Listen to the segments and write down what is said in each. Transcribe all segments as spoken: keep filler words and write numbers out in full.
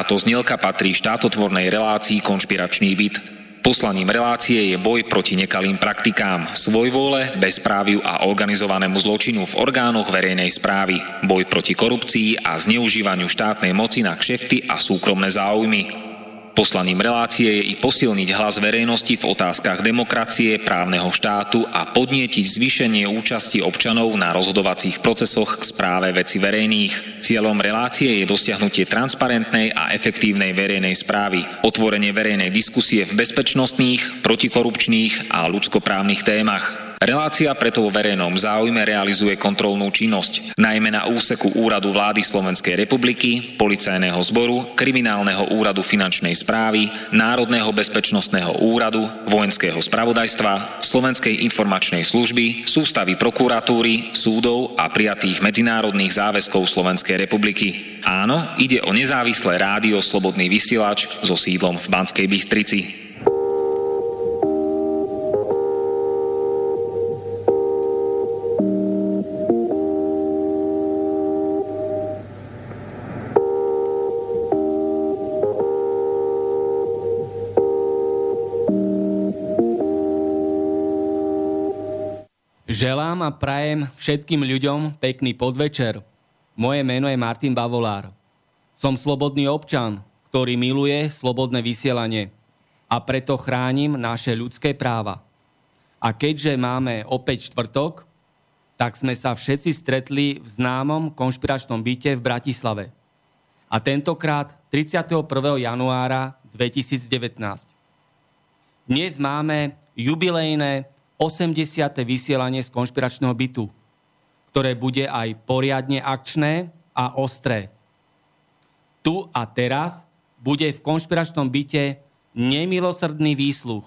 Táto znielka patrí štátotvornej relácii Konšpiračný byt. Poslaním relácie je boj proti nekalým praktikám, svojvôle, bezpráviu a organizovanému zločinu v orgánoch verejnej správy, boj proti korupcii a zneužívaniu štátnej moci na kšefty a súkromné záujmy. Poslaním relácie je i posilniť hlas verejnosti v otázkach demokracie, právneho štátu a podnietiť zvýšenie účasti občanov na rozhodovacích procesoch k správe veci verejných. Cieľom relácie je dosiahnutie transparentnej a efektívnej verejnej správy, otvorenie verejnej diskusie v bezpečnostných, protikorupčných a ľudskoprávnych témach. Relácia preto vo verejnom záujme realizuje kontrolnú činnosť, najmä na úseku Úradu vlády Slovenskej republiky, Policajného zboru, Kriminálneho úradu finančnej správy, Národného bezpečnostného úradu, Vojenského spravodajstva, Slovenskej informačnej služby, sústavy prokuratúry, súdov a prijatých medzinárodných záväzkov Slovenskej republiky. Áno, ide o nezávislé rádio Slobodný vysielač so sídlom v Banskej Bystrici. Želám a prajem všetkým ľuďom pekný podvečer. Moje meno je Martin Bavolár. Som slobodný občan, ktorý miluje slobodné vysielanie a preto chránim naše ľudské práva. A keďže máme opäť štvrtok, tak sme sa všetci stretli v známom konšpiračnom byte v Bratislave. A tentokrát tridsiateho prvého januára dvetisícdevätnásť. Dnes máme jubilejné osemdesiate vysielanie z konšpiračného bytu, ktoré bude aj poriadne akčné a ostré. Tu a teraz bude v konšpiračnom byte nemilosrdný výsluch.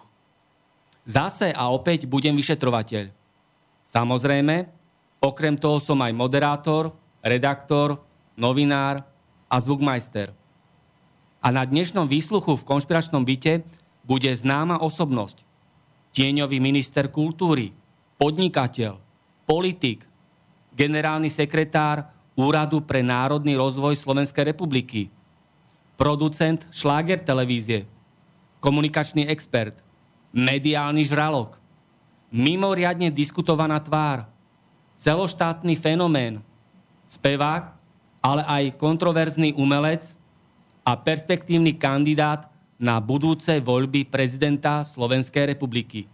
Zase a opäť budem vyšetrovateľ. Samozrejme, okrem toho som aj moderátor, redaktor, novinár a zvukmajster. A na dnešnom výsluchu v konšpiračnom byte bude známa osobnosť, tieňový minister kultúry, podnikateľ, politik, generálny sekretár Úradu pre národný rozvoj Slovenskej republiky, producent šláger televízie, komunikačný expert, mediálny žralok, mimoriadne diskutovaná tvár, celoštátny fenomén, spevák, ale aj kontroverzný umelec a perspektívny kandidát na budúce voľby prezidenta Slovenskej republiky.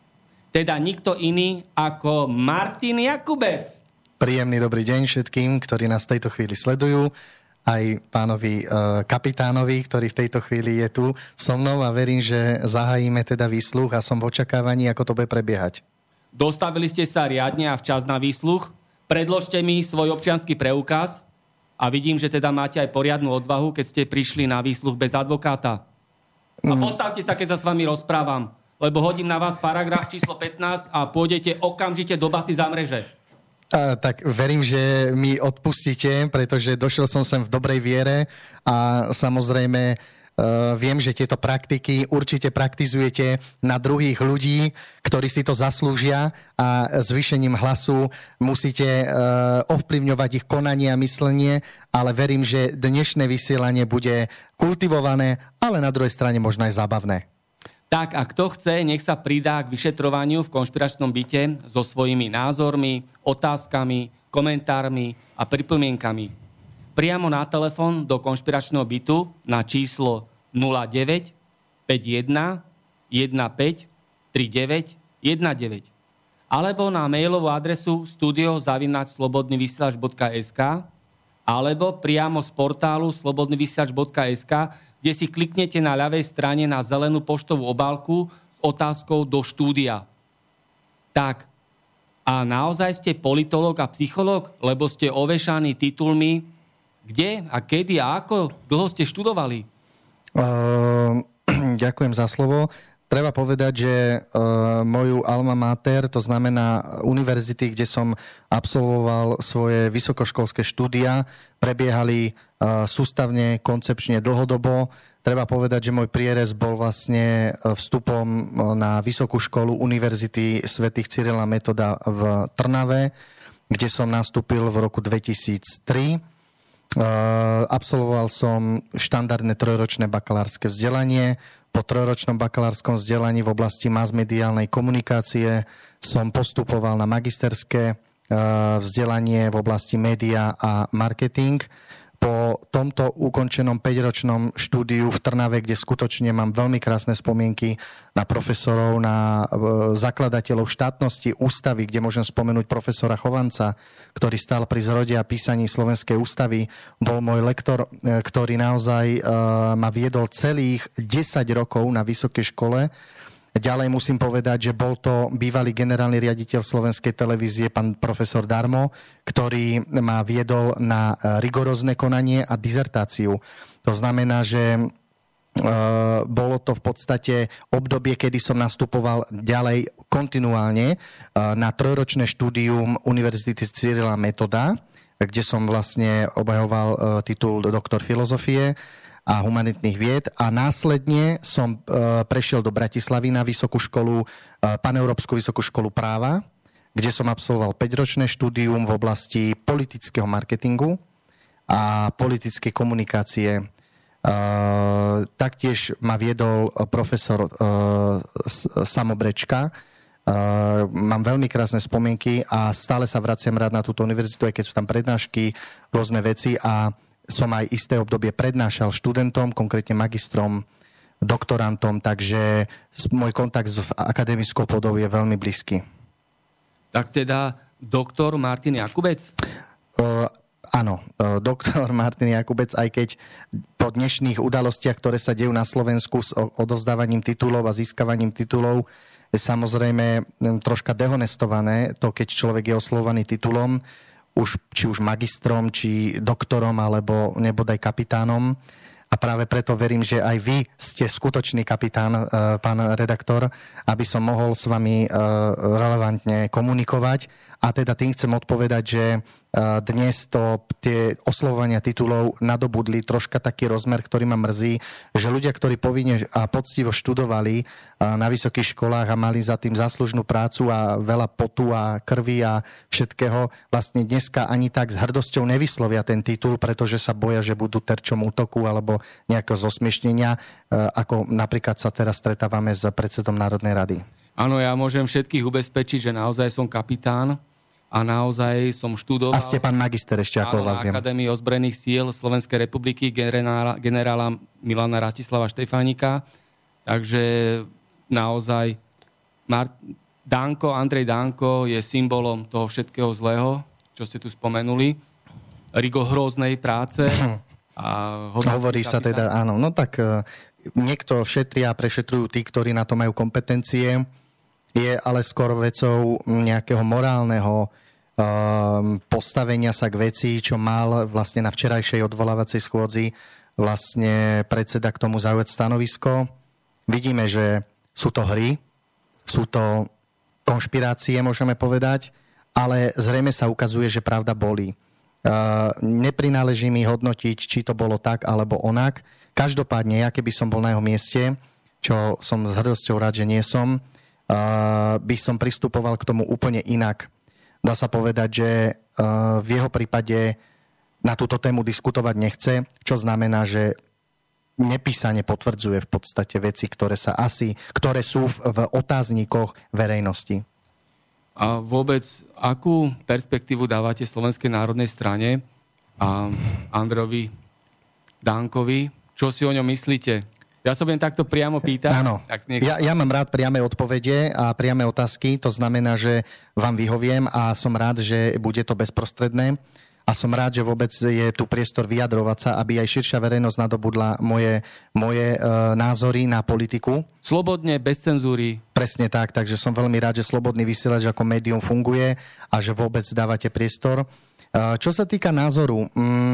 Teda nikto iný ako Martin Jakubec. Príjemný dobrý deň všetkým, ktorí nás v tejto chvíli sledujú. Aj pánovi e, kapitánovi, ktorý v tejto chvíli je tu so mnou a verím, že zahájime teda výsluch a som v očakávaní, ako to bude prebiehať. Dostavili ste sa riadne a včas na výsluch. Predložte mi svoj občiansky preukaz a vidím, že teda máte aj poriadnu odvahu, keď ste prišli na výsluch bez advokáta. A postavte sa, keď sa s vami rozprávam, lebo hodím na vás paragraf číslo pätnásť a pôjdete okamžite do basy za mreže. A, tak verím, že mi odpustíte, pretože došiel som sem v dobrej viere a samozrejme uh, viem, že tieto praktiky určite praktizujete na druhých ľudí, ktorí si to zaslúžia a zvýšením hlasu musíte uh, ovplyvňovať ich konanie a myslenie, ale verím, že dnešné vysielanie bude kultivované, ale na druhej strane možno aj zábavné. Tak a kto chce, nech sa pridá k vyšetrovaniu v konšpiračnom byte so svojimi názormi, otázkami, komentármi a pripomienkami. Priamo na telefón do konšpiračného bytu na číslo nula deväť päť jeden jeden päť tri deväť jeden deväť alebo na mailovú adresu studio zavináč slobodný vysielač bodka es ká alebo priamo z portálu slobodný vysielač bodka es ká, kde si kliknete na ľavej strane na zelenú poštovú obálku s otázkou do štúdia. Tak, a naozaj ste politológ a psychológ, lebo ste ovešaní titulmi, kde a kedy a ako dlho ste študovali? Uh, ďakujem za slovo. Treba povedať, že uh, moju alma mater, to znamená univerzity, kde som absolvoval svoje vysokoškolské štúdia, prebiehali uh, sústavne, koncepčne, dlhodobo. Treba povedať, že môj prierez bol vlastne vstupom na Vysokú školu Univerzity svätých Cyrila Metoda v Trnave, kde som nastúpil v roku dvetisíctri. Absolvoval som štandardné trojročné bakalárske vzdelanie. Po trojročnom bakalárskom vzdelaní v oblasti masmediálnej komunikácie som postupoval na magisterské vzdelanie v oblasti média a marketing. Po tomto ukončenom päťročnom štúdiu v Trnave, kde skutočne mám veľmi krásne spomienky na profesorov, na zakladateľov štátnosti ústavy, kde môžem spomenúť profesora Chovanca, ktorý stál pri zrode a písaní Slovenskej ústavy, bol môj lektor, ktorý naozaj ma viedol celých desať rokov na vysokej škole. Ďalej musím povedať, že bol to bývalý generálny riaditeľ Slovenskej televízie, pán profesor Darmo, ktorý ma viedol na rigorózne konanie a dizertáciu. To znamená, že e, bolo to v podstate obdobie, kedy som nastupoval ďalej kontinuálne e, na trojročné štúdium Univerzity Cyrila Metoda, kde som vlastne obhajoval e, titul doktor filozofie a humanitných vied a následne som e, prešiel do Bratislavy na vysokú školu, e, paneurópsku vysokú školu práva, kde som absolvoval päťročné štúdium v oblasti politického marketingu a politickej komunikácie. E, taktiež ma viedol profesor e, Samo Brečka. E, mám veľmi krásne spomienky a stále sa vraciam rád na túto univerzitu, aj keď sú tam prednášky, rôzne veci a som aj isté obdobie prednášal študentom, konkrétne magistrom, doktorantom, takže môj kontakt s akademickou pôdou je veľmi blízky. Tak teda doktor Martin Jakubec? Uh, áno, uh, doktor Martin Jakubec, aj keď po dnešných udalostiach, ktoré sa dejú na Slovensku s odovzdávaním titulov a získavaním titulov, je samozrejme troška dehonestované to, keď človek je oslovovaný titulom, už, či už magistrom, či doktorom, alebo nebodaj kapitánom. A práve preto verím, že aj vy ste skutočný kapitán, pán redaktor, aby som mohol s vami relevantne komunikovať. A teda tým chcem odpovedať, že dnes to tie oslovovania titulov nadobudli troška taký rozmer, ktorý ma mrzí, že ľudia, ktorí povinne a poctivo študovali na vysokých školách a mali za tým záslužnú prácu a veľa potu a krvi a všetkého, vlastne dneska ani tak s hrdosťou nevyslovia ten titul, pretože sa boja, že budú terčom útoku alebo nejakého zosmiešnenia, ako napríklad sa teraz stretávame s predsedom Národnej rady. Áno, ja môžem všetkých ubezpečiť, že naozaj som kapitán a naozaj som študoval... A ste pán magister ešte, ako vás viem. Na Akadémii ozbrojených síl Slovenskej republiky generála, generála Milana Rastislava Štefánika. Takže naozaj Mart- Danko, Andrej Danko je symbolom toho všetkého zlého, čo ste tu spomenuli. Rigoróznej práce. A hovorí sa kapitán. teda, áno, no tak niekto šetria a prešetrujú tí, ktorí na to majú kompetencie. Je ale skôr vecou nejakého morálneho um, postavenia sa k veci, čo mal vlastne na včerajšej odvolávacej schôdzi vlastne predseda k tomu zaujať stanovisko. Vidíme, že sú to hry, sú to konšpirácie, môžeme povedať, ale zrejme sa ukazuje, že pravda bolí. Uh, neprináleží mi hodnotiť, či to bolo tak alebo onak. Každopádne, ja keby som bol na jeho mieste, čo som s hrdosťou rád, že nie som, Uh, by som pristupoval k tomu úplne inak. Dá sa povedať, že uh, v jeho prípade na túto tému diskutovať nechce, čo znamená, že nepísane potvrdzuje v podstate veci, ktoré sa asi, ktoré sú v, v otáznikoch verejnosti. A vôbec, akú perspektívu dávate Slovenskej národnej strane a Androvi Dankovi? Čo si o ňom myslíte? Ja sa budem takto priamo pýtať. Áno, tak nech... ja, ja mám rád priame odpovede a priame otázky, to znamená, že vám vyhoviem a som rád, že bude to bezprostredné a som rád, že vôbec je tu priestor vyjadrovať sa, aby aj širšia verejnosť nadobudla moje, moje e, názory na politiku. Slobodne, bez cenzúry. Presne tak, takže som veľmi rád, že Slobodný vysielač ako médium funguje a že vôbec dávate priestor. Čo sa týka názoru,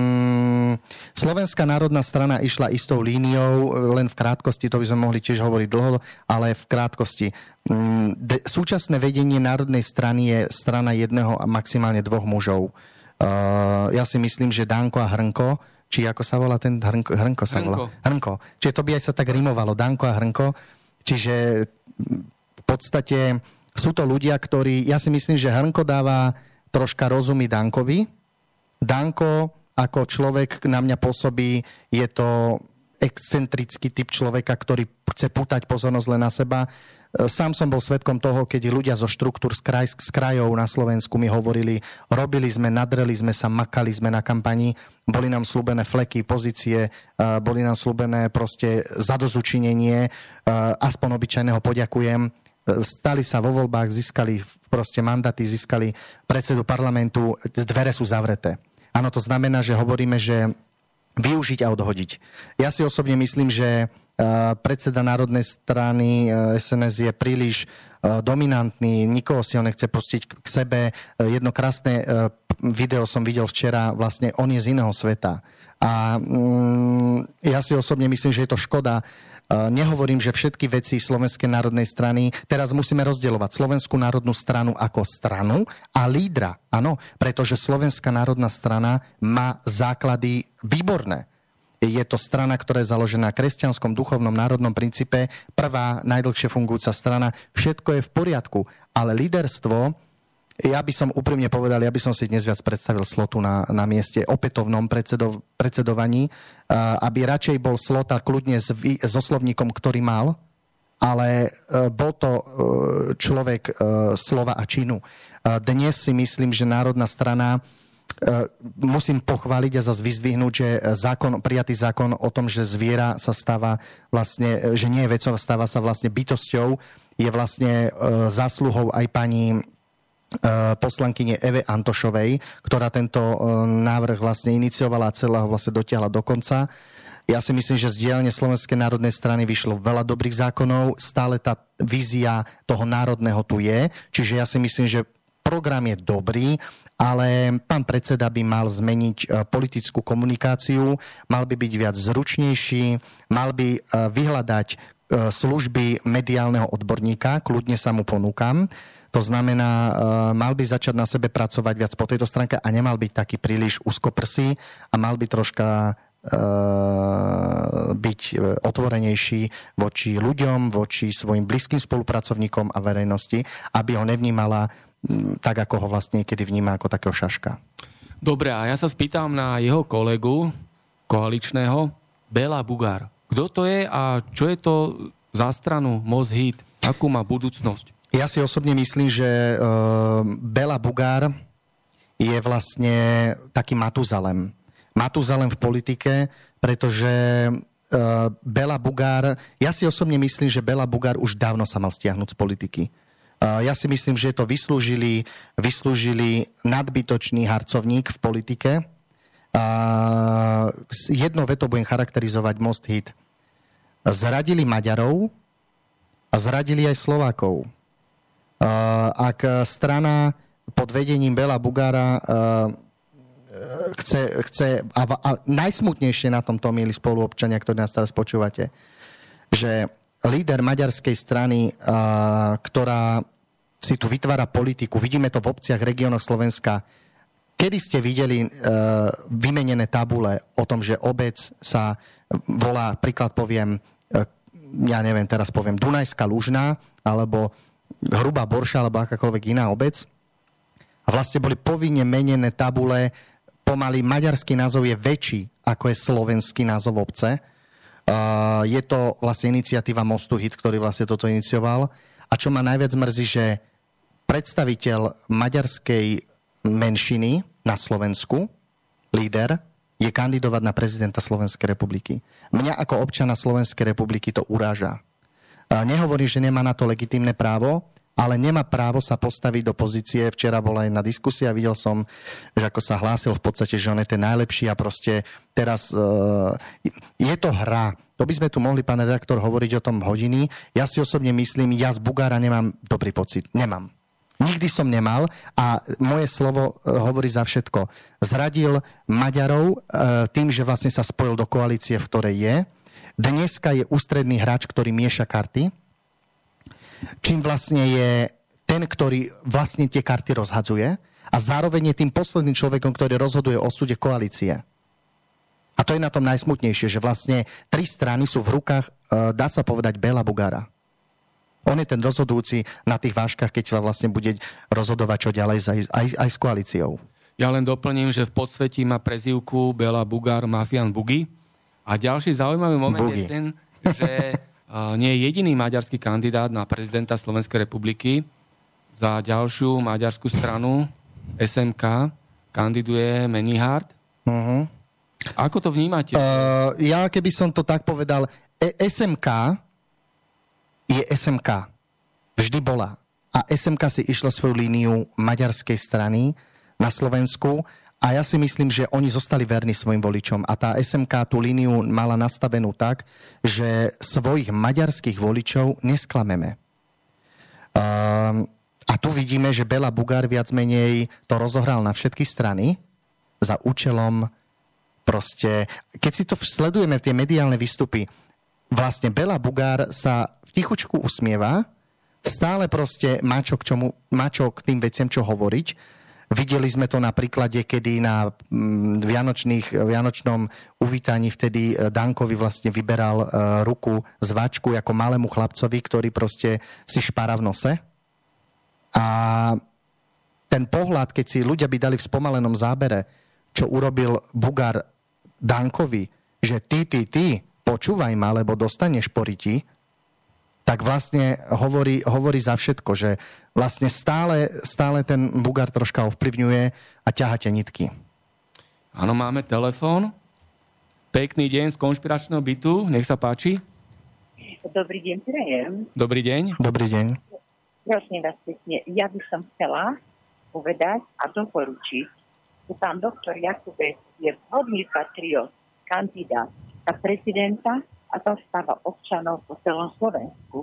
mm, Slovenská národná strana išla istou líniou, len v krátkosti, to by sme mohli tiež hovoriť dlho, ale v krátkosti. Mm, de, súčasné vedenie národnej strany je strana jedného a maximálne dvoch mužov. Uh, ja si myslím, že Danko a Hrnko, či ako sa volá ten Hrnko, Hrnko sa Hrnko. volá? Hrnko. Čiže to by aj sa tak rimovalo, Danko a Hrnko. Čiže v podstate sú to ľudia, ktorí, ja si myslím, že Hrnko dáva troška rozumí Dankovi. Danko ako človek na mňa pôsobí, je to excentrický typ človeka, ktorý chce pútať pozornosť len na seba. Sám som bol svedkom toho, keď ľudia zo štruktúr z, kraj, z krajov na Slovensku mi hovorili, robili sme, nadreli sme sa, makali sme na kampani, boli nám slúbené fleky, pozície, boli nám slúbené proste zadozučinenie, aspoň obyčajného poďakujem. Stali sa vo voľbách, získali proste mandáty, získali predsedu parlamentu, dvere sú zavreté. Áno, to znamená, že hovoríme, že využiť a odhodiť. Ja si osobne myslím, že predseda Národnej strany es en es je príliš dominantný, nikoho si ho nechce pustiť k sebe. Jedno krásne video som videl včera, vlastne on je z iného sveta. A mm, ja si osobne myslím, že je to škoda. Nehovorím, že všetky veci Slovenskej národnej strany, teraz musíme rozdielovať Slovenskú národnú stranu ako stranu a lídra, áno, pretože Slovenská národná strana má základy výborné. Je to strana, ktorá je založená na kresťanskom duchovnom národnom princípe, prvá najdlhšie fungujúca strana, všetko je v poriadku, ale líderstvo, ja by som úprimne povedal, ja by som si dnes viac predstavil Slotu na, na mieste opätovnom predsedov, predsedovaní, aby radšej bol Slota kľudne s, so slovníkom, ktorý mal, ale bol to človek slova a činu. Dnes si myslím, že Národná strana, musím pochváliť a zase vyzdvihnúť, že zákon, prijatý zákon o tom, že zviera sa stáva vlastne, že nie je vecou, stáva sa vlastne bytosťou, je vlastne zásluhou aj pani poslankyne Eve Antošovej, ktorá tento návrh vlastne iniciovala a celého vlastne dotiahla do konca. Ja si myslím, že z dielne Slovenskej národnej strany vyšlo veľa dobrých zákonov, stále tá vízia toho národného tu je, čiže ja si myslím, že program je dobrý, ale pán predseda by mal zmeniť politickú komunikáciu, mal by byť viac zručnejší, mal by vyhľadať služby mediálneho odborníka, kľudne sa mu ponúkam. To znamená, mal by začať na sebe pracovať viac po tejto stránke a nemal byť taký príliš úzkoprsý a mal by troška byť otvorenejší voči ľuďom, voči svojim blízkym spolupracovníkom a verejnosti, aby ho nevnímala tak, ako ho vlastne niekedy vníma ako takého šaška. Dobre, a ja sa spýtam na jeho kolegu koaličného, Béla Bugár. Kto to je a čo je to za stranu Most Hit? Akú má budúcnosť? Ja si osobne myslím, že uh, Béla Bugár je vlastne taký Matuzalem. Matuzalem v politike, pretože uh, Béla Bugár, ja si osobne myslím, že Béla Bugár už dávno sa mal stiahnuť z politiky. Uh, ja si myslím, že je to vyslúžili, vyslúžili nadbytočný harcovník v politike. Uh, jednou vetou budem charakterizovať Most Hit. Zradili Maďarov a zradili aj Slovákov. Uh, ak strana pod vedením Béla Bugára uh, chce, chce a, a najsmutnejšie na tomto, milí spoluobčania, ktorí nás teraz počúvate, že líder maďarskej strany, uh, ktorá si tu vytvára politiku, vidíme to v obciach, regiónoch Slovenska, kedy ste videli uh, vymenené tabule o tom, že obec sa volá, príklad poviem, uh, ja neviem, teraz poviem Dunajská Lužná, alebo Hrubá Borša alebo akákoľvek iná obec. A vlastne boli povinne menené tabule, pomaly maďarský názov je väčší, ako je slovenský názov obce. Uh, je to vlastne iniciatíva Mostu Hit, ktorý vlastne toto inicioval. A čo ma najviac mrzí, že predstaviteľ maďarskej menšiny na Slovensku, líder, je kandidovať na prezidenta Slovenskej republiky. Mňa ako občana Slovenskej republiky to uráža. Nehovorí, že nemá na to legitímne právo, ale nemá právo sa postaviť do pozície. Včera bola jedna diskusia, videl som, že ako sa hlásil v podstate, že on je ten najlepší a proste teraz uh, je to hra. To by sme tu mohli, pán redaktor, hovoriť o tom hodiny. Ja si osobne myslím, ja z Bugára nemám dobrý pocit. Nemám. Nikdy som nemal a moje slovo uh, hovorí za všetko. Zradil Maďarov uh, tým, že vlastne sa spojil do koalície, v ktorej je. Dneska je ústredný hráč, ktorý mieša karty, čím vlastne je ten, ktorý vlastne tie karty rozhadzuje a zároveň je tým posledným človekom, ktorý rozhoduje o súde koalície. A to je na tom najsmutnejšie, že vlastne tri strany sú v rukách, dá sa povedať, Béla Bugára. On je ten rozhodujúci na tých vážkach, keď vlastne bude rozhodovať čo ďalej aj, aj, aj s koalíciou. Ja len doplním, že v podsvetí má prezývku Bela Bugár Mafián Bugy. A ďalší zaujímavý moment Bugy. Je ten, že nie je jediný maďarský kandidát na prezidenta Slovenskej republiky. Za ďalšiu maďarskú stranu es em ká kandiduje Menihard. Uh-huh. Ako to vnímate? Uh, ja keby som to tak povedal, e- es em ká je es em ká. Vždy bola. A es em ká si išla svoju líniu maďarskej strany na Slovensku a ja si myslím, že oni zostali verní svojim voličom. A tá es em ká tú líniu mala nastavenú tak, že svojich maďarských voličov nesklameme. Uh, a tu vidíme, že Bela Bugár viac menej to rozohral na všetky strany za účelom proste... Keď si to sledujeme v tie mediálne výstupy, vlastne Bela Bugár sa v tichučku usmieva, stále proste má čo k, čomu, má čo k tým veciam, čo hovoriť. Videli sme to na príklade, kedy na vianočných, vianočnom uvítaní vtedy Dankovi vlastne vyberal uh, ruku z váčku ako malému chlapcovi, ktorý proste si špara v nose. A ten pohľad, keď si ľudia by dali v spomalenom zábere, čo urobil Bugár Dankovi, že ty, ty, ty, počúvaj ma, lebo dostaneš poriti, tak vlastne hovorí, hovorí za všetko, že vlastne stále, stále ten Bugár troška ovplyvňuje a ťaha tie nitky. Áno, máme telefón. Pekný deň z konšpiračného bytu. Nech sa páči. Dobrý deň, prajem. Dobrý deň. Dobrý deň. Prosím vás pekne, ja by som chcela povedať a doporučiť, že pán doktor Jakubec je vhodný patriot, kandidát na prezidenta a zastáva občanov po celom Slovensku.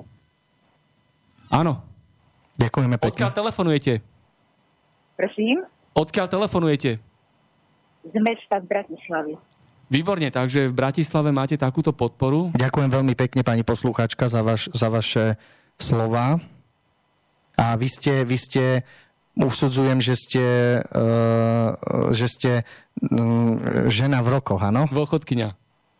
Áno. Ďakujeme pekne. Odkiaľ telefonujete? Prosím? Odkiaľ telefonujete? Z mesta z Bratislavy. Výborne, takže v Bratislave máte takúto podporu. Ďakujem veľmi pekne, pani poslucháčka, za, vaš, za vaše slova. A vy ste, vy ste usudzujem, že ste, uh, že ste um, žena v rokoch, áno? Dôchodkyňa.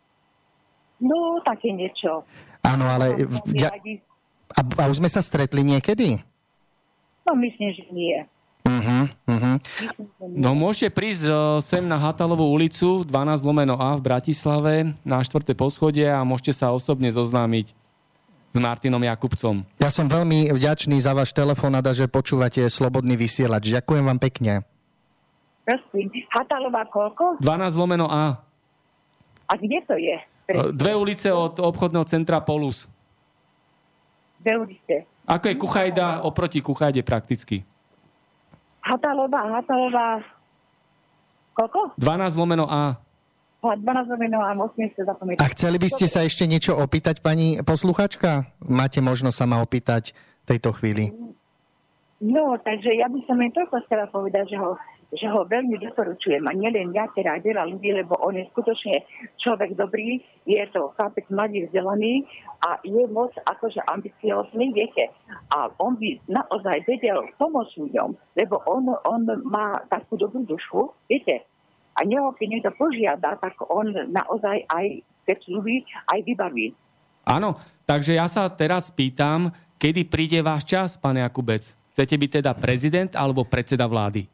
No, také niečo. Áno, ale... Ja, a, a už sme sa stretli niekedy? No, myslím, že nie. Uh-huh, uh-huh. No, môžete prísť sem na Hatalovú ulicu dvanásť lomeno A v Bratislave na štvrté poschodie a môžete sa osobne zoznámiť s Martinom Jakubcom. Ja som veľmi vďačný za váš telefón a že počúvate Slobodný vysielač. Ďakujem vám pekne. Prosím, Hatalová koľko? dvanásť lomeno A. A kde to je? Dve ulice od obchodného centra Polus. Dve ulice. Ako je Kuchajda oproti Kuchajde prakticky? Hatalová, Hatalová... Koľko? dvanásť lomeno A. dvanásť lomeno A, musím sa zapamätať. A chceli by ste sa ešte niečo opýtať, pani posluchačka? Máte možnosť sa ma opýtať v tejto chvíli. No, takže ja by som len toľko chcela povedať, že ho, že ho veľmi doporučujem. A nielen ja, teda aj veľa ľudí, lebo on je skutočne človek dobrý, je to chápec mladý, vzdelaný a je moc akože ambiciózny, viete. A on by naozaj vedel pomôcť ľuďom, lebo on, on má takú dobrú dušu, viete. A neho, keď niekto požiada, tak on naozaj aj, keď ľubí, aj vybaví. Áno, takže ja sa teraz pýtam, kedy príde váš čas, pán Jakubec? Chcete byť teda prezident alebo predseda vlády?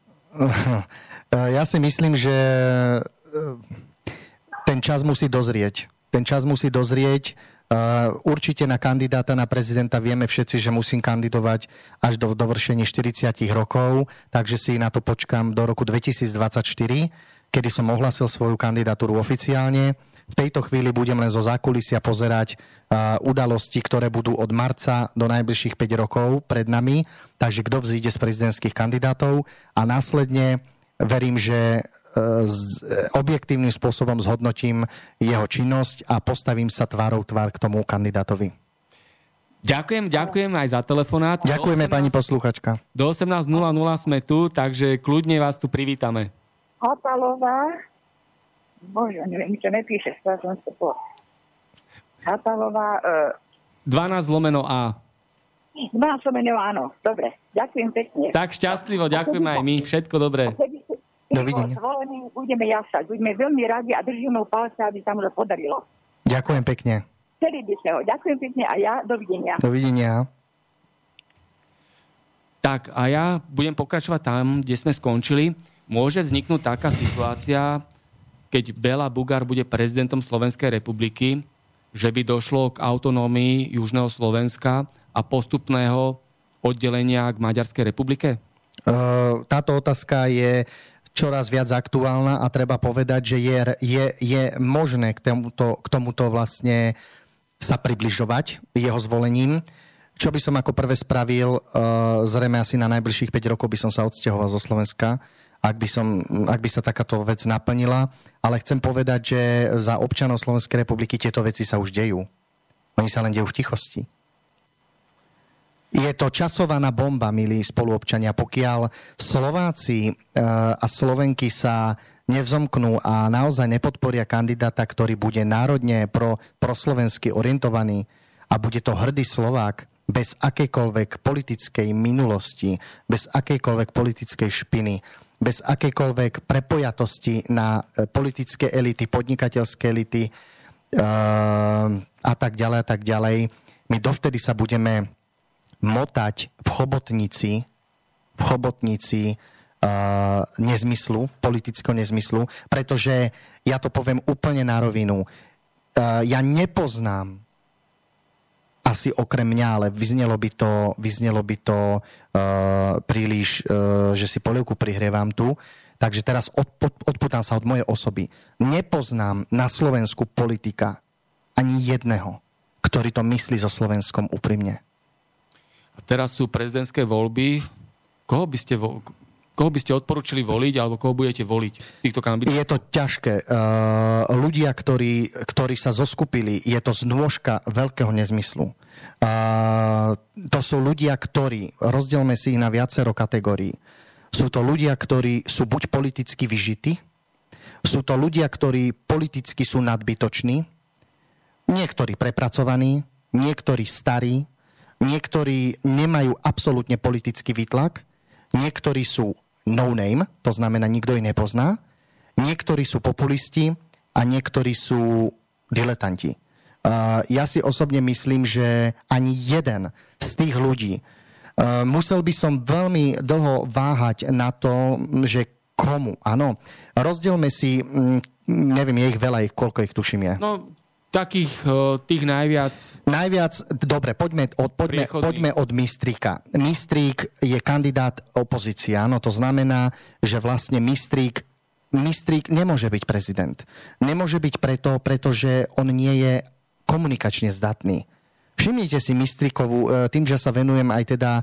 Ja si myslím, že ten čas musí dozrieť. Ten čas musí dozrieť. Určite na kandidáta na prezidenta vieme všetci, že musím kandidovať až do dovršení štyridsať rokov, takže si na to počkám do roku dvetisícdvadsaťštyri, kedy som ohlasil svoju kandidatúru oficiálne. V tejto chvíli budem len zo zákulisia pozerať uh, udalosti, ktoré budú od marca do najbližších päť rokov pred nami. Takže kto vzíde z prezidentských kandidátov a následne verím, že uh, z, objektívnym spôsobom zhodnotím jeho činnosť a postavím sa tvárou tvár k tomu kandidátovi. Ďakujem, ďakujem aj za telefonát. Ďakujeme, pani posluchačka. Do osemnásť nula nula sme tu, takže kľudne vás tu privítame. Hatalová, bože, neviem, čo nepíše, chcela som sa po... Hatalová... Uh... dvanásť lomeno A. dvanásť lomeno áno, dobre, ďakujem pekne. Tak šťastlivo, ďakujeme aj my, všetko dobré. Dovidenia. Budeme jasať, budeme veľmi radi a držíme palce, aby sa mu to podarilo. Ďakujem pekne. Chceli by sme ho, ďakujem pekne a ja, dovidenia. Dovidenia. Tak a ja budem pokračovať tam, kde sme skončili. môže vzniknúť taká situácia, keď Béla Bugár bude prezidentom Slovenskej republiky, že by došlo k autonómii Južného Slovenska a postupného oddelenia k Maďarskej republike? Táto otázka je čoraz viac aktuálna a treba povedať, že je, je, je možné k tomuto, k tomuto vlastne sa približovať jeho zvolením. Čo by som ako prvé spravil, zrejme asi na najbližších päť rokov by som sa odsťahoval zo Slovenska, ak by, som, ak by sa takáto vec naplnila. Ale chcem povedať, že za občanov Slovenskej republiky tieto veci sa už dejú. Oni sa len dejú v tichosti. Je to časovaná bomba, milí spoluobčania. Pokiaľ Slováci a Slovenky sa nevzomknú a naozaj nepodporia kandidáta, ktorý bude národne pro, proslovensky orientovaný a bude to hrdý Slovák bez akejkoľvek politickej minulosti, bez akejkoľvek politickej špiny, bez akejkoľvek prepojatosti na politické elity, podnikateľské elity a tak ďalej a tak ďalej. My dovtedy sa budeme motať v chobotnici, v chobotnici uh, nezmyslu, politického nezmyslu, pretože ja to poviem úplne na rovinu. Uh, ja nepoznám asi okrem mňa, ale vyznelo by to, vyznelo by to uh, príliš, uh, že si polievku prihrievam tu. Takže teraz od, od, odputám sa od mojej osoby. Nepoznám na Slovensku politika ani jedného, ktorý to myslí so Slovenskom úprimne. A teraz sú prezidentské voľby. Koho by ste, vo, koho by ste odporúčili voliť, alebo koho budete voliť z týchto kandidátov? Je to ťažké. Uh, ľudia, ktorí, ktorí sa zoskupili, je to znôžka veľkého nezmyslu. Uh, to sú ľudia, ktorí, rozdielme si ich na viacero kategórií. Sú to ľudia, ktorí sú buď politicky vyžití, sú to ľudia, ktorí politicky sú nadbytoční, niektorí prepracovaní, niektorí starí, niektorí nemajú absolútne politický výtlak, niektorí sú no name, to znamená, nikto ich nepozná, niektorí sú populisti a niektorí sú diletanti. Uh, ja si osobne myslím, že ani jeden z tých ľudí, uh, musel by som veľmi dlho váhať na to, že komu, áno. Rozdielme si, neviem, je ich veľa, ich, koľko ich tuším je. No, takých tých najviac... Najviac, dobre, poďme od, poďme, poďme od Mistríka. Mistrík je kandidát opozície, áno, to znamená, že vlastne Mistrík, Mistrík nemôže byť prezident. Nemôže byť preto, pretože on nie je komunikačne zdatný. Všimnite si Mistríkovú, tým, že sa venujem aj teda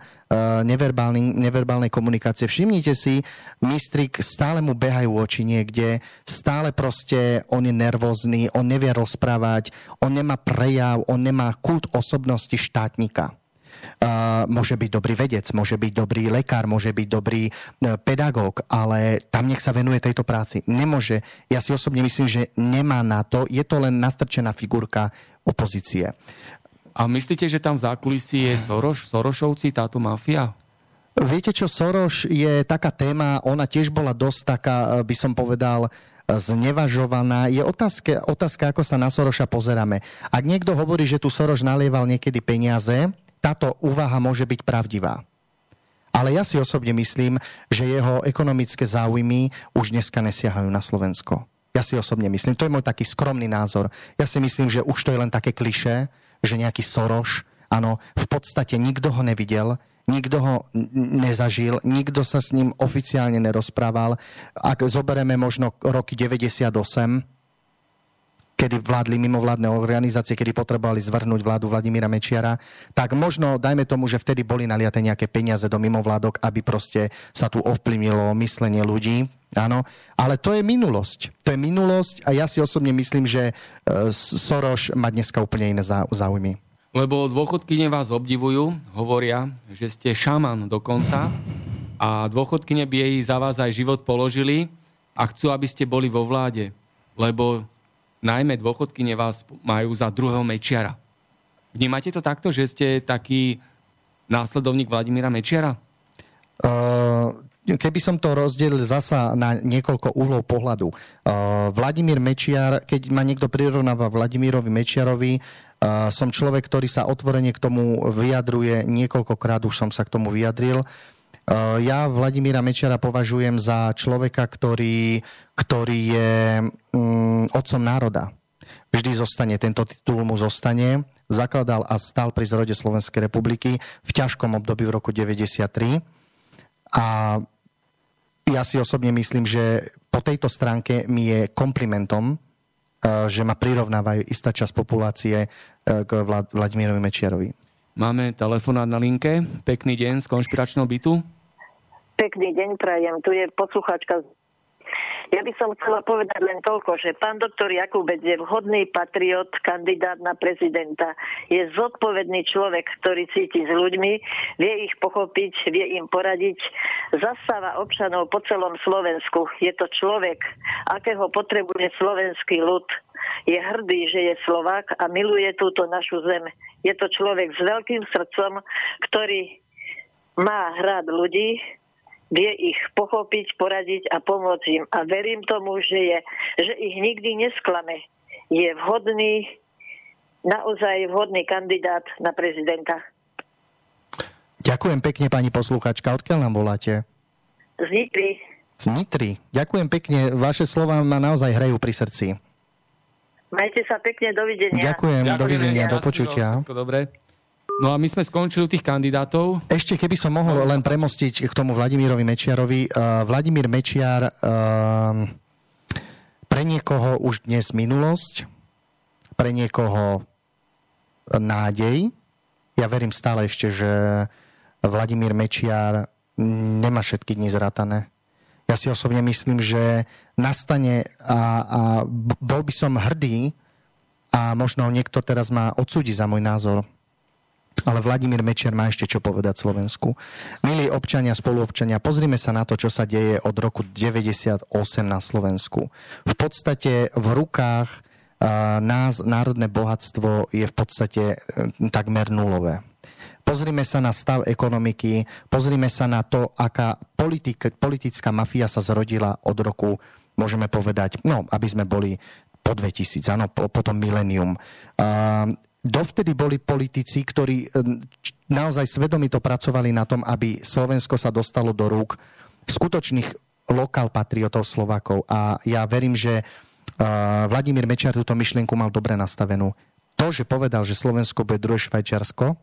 neverbálnej komunikácie, všimnite si, Mistrík, stále mu behajú oči niekde, stále proste on je nervózny, on nevie rozprávať, on nemá prejav, on nemá kult osobnosti štátnika. Uh, môže byť dobrý vedec, môže byť dobrý lekár, môže byť dobrý uh, pedagóg, ale tam nech sa venuje tejto práci. Nemôže. Ja si osobne myslím, že nemá na to, je to len nastrčená figurka opozície. A myslíte, že tam v zákulisí je Soros, Sorošovci, táto mafia? Viete čo, Soros je taká téma, ona tiež bola dosť taká, by som povedal, znevažovaná. Je otázka, otázka, ako sa na Soroša pozeráme. Ak niekto hovorí, že tu Soros nalieval niekedy peniaze, táto úvaha môže byť pravdivá. Ale ja si osobne myslím, že jeho ekonomické záujmy už dneska nesiahajú na Slovensko. Ja si osobne myslím, to je môj taký skromný názor. Ja si myslím, že už to je len také klišé, že nejaký Soros, áno, v podstate nikto ho nevidel, nikto ho nezažil, nikto sa s ním oficiálne nerozprával. Ak zoberieme možno roky deväťdesiatosem, kedy vládli mimovládne organizácie, kedy potrebovali zvrhnúť vládu Vladimíra Mečiara, tak možno, dajme tomu, že vtedy boli naliaté nejaké peniaze do mimovládok, aby proste sa tu ovplyvnilo myslenie ľudí. Áno, ale to je minulosť. To je minulosť a ja si osobne myslím, že Soros má dneska úplne iné záujmy. Lebo dôchodkyne vás obdivujú, hovoria, že ste šaman dokonca a dôchodkyne by jej za vás aj život položili a chcú, aby ste boli vo vláde. Lebo najmä dôchodkyne vás majú za druhého Mečiara. Vnímate to takto, že ste taký následovník Vladimíra Mečiara? Uh... Keby som to rozdelil zasa na niekoľko uhlov pohľadu. Vladimír Mečiar, keď ma niekto prirovnáva Vladimírovi Mečiarovi, som človek, ktorý sa otvorene k tomu vyjadruje, niekoľkokrát už som sa k tomu vyjadril. Ja Vladimíra Mečiara považujem za človeka, ktorý, ktorý je mm, otcom národa. Vždy zostane, tento titul mu zostane. Zakladal a stál pri zrode Slovenskej republiky v ťažkom období v roku deväťdesiattri. A ja si osobne myslím, že po tejto stránke mi je komplimentom, že ma prirovnávajú istá časť populácie k Vladimírovi Mečiarovi. Máme telefonát na linke. Pekný deň z konšpiračného bytu. Pekný deň prajem. Tu je poslucháčka. Ja by som chcela povedať len toľko, že pán doktor Jakubec je vhodný patriot, kandidát na prezidenta. Je zodpovedný človek, ktorý cíti s ľuďmi, vie ich pochopiť, vie im poradiť, zastáva občanov po celom Slovensku. Je to človek, akého potrebuje slovenský ľud. Je hrdý, že je Slovák a miluje túto našu zem. Je to človek s veľkým srdcom, ktorý má rád ľudí, vie ich pochopiť, poradiť a pomôcť im. A verím tomu, že, je, že ich nikdy nesklame. Je vhodný, naozaj vhodný kandidát na prezidenta. Ďakujem pekne, pani posluchačka. Odkiaľ nám voláte? Z Nitry. Z Nitry. Ďakujem pekne. Vaše slová ma naozaj hrejú pri srdci. Majte sa pekne, dovidenia. Ďakujem, Ďakujem dovidenia, do počutia. Dobre. No a my sme skončili tých kandidátov. Ešte keby som mohol len premostiť k tomu Vladimírovi Mečiarovi. Uh, Vladimír Mečiar uh, pre niekoho už dnes minulosť, pre niekoho nádej. Ja verím stále ešte, že Vladimír Mečiar nemá všetky dni zratané. Ja si osobne myslím, že nastane a, a bol by som hrdý a možno niekto teraz ma odsúdi za môj názor. Ale Vladimír Mečiar má ešte čo povedať Slovensku. Milí občania, spoluobčania, pozrime sa na to, čo sa deje od roku deväťdesiatosem na Slovensku. V podstate v rukách uh, nás národné bohatstvo je v podstate uh, takmer nulové. Pozrime sa na stav ekonomiky, pozrime sa na to, aká politika, politická mafia sa zrodila od roku, môžeme povedať, no, aby sme boli po dvetisíc, áno, po, po tom milénium. Uh, Dovtedy boli politici, ktorí naozaj svedomito pracovali na tom, aby Slovensko sa dostalo do rúk skutočných lokál patriotov Slovákov. A ja verím, že Vladimír Mečiar túto myšlienku mal dobre nastavenú. To, že povedal, že Slovensko bude druhé Švajčiarsko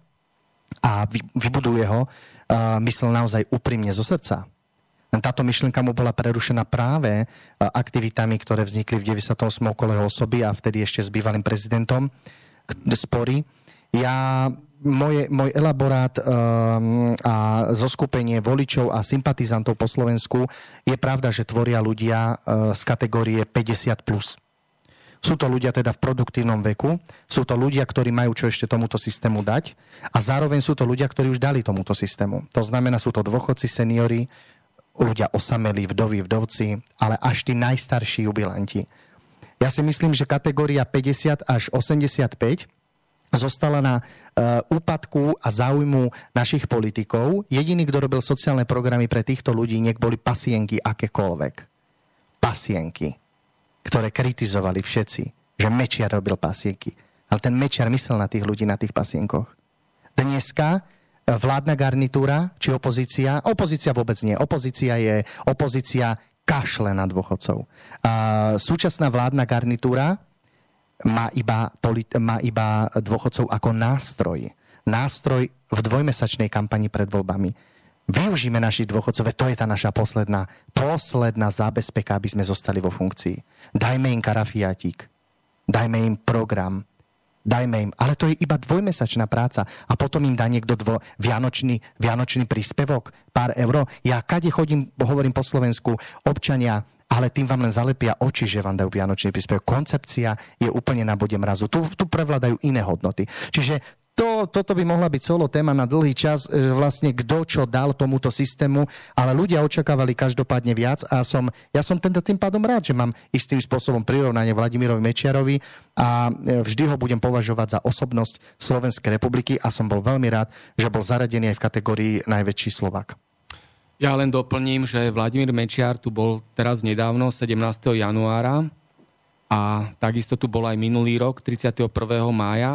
a vybuduje ho, myslel naozaj úprimne zo srdca. Táto myšlienka mu bola prerušená práve aktivitami, ktoré vznikli v deväťdesiatom ôsmom okolo jeho osoby a vtedy ešte s bývalým prezidentom spory. Ja, moje, môj elaborát um, a zoskupenie voličov a sympatizantov po Slovensku je pravda, že tvoria ľudia uh, z kategórie päťdesiat plus. Sú to ľudia teda v produktívnom veku, sú to ľudia, ktorí majú čo ešte tomuto systému dať a zároveň sú to ľudia, ktorí už dali tomuto systému. To znamená, sú to dôchodci, seniori, ľudia osamelí, vdovy, vdovci, ale až tí najstarší jubilanti. Ja si myslím, že kategória päťdesiat až osemdesiatpäť zostala na uh, úpadku a záujmu našich politikov. Jediný, kto robil sociálne programy pre týchto ľudí, nech boli pasienky akékoľvek. Pasienky, ktoré kritizovali všetci, že Mečiar robil pasienky. Ale ten Mečiar myslel na tých ľudí, na tých pasienkoch. Dneska vládna garnitúra, či opozícia, opozícia vôbec nie. Opozícia je opozícia kašle na dôchodcov. A súčasná vládna garnitúra má iba, má iba dôchodcov ako nástroj. Nástroj v dvojmesačnej kampani pred voľbami. Využíme našich dôchodcov, to je tá naša posledná, posledná zábezpeka, aby sme zostali vo funkcii. Dajme im karafiatík, dajme im program, dajme im, ale to je iba dvojmesačná práca a potom im dá niekto dvo, vianočný, vianočný príspevok, pár eur. Ja kade chodím, hovorím po Slovensku, občania, ale tým vám len zalepia oči, že vám dajú vianočný príspevok. Koncepcia je úplne na bode mrazu. Tu, tu prevládajú iné hodnoty. Čiže to, toto by mohla byť solo téma na dlhý čas, vlastne kto čo dal tomuto systému, ale ľudia očakávali každopádne viac a som, ja som tento tým pádom rád, že mám istým spôsobom prirovnanie Vladimírovi Mečiarovi a vždy ho budem považovať za osobnosť Slovenskej republiky a som bol veľmi rád, že bol zaradený aj v kategórii najväčší Slovák. Ja len doplním, že Vladimír Mečiar tu bol teraz nedávno, sedemnásteho januára a takisto tu bol aj minulý rok, tridsiateho prvého mája.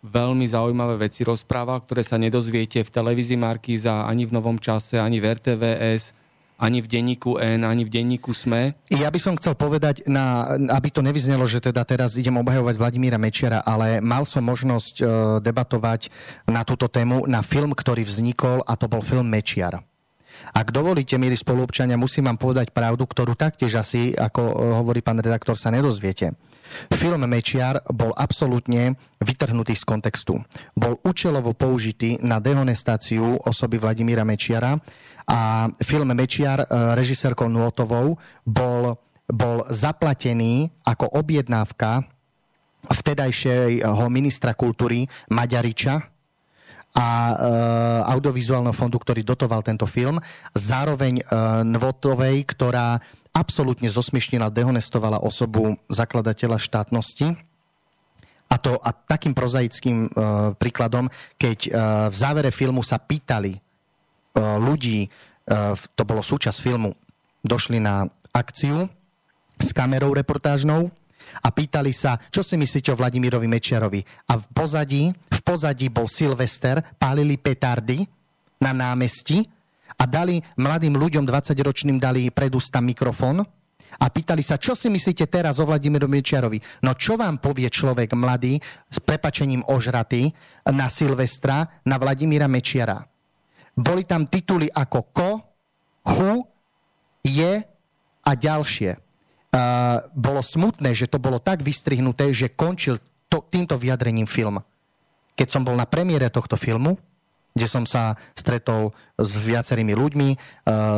veľmi zaujímavé veci rozprával, ktoré sa nedozviete v televízii Markíza, ani v Novom čase, ani v er té vé es, ani v denníku N, ani v denníku SME. Ja by som chcel povedať, na, aby to nevyznelo, že teda teraz idem obhajovať Vladimíra Mečiara, ale mal som možnosť uh, debatovať na túto tému na film, ktorý vznikol, a to bol film Mečiar. Ak dovolíte, milí spoluobčania, musím vám povedať pravdu, ktorú taktiež asi, ako hovorí pán redaktor, sa nedozviete. Film Mečiar bol absolútne vytrhnutý z kontextu. Bol účelovo použitý na dehonestáciu osoby Vladimíra Mečiara a film Mečiar režisérkou Nôtovou bol, bol zaplatený ako objednávka vtedajšieho ministra kultúry Maďariča a e, audiovizuálneho fondu, ktorý dotoval tento film, zároveň e, Nôtovej, ktorá absolútne zosmiešnila, dehonestovala osobu zakladateľa štátnosti. A to a takým prozaickým e, príkladom, keď e, v závere filmu sa pýtali e, ľudí, e, to bolo súčasť filmu, došli na akciu s kamerou reportážnou a pýtali sa, čo si myslíte o Vladimírovi Mečiarovi. A v pozadí, v pozadí bol Silvester, pálili petardy na námestí a dali mladým ľuďom, dvadsaťročným, dali pred ústa mikrofón a pýtali sa, čo si myslíte teraz o Vladimírovi Mečiarovi. No čo vám povie človek mladý, s prepačením ožratý, na Silvestra, na Vladimíra Mečiara? Boli tam tituly ako Ko, Hu, Je a ďalšie. Uh, bolo smutné, že to bolo tak vystrihnuté, že končil to, týmto vyjadrením film. Keď som bol na premiére tohto filmu, kde som sa stretol s viacerými ľuďmi, uh,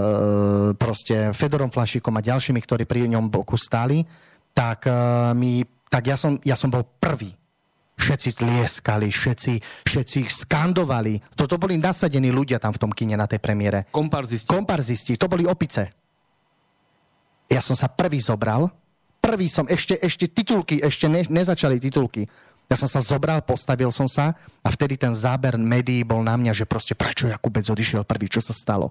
proste Fedorom Flašíkom a ďalšími, ktorí pri ňom boku stáli, tak, uh, mi, tak ja, som, ja som bol prvý. Všetci tlieskali, všetci, všetci skandovali. Toto boli nasadení ľudia tam v tom kine na tej premiére. Komparzisti. Komparzisti, to boli opice. Ja som sa prvý zobral, prvý som, ešte, ešte titulky, ešte ne, nezačali titulky. Ja som sa zobral, postavil som sa a vtedy ten záber médií bol na mňa, že proste prečo Jakubec odišiel prvý, čo sa stalo.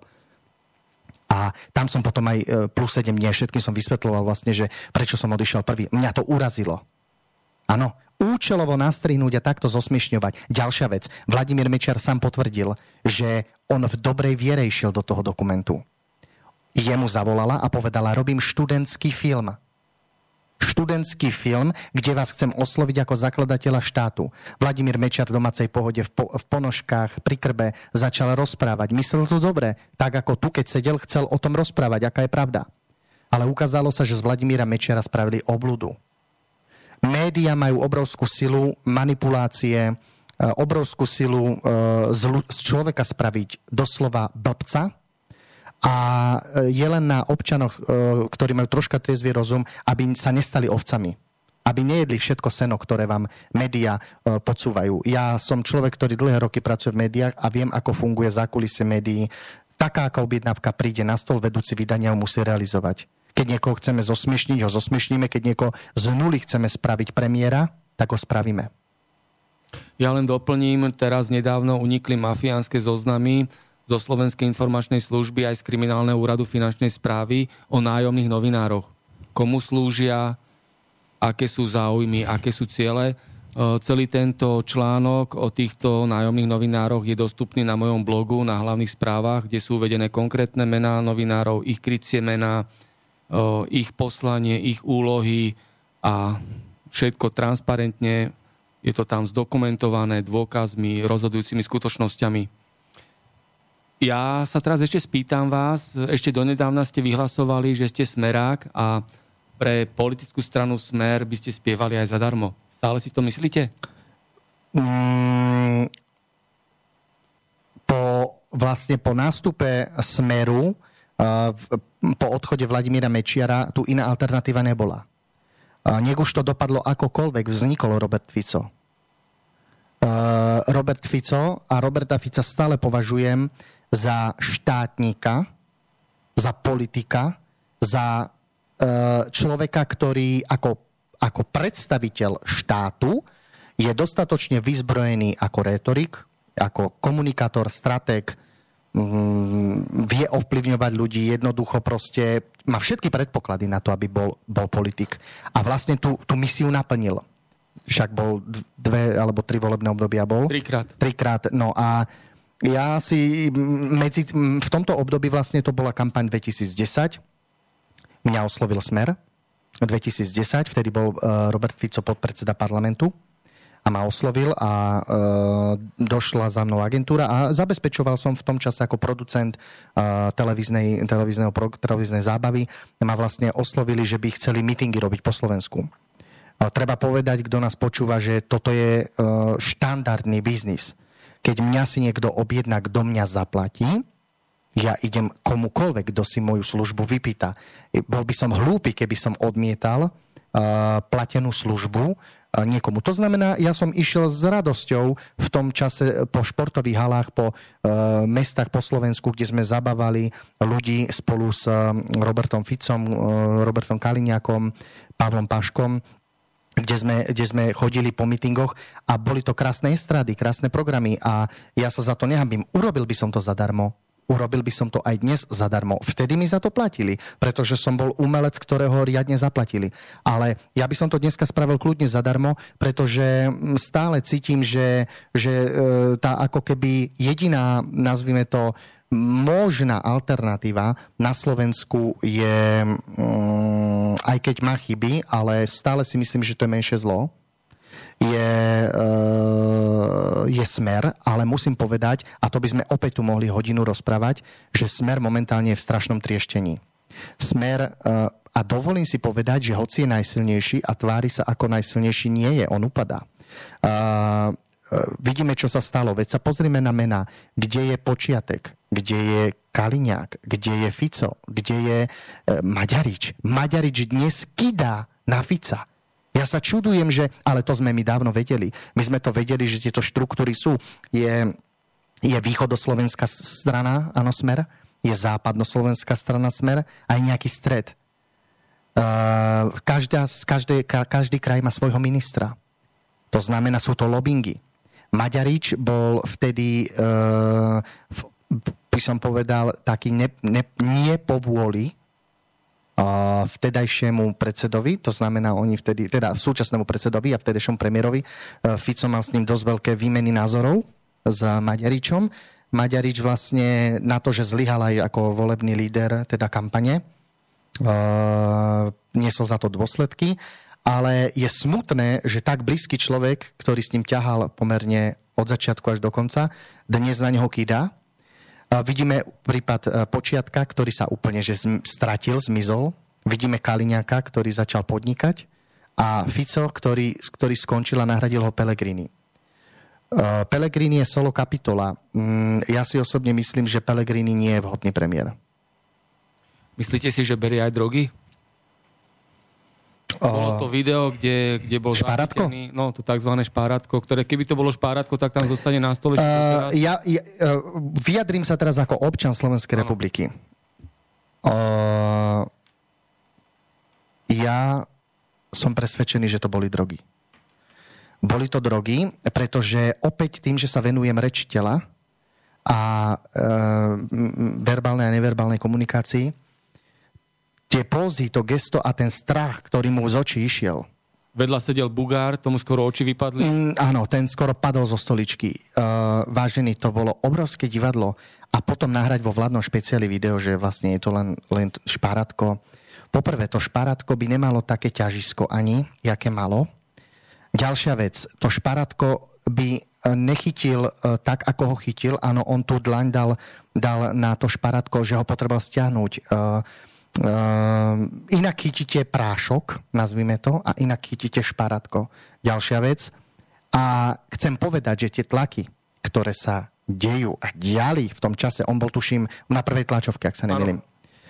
A tam som potom aj plus sedem dní všetkým som vysvetľoval vlastne, že prečo som odišiel prvý. Mňa to urazilo. Áno, účelovo nastrihnúť a takto zosmiešňovať. Ďalšia vec, Vladimír Mečiar sám potvrdil, že on v dobrej viere išiel do toho dokumentu. Jemu zavolala a povedala, robím študentský film. Študentský film, kde vás chcem osloviť ako zakladateľa štátu. Vladimír Mečiar v domácej pohode v, po, v ponožkách, pri krbe začal rozprávať. Myslel to dobre, tak ako tu, keď sedel, chcel o tom rozprávať, aká je pravda. Ale ukázalo sa, že z Vladimíra Mečiara spravili obludu. Média majú obrovskú silu manipulácie, obrovskú silu z, z človeka spraviť doslova blbca. A je len na občanoch, ktorí majú troška triezvy rozum, aby sa nestali ovcami. Aby nejedli všetko seno, ktoré vám médiá podsúvajú. Ja som človek, ktorý dlhé roky pracuje v médiách a viem, ako funguje zákulisie médií. Taká, aká objednávka príde na stôl, vedúci vydania ho musí realizovať. Keď niekoho chceme zosmiešniť, ho zosmiešníme. Keď niekoho z nuly chceme spraviť premiéra, tak ho spravíme. Ja len doplním, teraz nedávno unikli mafiánske zoznamy zo Slovenskej informačnej služby aj z Kriminálneho úradu finančnej správy o nájomných novinároch. Komu slúžia, aké sú záujmy, aké sú ciele. Celý tento článok o týchto nájomných novinároch je dostupný na mojom blogu na Hlavných správach, kde sú uvedené konkrétne mená novinárov, ich krycie mená, ich poslanie, ich úlohy a všetko transparentne. Je to tam zdokumentované dôkazmi, rozhodujúcimi skutočnosťami. Ja sa teraz ešte spýtam vás, ešte donedávna ste vyhlasovali, že ste smerák a pre politickú stranu Smer by ste spievali aj zadarmo. Stále si to myslíte? Mm, po, vlastne po nástupe Smeru, uh, po odchode Vladimíra Mečiara, tu iná alternatíva nebola. Uh, nech už to dopadlo akokoľvek, vznikol Robert Fico. Uh, Robert Fico a Roberta Fica stále považujem za štátnika, za politika, za e, človeka, ktorý ako, ako predstaviteľ štátu je dostatočne vyzbrojený ako rétorik, ako komunikátor, stratég, mm, vie ovplyvňovať ľudí, jednoducho proste má všetky predpoklady na to, aby bol, bol politik. A vlastne tú, tú misiu naplnil. však bol dve alebo tri volebné obdobia bol. Trikrát. Trikrát, no a ja si medzi, v tomto období vlastne to bola kampaň dvetisícdesať, mňa oslovil Smer dvetisícdesať, vtedy bol Robert Fico podpredseda parlamentu a ma oslovil a e, došla za mnou agentúra a zabezpečoval som v tom čase ako producent e, televíznej, televízneho, televíznej zábavy. Ma vlastne oslovili, že by chceli mítingy robiť po Slovensku. E, treba povedať, kto nás počúva, že toto je e, štandardný biznis. Keď mňa si niekto objedná, kto mňa zaplatí, ja idem komukoľvek, kto si moju službu vypýta. Bol by som hlúpy, keby som odmietal uh, platenú službu uh, niekomu. To znamená, ja som išiel s radosťou v tom čase po športových halách, po uh, mestách po Slovensku, kde sme zabávali ľudí spolu s uh, Robertom Ficom, uh, Robertom Kaliňákom, Pavlom Paškom, kde sme, kde sme chodili po mítingoch a boli to krásne estrady, krásne programy a ja sa za to nehanbím. Urobil by som to zadarmo. Urobil by som to aj dnes zadarmo. Vtedy mi za to platili, pretože som bol umelec, ktorého riadne zaplatili. Ale ja by som to dneska spravil kľudne zadarmo, pretože stále cítim, že, že tá ako keby jediná, nazvime to, možná alternatíva na Slovensku je, aj keď má chyby, ale stále si myslím, že to je menšie zlo, je, je Smer, ale musím povedať, a to by sme opäť tu mohli hodinu rozprávať, že Smer momentálne je v strašnom trieštení. Smer, a dovolím si povedať, že hoci je najsilnejší a tvári sa ako najsilnejší, nie je, on upadá. Uh, vidíme, čo sa stalo. Veď sa pozrime na mená, kde je Počiatek, kde je Kaliňák, kde je Fico, kde je Maďarič. Maďarič dnes kydá na Fica. Ja sa čudujem, že... Ale to sme my dávno vedeli. My sme to vedeli, že tieto štruktúry sú. Je, je východoslovenská strana, áno, Smer. Je západnoslovenská strana Smer. Aj nejaký stred. Uh, každá, každé, každý kraj má svojho ministra. To znamená, sú to lobingy. Maďarič bol vtedy, uh, by som povedal, taký ne, ne, nie po vôli vtedajšiemu predsedovi, to znamená oni vtedy, teda súčasnému predsedovi a vtedajšiemu premiérovi. Fico mal s ním dosť veľké výmeny názorov s Maďaričom. Maďarič vlastne na to, že zlyhal aj ako volebný líder, teda kampane, uh, niesol za to dôsledky, ale je smutné, že tak blízky človek, ktorý s ním ťahal pomerne od začiatku až do konca, dnes na neho kýda. Vidíme prípad Počiatka, ktorý sa úplne že stratil, zmizol. Vidíme Kaliňáka, ktorý začal podnikať. A Fico, ktorý, ktorý skončil a nahradil ho Pellegrini. Pellegrini je solo kapitola. Ja si osobne myslím, že Pellegrini nie je vhodný premiér. Myslíte si, že berie aj drogy? Bolo to video, kde, kde bol špárátko? zachytený, no to takzvané špárátko, ktoré keby to bolo špárátko, tak tam zostane na stole. Uh, ja, ja uh, vyjadrím sa teraz ako občan Slovenskej republiky. Uh, ja som presvedčený, že to boli drogy. Boli to drogy, pretože opäť tým, že sa venujem reči tela a uh, verbálnej a neverbálnej komunikácii, tie pózy, to gesto a ten strach, ktorý mu z očí išiel. Vedľa sedel Bugár, tomu skoro oči vypadli. Mm, áno, ten skoro padol zo stoličky. Uh, vážený, to bolo obrovské divadlo. A potom nahrať vo Vladnom špeciáli video, že vlastne je to len, len špárátko. Poprvé, to špárátko by nemalo také ťažisko ani, jaké malo. Ďalšia vec, to špárátko by nechytil uh, tak, ako ho chytil. Áno, on tu dlaň dal, dal na to špárátko, že ho potreboval stiahnuť. Uh, Uh, inak chytíte prášok, nazvime to, a inak chytíte špárátko. Ďalšia vec. A chcem povedať, že tie tlaky, ktoré sa dejú a diali v tom čase, on bol, tuším, na prvej tlačovke, ak sa nemýlim.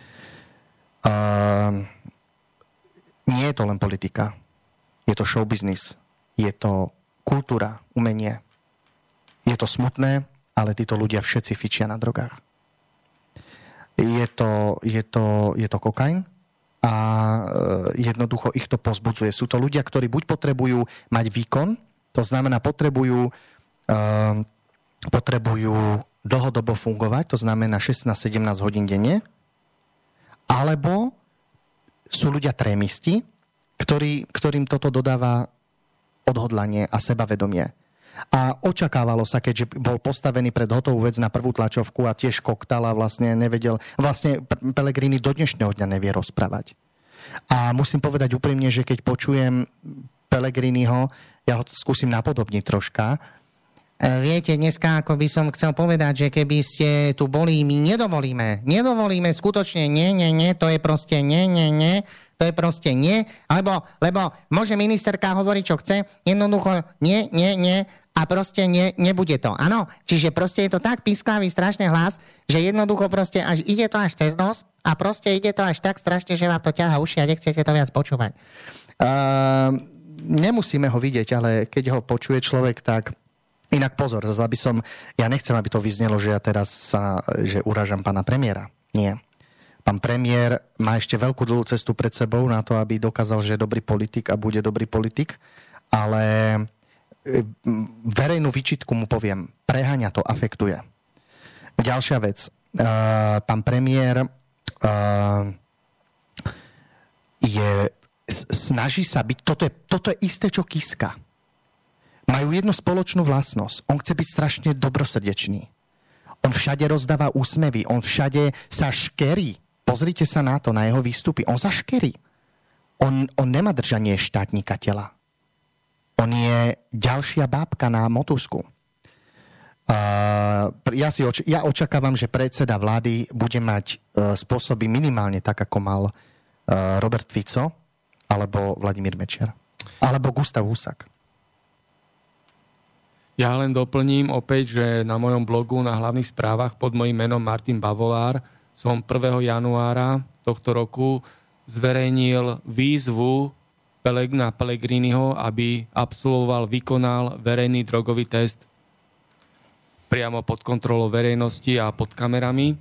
Uh, nie je to len politika. Je to show business. Je to kultúra, umenie. Je to smutné, ale títo ľudia všetci fičia na drogách. Je to, je to, je to kokain a jednoducho ich to pozbudzuje. Sú to ľudia, ktorí buď potrebujú mať výkon, to znamená potrebujú, uh, potrebujú dlhodobo fungovať, to znamená šestnásť sedemnásť hodín denne, alebo sú ľudia trémisti, ktorý, ktorým toto dodáva odhodlanie a sebavedomie. A očakávalo sa, keďže bol postavený pred hotovú vec na prvú tlačovku a tiež koktal a vlastne nevedel, vlastne Pellegrini do dnešného dňa nevie rozprávať. A musím povedať úprimne, že keď počujem Pellegriniho, ja ho skúsim napodobniť troška. Viete, dneska ako by som chcel povedať, že keby ste tu boli, my nedovolíme. Nedovolíme skutočne, nie, nie, nie, to je proste nie, nie, nie, to je proste nie, alebo, lebo môže ministerka hovoriť, čo chce, jednoducho nie, nie, nie, a proste nie, nebude to. Áno, čiže proste je to tak písklavý strašne hlas, že jednoducho proste až ide to až cez nos a proste ide to až tak strašne, že vám to ťaha uši a nechcete to viac počúvať. Uh, nemusíme ho vidieť, ale keď ho počuje človek, tak inak pozor, zase aby som, ja nechcem, aby to vyznelo, že ja teraz sa, že uražam pána premiéra. Nie. Pán premiér má ešte veľkú dlhú cestu pred sebou na to, aby dokázal, že je dobrý politik a bude dobrý politik, ale verejnú výčitku mu poviem, preháňa to, afektuje. Ďalšia vec. Uh, pán premiér uh, je, snaží sa byť, toto je, toto je isté, čo Kiska. Majú jednu spoločnú vlastnosť. On chce byť strašne dobrosrdečný. On všade rozdáva úsmevy, on všade sa škerí. Pozrite sa na to, na jeho výstupy. On sa škerí. On, on nemá držanie štátnika tela. On je ďalšia bábka na motusku. Uh, ja, si oč- ja očakávam, že predseda vlády bude mať uh, spôsoby minimálne tak, ako mal uh, Robert Fico alebo Vladimír Mečiar. Alebo Gustav Husák. Ja len doplním opäť, že na mojom blogu na hlavných správach pod mojím menom Martin Bavolár som prvého januára tohto roku zverejnil výzvu na Pellegriniho, aby absolvoval, vykonal verejný drogový test priamo pod kontrolou verejnosti a pod kamerami.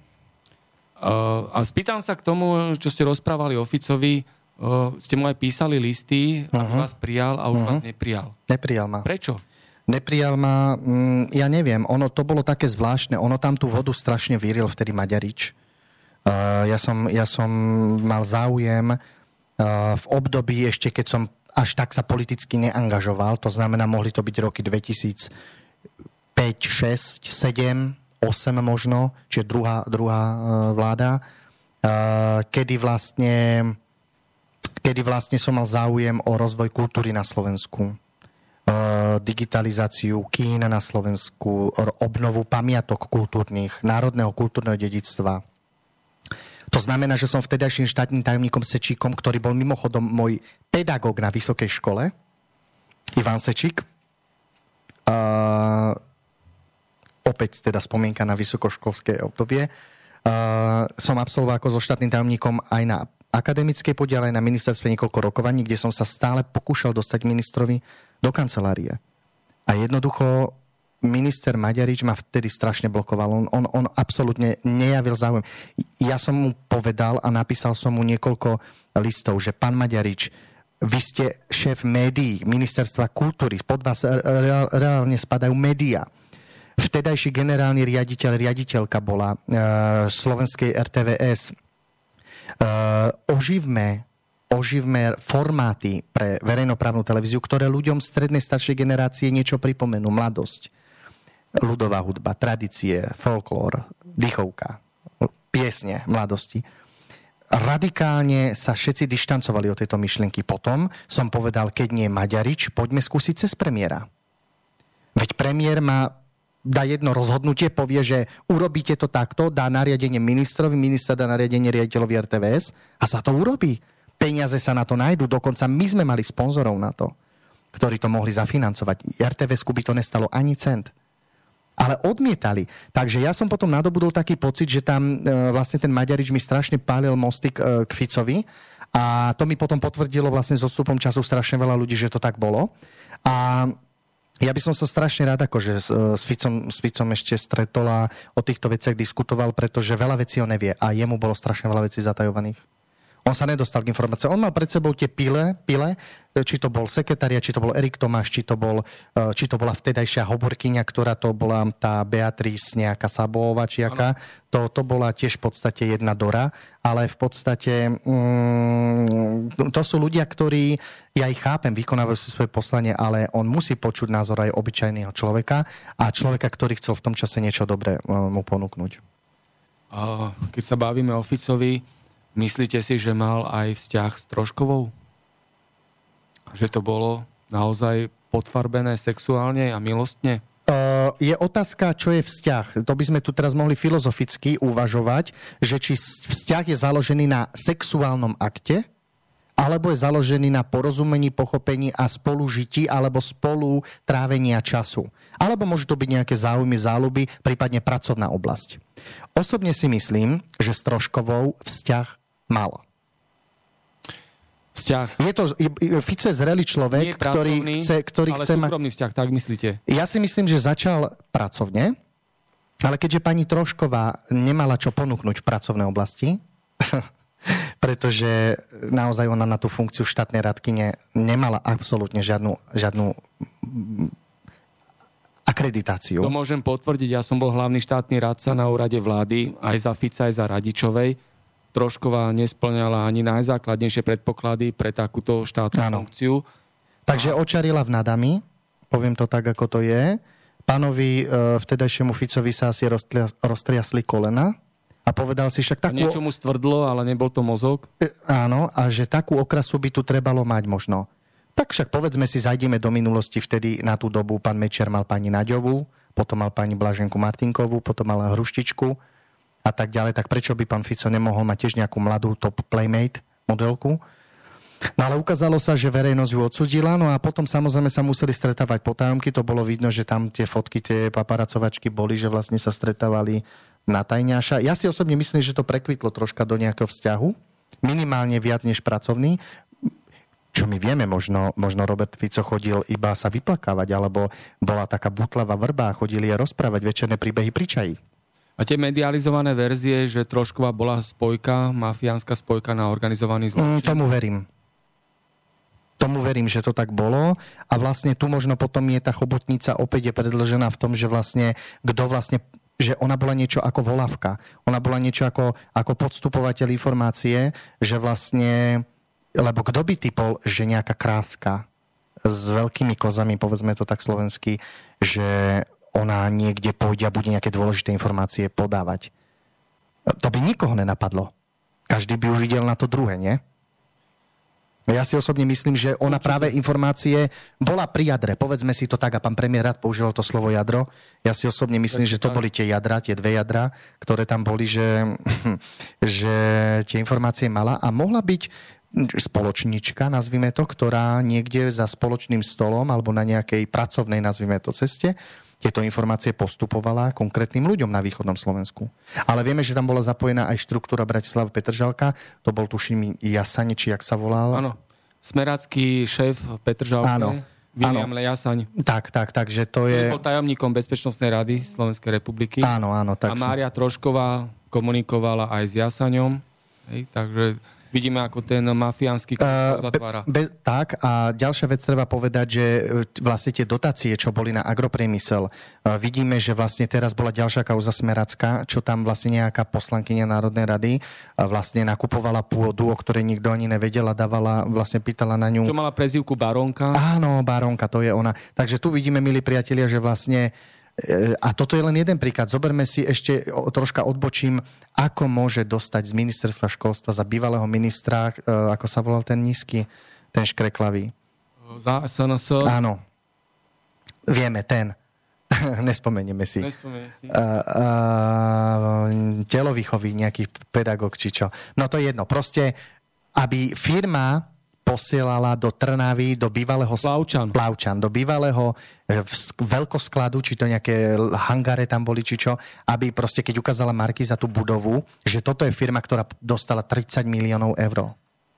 A spýtam sa k tomu, čo ste rozprávali o Ficovi. Ste mu aj písali listy, uh-huh. aby vás prijal a už uh-huh. vás neprijal. Neprijal ma. Prečo? Neprijal ma, ja neviem, ono to bolo také zvláštne, ono tam tú vodu strašne vyril vtedy Maďarič. Ja som, ja som mal záujem v období ešte, keď som až tak sa politicky neangažoval, to znamená, mohli to byť roky dvetisícpäť, šesť, sedem, osem možno, čiže druhá, druhá vláda, kedy vlastne, kedy vlastne som mal záujem o rozvoj kultúry na Slovensku, digitalizáciu kín na Slovensku, obnovu pamiatok kultúrnych, národného kultúrneho dedičstva. To znamená, že som vtedajším štátnym tajomníkom Sečíkom, ktorý bol mimochodom môj pedagóg na vysokej škole, Ivan Sečík. Uh, opäť teda spomienka na vysokoškolské obdobie. Uh, som absolvoval ako so štátnym tajomníkom aj na akademickej podiale, aj na ministerstve niekoľko rokovaní, kde som sa stále pokúšal dostať ministrovi do kancelárie. A jednoducho minister Maďarič ma vtedy strašne blokoval. On, on, on absolútne nejavil záujem. Ja som mu povedal a napísal som mu niekoľko listov, že pán Maďarič, vy ste šéf médií, ministerstva kultúry, pod vás reál, reálne spadajú médiá. Vtedajší generálny riaditeľ, riaditeľka bola uh, slovenskej er té vé es. Uh, oživme, oživme formáty pre verejnoprávnu televíziu, ktoré ľuďom strednej staršej generácie niečo pripomenú. Mladosť, ľudová hudba, tradície, folklór, dýchovka, piesne mladosti. Radikálne sa všetci dištancovali od tejto myšlienky. Potom som povedal, keď nie Maďarič, poďme skúsiť cez premiéra. Veď premiér má dá jedno rozhodnutie, povie, že urobíte to takto, dá nariadenie ministrovi, minister dá nariadenie riaditeľovi er té vé es a sa to urobí. Peniaze sa na to nájdu, dokonca my sme mali sponzorov na to, ktorí to mohli zafinancovať. er té vé esku by to nestalo ani cent. Ale odmietali. Takže ja som potom nadobudol taký pocit, že tam e, vlastne ten Maďarič mi strašne pálil mostík e, k Ficovi a to mi potom potvrdilo vlastne s odstupom času strašne veľa ľudí, že to tak bolo. A ja by som sa strašne rád akože s, s, Ficom, s Ficom ešte stretol a o týchto veciach diskutoval, pretože veľa vecí on nevie a jemu bolo strašne veľa vecí zatajovaných. On sa nedostal k informácii. On mal pred sebou tie pile, pile, či to bol sekretária, či to bol Erik Tomáš, či to, bol, či to bola vtedajšia hovorkyňa, ktorá to bola tá Beatrice nejaká Sabová, či aká. To, to bola tiež v podstate jedna Dora, ale v podstate mm, to sú ľudia, ktorí, ja ich chápem, vykonávajú si svoje poslanie, ale on musí počuť názor aj obyčajného človeka a človeka, ktorý chcel v tom čase niečo dobré mu ponúknuť. Keď sa bavíme o Ficovi, myslíte si, že mal aj vzťah s Troškovou? Že to bolo naozaj podfarbené sexuálne a milostne? Uh, je otázka, čo je vzťah. To by sme tu teraz mohli filozoficky uvažovať, že či vzťah je založený na sexuálnom akte, alebo je založený na porozumení, pochopení a spolužití, alebo spolu trávenia času. Alebo môžu to byť nejaké záujmy, záľuby, prípadne pracovná oblasť. Osobne si myslím, že s Troškovou vzťah mal. Vzťah. Je to, Fico je zrelý človek, ktorý chce, ktorý ale chce mať... súkromný vzťah, tak myslíte? Ja si myslím, že začal pracovne, ale keďže pani Trošková nemala čo ponúknuť v pracovnej oblasti, pretože naozaj ona na tú funkciu štátnej radkyne nemala absolútne žiadnu, žiadnu akreditáciu. To môžem potvrdiť, ja som bol hlavný štátny radca na úrade vlády, aj za Fica, aj za Radičovej. Trošková nespĺňala ani najzákladnejšie predpoklady pre takúto štátnu ano. funkciu. Takže a... očarila v nadami, poviem to tak, ako to je. Pánovi e, vtedajšiemu Ficovi sa asi roztria, roztriasli kolena a povedal si však takú... A niečo mu stvrdlo, ale nebol to mozog? E, áno, a že takú okrasu by tu trebalo mať možno. Tak však povedzme si, zajdeme do minulosti, vtedy na tú dobu pán Mečiar mal pani Naďovú, potom mal pani Blaženku Martinkovú, potom mal Hruštičku a tak ďalej, tak prečo by pán Fico nemohol mať tiež nejakú mladú top playmate modelku? No ale ukázalo sa, že verejnosť ju odsudila, no a potom samozrejme sa museli stretávať potajomky, to bolo vidno, že tam tie fotky, tie paparacovačky boli, že vlastne sa stretávali na tajňaša. Ja si osobne myslím, že to prekvitlo troška do nejakého vzťahu, minimálne viac než pracovný. Čo my vieme, možno, možno Robert Fico chodil iba sa vyplakávať, alebo bola taká butlavá vrba a chodili je rozprávať večerné príbehy pri čaji. A tie medializované verzie, že Trošková bola spojka, mafiánska spojka na organizovaný zločin? Mm, tomu verím. Tomu verím, že to tak bolo. A vlastne tu možno potom je tá chobotnica opäť je predĺžená v tom, že vlastne, kto vlastne, že ona bola niečo ako volávka. Ona bola niečo ako, ako podstupovateľ informácie, že vlastne, lebo kto by typol, že nejaká kráska s veľkými kozami, povedzme to tak slovensky, že ona niekde pôjde a bude nejaké dôležité informácie podávať. To by nikoho nenapadlo. Každý by už videl na to druhé, nie? Ja si osobne myslím, že ona práve informácie bola pri jadre. Povedzme si to tak, a pán premiér rád používal to slovo jadro. Ja si osobne myslím, že to boli tie jadra, tie dve jadra, ktoré tam boli, že, že tie informácie mala a mohla byť spoločnička, nazvime to, ktorá niekde za spoločným stolom alebo na nejakej pracovnej, nazvime to, ceste tieto informácie postupovala konkrétnym ľuďom na východnom Slovensku. Ale vieme, že tam bola zapojená aj štruktúra Bratislava Petržalka, to bol tuším Jasane, či jak sa volal. Áno, smerácky šéf Petržalke, áno, William áno. Jasaň. Tak, tak, tak, že to je... Bol tajomníkom Bezpečnostnej rady Slovenskej republiky. Áno, áno. Tak... A Mária Trošková komunikovala aj s Jasaňom, hej, takže... Vidíme, ako ten mafiánsky uh, zatvára. Be, be, tak a ďalšia vec treba povedať, že vlastne tie dotácie, čo boli na agropriemysel, uh, vidíme, že vlastne teraz bola ďalšia kauza Smeracká, čo tam vlastne nejaká poslankyňa Národnej rady uh, vlastne nakupovala pôdu, o ktorej nikto ani nevedel a dávala, vlastne pýtala na ňu... Čo mala prezývku Barónka? Áno, Barónka, to je ona. Takže tu vidíme, milí priatelia, že vlastne a toto je len jeden príklad. Zoberme si ešte, troška odbočím, ako môže dostať z ministerstva školstva za bývalého ministra, ako sa volal ten nízky, ten škreklavý. Za es en es. Áno. Vieme, ten. Nespomenieme si. Nespomenieme si. Uh, uh, telovýchový nejaký pedagóg, či čo. No to je jedno. Proste, aby firma posielala do Trnavy, do bývalého... Plavčan. Plavčan, do bývalého veľkoskladu, či to nejaké hangare tam boli, či čo, aby proste, keď ukázala Marky za tú budovu, že toto je firma, ktorá dostala tridsať miliónov eur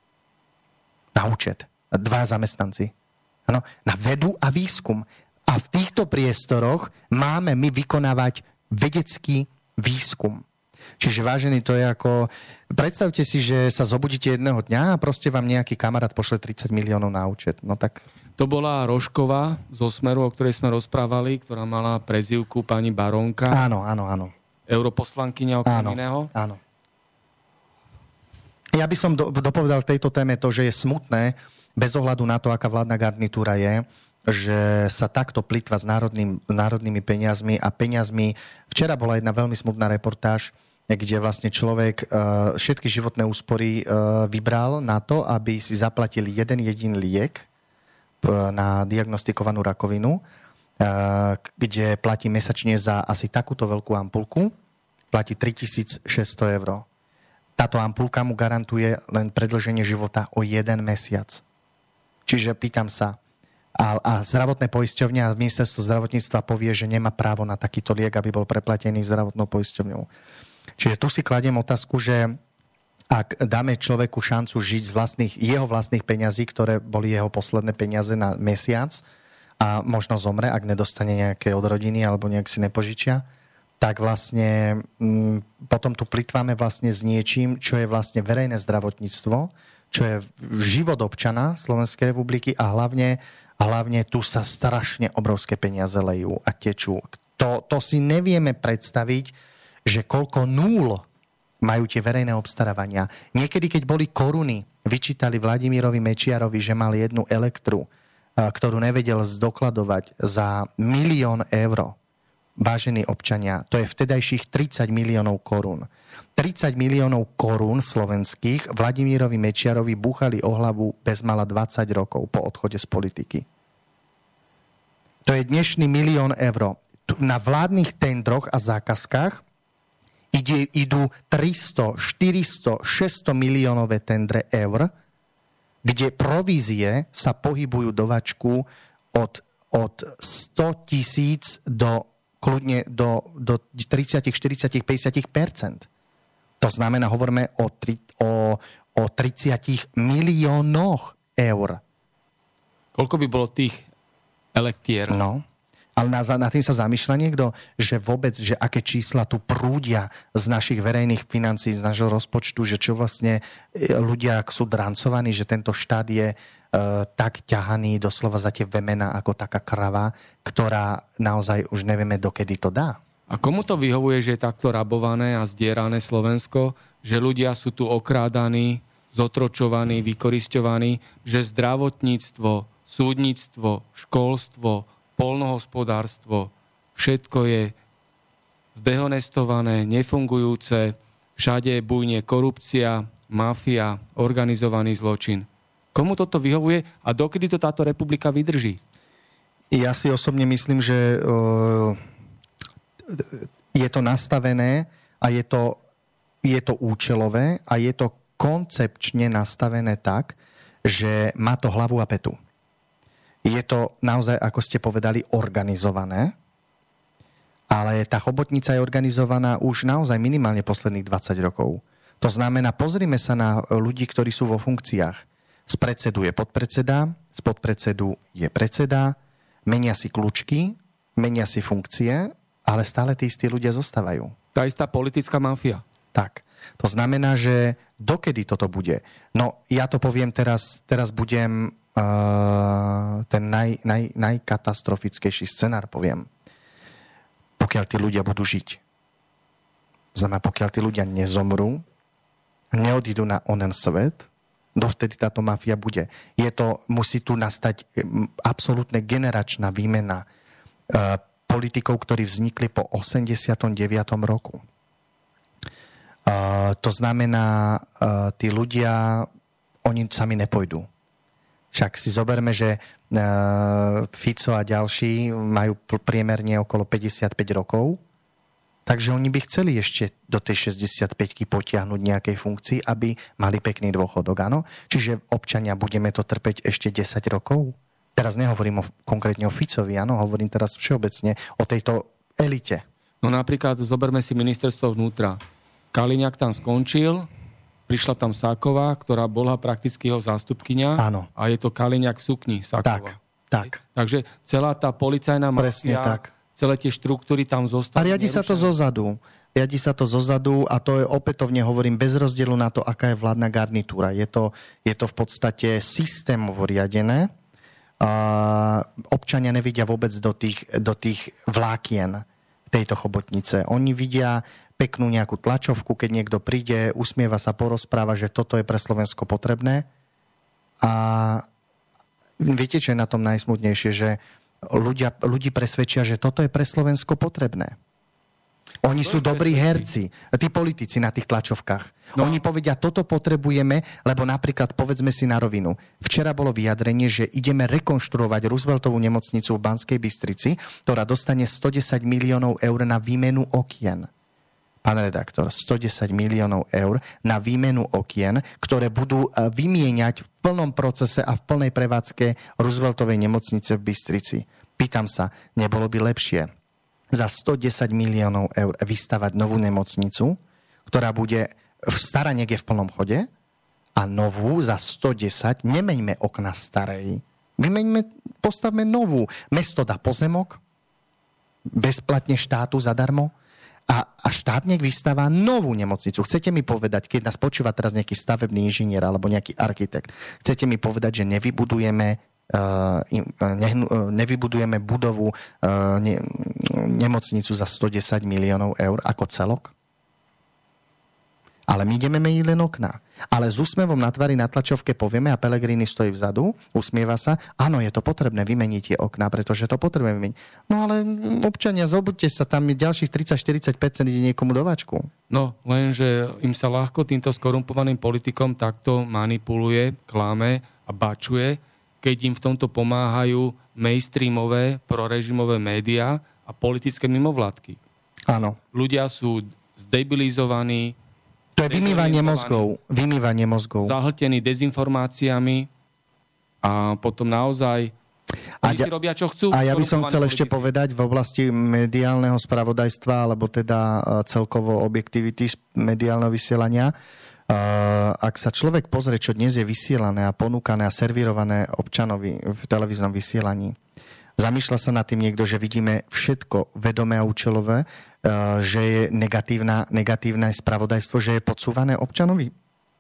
na účet. Dva zamestnanci. Ano, na vedu a výskum. A v týchto priestoroch máme my vykonávať vedecký výskum. Čiže vážený, to je ako... Predstavte si, že sa zobudíte jedného dňa a proste vám nejaký kamarát pošle tridsať miliónov na účet. No tak... To bola Rožková zo Smeru, o ktorej sme rozprávali, ktorá mala prezývku pani Barónka. Áno, áno, áno. Europoslankyňa okrem áno, iného. Áno. Ja by som do, dopovedal k tejto téme to, že je smutné, bez ohľadu na to, aká vládna garnitúra je, že sa takto plýtva s národným, národnými peniazmi a peniazmi. Včera bola jedna veľmi smutná reportáž, kde vlastne človek uh, všetky životné úspory uh, vybral na to, aby si zaplatil jeden jediný liek uh, na diagnostikovanú rakovinu, uh, kde platí mesačne za asi takúto veľkú ampulku, platí tritisícšesťsto eur. Táto ampulka mu garantuje len predĺženie života o jeden mesiac. Čiže pýtam sa, a, a zdravotné poisťovne a ministerstvo zdravotníctva povie, že nemá právo na takýto liek, aby bol preplatený zdravotnou poisťovňou. Čiže tu si kladiem otázku, že ak dáme človeku šancu žiť z vlastných, jeho vlastných peňazí, ktoré boli jeho posledné peniaze na mesiac a možno zomre, ak nedostane nejaké od rodiny alebo nejak si nepožičia, tak vlastne m, potom tu plitváme vlastne s niečím, čo je vlastne verejné zdravotníctvo, čo je život občana Slovenskej republiky a hlavne, hlavne tu sa strašne obrovské peniaze lejú a tečú. To, to si nevieme predstaviť, že koľko nul majú tie verejné obstarávania. Niekedy, keď boli koruny, vyčítali Vladimírovi Mečiarovi, že mal jednu elektru, ktorú nevedel zdokladovať za milión eur. Vážení občania, to je vtedajších tridsať miliónov korún. tridsať miliónov korún slovenských Vladimírovi Mečiarovi búchali o hlavu bezmala dvadsať rokov po odchode z politiky. To je dnešný milión eur. Na vládnych tendroch a zákazkách Ide, idú tristo, štyristo, šesťsto miliónové tendre eur, kde provízie sa pohybujú do vačku od, od sto tisíc do kľudne do, do tridsať, štyridsať, päťdesiat percent. To znamená, hovoríme o, tri, o, o tridsať miliónoch eur. Koľko by bolo tých elektier? No. Ale na, na tým sa zamýšľa niekto, že vôbec, že aké čísla tu prúdia z našich verejných financií, z nášho rozpočtu, že čo vlastne ľudia sú drancovaní, že tento štát je e, tak ťahaný doslova za tie vemena ako taká krava, ktorá naozaj už nevieme, dokedy to dá. A komu to vyhovuje, že je takto rabované a zdierané Slovensko, že ľudia sú tu okrádaní, zotročovaní, vykorisťovaní, že zdravotníctvo, súdnictvo, školstvo, poľnohospodárstvo, všetko je zdehonestované, nefungujúce, všade bujne korupcia, mafia, organizovaný zločin. Komu toto vyhovuje a dokedy to táto republika vydrží? Ja si osobne myslím, že uh, je to nastavené a je to, je to účelové a je to koncepčne nastavené tak, že má to hlavu a petu. Je to naozaj, ako ste povedali, organizované, ale tá chobotnica je organizovaná už naozaj minimálne posledných dvadsať rokov. To znamená, pozrime sa na ľudí, ktorí sú vo funkciách. Z predsedu je podpredseda, z podpredsedu je predseda, menia si kľúčky, menia si funkcie, ale stále tí istí ľudia zostávajú. Tá istá politická mafia. Tak. To znamená, že dokedy toto bude? No, ja to poviem teraz, teraz budem uh, ten naj, naj, najkatastrofickejší scenár, poviem. Pokiaľ tí ľudia budú žiť. Znamená, pokiaľ tí ľudia nezomrú, neodídu na onen svet, dovtedy táto mafia bude. Je to, musí tu nastať absolútne generačná výmena uh, politikov, ktorí vznikli po osemdesiatom deviatom roku. Uh, to znamená, uh, tí ľudia, oni sami nepôjdu. Však si zoberme, že uh, Fico a ďalší majú priemerne okolo päťdesiatpäť rokov, takže oni by chceli ešte do tej šesťdesiatpäťky potiahnuť nejakej funkcii, aby mali pekný dôchodok, áno? Čiže občania, budeme to trpeť ešte desať rokov? Teraz nehovorím o, konkrétne o Ficovi, áno? Hovorím teraz všeobecne o tejto elite. No napríklad zoberme si ministerstvo vnútra. Kaliňák tam skončil, prišla tam Sáková, ktorá bola prakticky jeho zástupkyňa. Áno. A je to Kaliňák v sukni, Sáková. Tak, tak. Takže celá tá policajná Presne mafia, tak. celé tie štruktúry tam zostali. A riadi sa to zozadu. riadi sa to zozadu a to je opätovne, hovorím, bez rozdielu na to, aká je vládna garnitúra. Je to, je to v podstate systémovo riadené. Uh, občania nevidia vôbec do tých, do tých vlákien tejto chobotnice. Oni vidia peknú nejakú tlačovku, keď niekto príde, usmieva sa, porozpráva, že toto je pre Slovensko potrebné. A viete, čo je na tom najsmutnejšie, že ľudia, ľudí presvedčia, že toto je pre Slovensko potrebné. Oni sú dobrí herci, tí politici na tých tlačovkách. No. Oni povedia, toto potrebujeme, lebo napríklad, povedzme si na rovinu, včera bolo vyjadrenie, že ideme rekonštruovať Rooseveltovú nemocnicu v Banskej Bystrici, ktorá dostane stodesať miliónov eur na výmenu okien. Pán redaktor, stodesať miliónov eur na výmenu okien, ktoré budú vymieňať v plnom procese a v plnej prevádzke Rooseveltovej nemocnice v Bystrici. Pýtam sa, nebolo by lepšie za stodesať miliónov eur vystavať novú nemocnicu, ktorá bude v staraniek je v plnom chode, a novú za sto desať, nemeňme okna starej, vymeňme, postavme novú. Mesto dá pozemok, bezplatne štátu zadarmo, a, a štát nech vystáva novú nemocnicu. Chcete mi povedať, keď nás počúva teraz nejaký stavebný inžinier alebo nejaký architekt, chcete mi povedať, že nevybudujeme Uh, ne, nevybudujeme budovu uh, ne, nemocnicu za sto desať miliónov eur ako celok? Ale my ideme meniť len okná. Ale s úsmevom na tvári na tlačovke povieme, a Pellegrini stojí vzadu, usmieva sa, áno, je to potrebné vymeniť tie okná, pretože to potrebujeme vymeniť. No ale občania, zobuďte sa, tam ďalších tridsať štyridsať percent ide niekomu do váčku. No, lenže im sa ľahko týmto skorumpovaným politikom takto manipuluje, klame a bačuje, keď im v tomto pomáhajú mainstreamové, prorežimové médiá a politické mimovládky. Áno. Ľudia sú zdebilizovaní. To je vymývanie mozgov. Vymývanie mozgov. Zahltení dezinformáciami a potom naozaj a oni ja, si robia, čo chcú. A ja by som chcel politici. ešte povedať v oblasti mediálneho spravodajstva, alebo teda celkovo objektivity mediálneho vysielania. Uh, ak sa človek pozrie, čo dnes je vysielané a ponúkané a servírované občanovi v televíznom vysielaní, zamýšľa sa nad tým niekto, že vidíme všetko vedomé a účelové, uh, že je negatívna, negatívne spravodajstvo, že je podsúvané občanovi.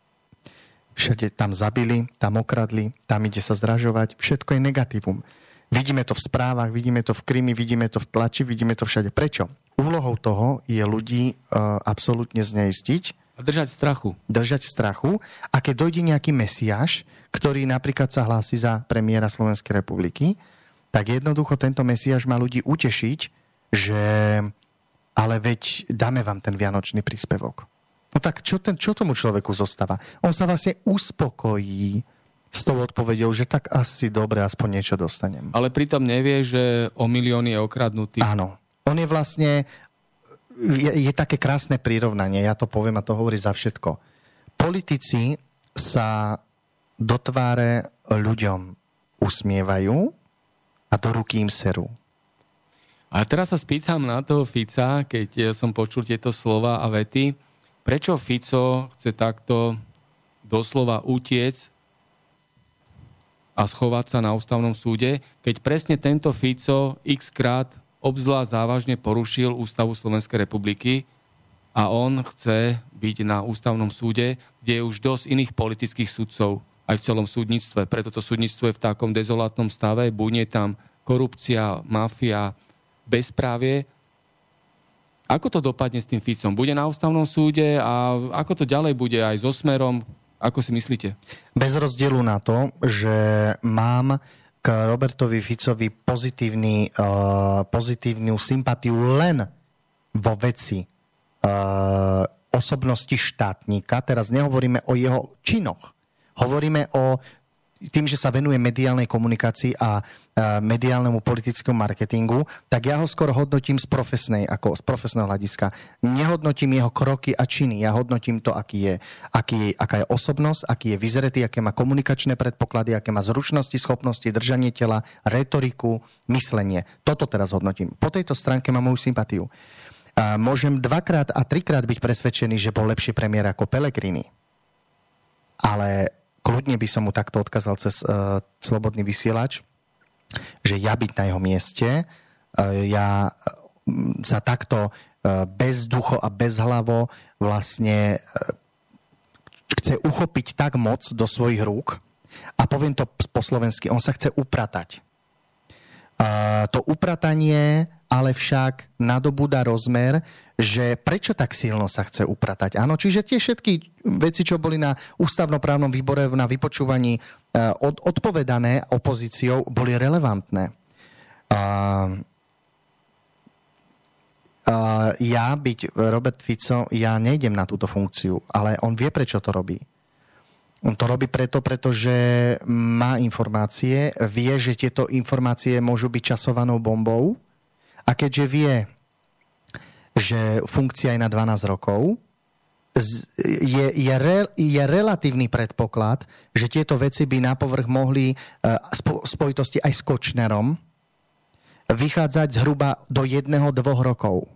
Všade tam zabili, tam okradli, tam ide sa zdražovať, všetko je negatívum. Vidíme to v správach, vidíme to v krimi, vidíme to v tlači, vidíme to všade. Prečo? Úlohou toho je ľudí uh, absolútne zneistiť, a držať strachu. Držať strachu. A keď dojde nejaký mesiáš, ktorý napríklad sa hlási za premiéra Slovenskej republiky, tak jednoducho tento mesiáš má ľudí utešiť, že ale veď dáme vám ten vianočný príspevok. No tak čo, ten, čo tomu človeku zostáva? On sa vlastne uspokojí s tou odpoveďou, že tak asi dobre, aspoň niečo dostanem. Ale pritom nevie, že o milióny je okradnutý. Áno. On je vlastne... Je, je také krásne prirovnanie, ja to poviem a to hovorí za všetko. Politici sa do tváre ľuďom usmievajú a do ruky im serú. A teraz sa spýtam na toho Fica, keď som počul tieto slova a vety, prečo Fico chce takto doslova utiec a schovať sa na ústavnom súde, keď presne tento Fico x krát obzvlášť závažne porušil Ústavu Slovenskej republiky a on chce byť na ústavnom súde, kde je už dosť iných politických sudcov aj v celom súdnictve. Preto to súdnictvo je v takom dezolátnom stave, buď je tam korupcia, mafia, bezprávie. Ako to dopadne s tým Ficom? Bude na ústavnom súde a ako to ďalej bude aj so Smerom? Ako si myslíte? Bez rozdielu na to, že mám k Robertovi Ficovi pozitívny, uh, pozitívnu sympatiu len vo veci uh, osobnosti štátnika. Teraz nehovoríme o jeho činoch. Hovoríme o tým, že sa venuje mediálnej komunikácii a mediálnemu politickému marketingu, tak ja ho skôr hodnotím z profesnej, ako z profesného hľadiska. Nehodnotím jeho kroky a činy. Ja hodnotím to, aký je, aký, aká je osobnosť, aký je vyzretý, aké má komunikačné predpoklady, aké má zručnosti, schopnosti, držanie tela, retoriku, myslenie. Toto teraz hodnotím. Po tejto stránke mám moju sympatiu. A môžem dvakrát a trikrát byť presvedčený, že bol lepší premiér ako Pellegrini. Ale kľudne by som mu takto odkázal cez uh, slobodný vysielač, že ja byť na jeho mieste, ja sa takto bezducho a bezhlavo vlastne chce uchopiť tak moc do svojich rúk, a poviem to po slovensky, on sa chce upratať. To upratanie ale však nadobúda rozmer, že prečo tak silno sa chce upratať. Áno, čiže tie všetky veci, čo boli na ústavnoprávnom výbore na vypočúvaní od, odpovedané opozíciou, boli relevantné. Uh, uh, ja byť Robert Fico, ja nejdem na túto funkciu, ale on vie, prečo to robí. On to robí preto, pretože má informácie, vie, že tieto informácie môžu byť časovanou bombou, a keďže vie, že funkcia je na dvanásť rokov, je, je, re, je relatívny predpoklad, že tieto veci by na povrch mohli v spojitosti aj s Kočnerom vychádzať zhruba do jedného, dvoch rokov.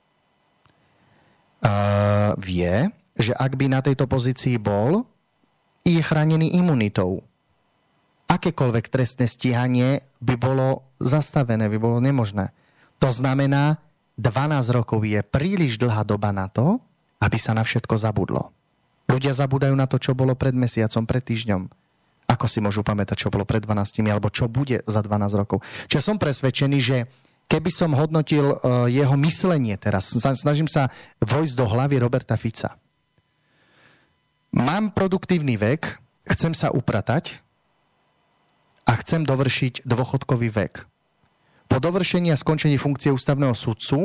Uh, vie, že ak by na tejto pozícii bol, je chránený imunitou. Akékoľvek trestné stíhanie by bolo zastavené, by bolo nemožné. To znamená, dvanásť rokov je príliš dlhá doba na to, aby sa na všetko zabudlo. Ľudia zabúdajú na to, čo bolo pred mesiacom, pred týždňom. Ako si môžu pamätať, čo bolo pred dvanástimi, alebo čo bude za dvanásť rokov. Čiže som presvedčený, že keby som hodnotil uh, jeho myslenie teraz, snažím sa vojsť do hlavy Roberta Fica. Mám produktívny vek, chcem sa upratať a chcem dovršiť dôchodkový vek. Po dovršení a skončení funkcie ústavného sudcu uh,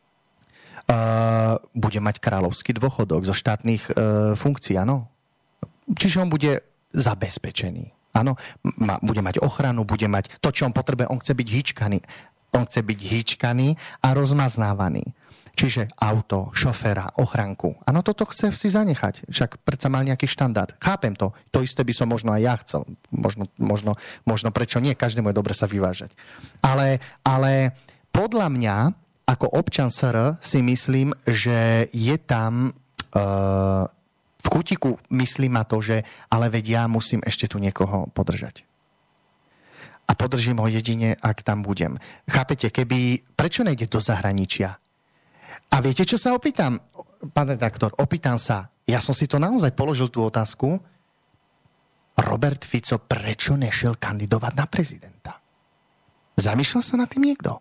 bude mať kráľovský dôchodok zo štátnych uh, funkcií, áno. Čiže on bude zabezpečený, áno. Ma, bude mať ochranu, bude mať to, čo on potrebuje. On chce byť hýčkaný. On chce byť hýčkaný a rozmaznávaný. Čiže auto, šoféra, ochranku. Áno, toto chce si zanechať. Však predsa mal nejaký štandard. Chápem to. To isté by som možno aj ja chcel. Možno, možno, možno prečo nie. Každému je dobre sa vyvážať. Ale, ale podľa mňa, ako občan es er si myslím, že je tam uh, v kútiku myslí ma to, že ale veď ja musím ešte tu niekoho podržať. A podržím ho jedine, ak tam budem. Chápete, keby... Prečo nejde do zahraničia? A viete, čo sa opýtam? Pán redaktor, opýtam sa. Ja som si to naozaj položil tú otázku. Robert Fico, prečo nešiel kandidovať na prezidenta? Zamýšľal sa nad tým niekto?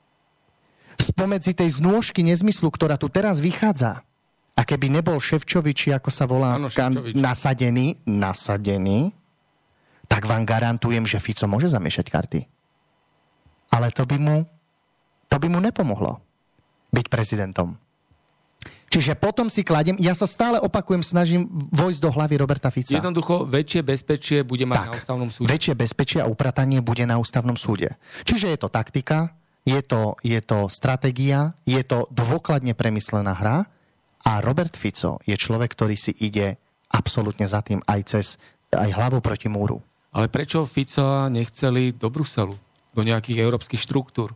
Spomedzi tej znôžky nezmyslu, ktorá tu teraz vychádza, a keby nebol Šefčovič, ako sa volá, ano, kan- nasadený, nasadený, tak vám garantujem, že Fico môže zamiešať karty. Ale to by mu, to by mu nepomohlo byť prezidentom. Čiže potom si kladiem, ja sa stále opakujem, snažím vojsť do hlavy Roberta Fica. Jednoducho, väčšie bezpečie bude mať tak, na ústavnom súde. Väčšie bezpečie a upratanie bude na ústavnom súde. Čiže je to taktika, je to, je to stratégia, je to dôkladne premyslená hra a Robert Fico je človek, ktorý si ide absolútne za tým aj cez, aj hlavou proti múru. Ale prečo Fica nechceli do Bruselu? Do nejakých európskych štruktúr?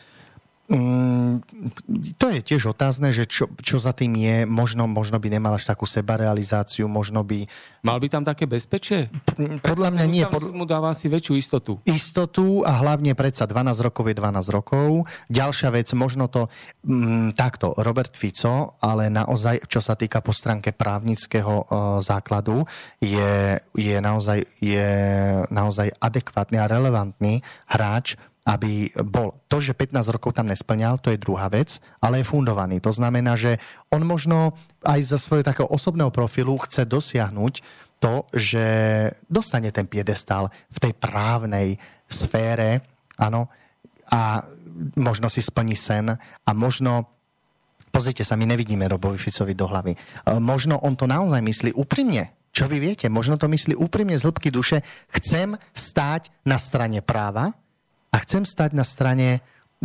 Mm, to je tiež otázne, že čo, čo za tým je. Možno, možno by nemal až takú sebarealizáciu, možno by... Mal by tam také bezpečie? Podľa mňa nie. Pod... mu dáva si väčšiu istotu. Istotu a hlavne predsa dvanásť rokov je dvanásť rokov. Ďalšia vec, možno to mm, takto, Robert Fico, ale naozaj, čo sa týka po stránke právnického uh, základu, je, je, naozaj, je naozaj adekvátny a relevantný hráč, aby bol. To, že pätnásť rokov tam nesplňal, to je druhá vec, ale je fundovaný. To znamená, že on možno aj za svojho takého osobného profilu chce dosiahnuť to, že dostane ten piedestál v tej právnej sfére, áno, a možno si splní sen a možno, pozrite sa, my nevidíme Robovi Ficovi do hlavy. Možno on to naozaj myslí úprimne. Čo vy viete? Možno to myslí úprimne z hĺbky duše. Chcem stáť na strane práva, a chcem stať na strane e,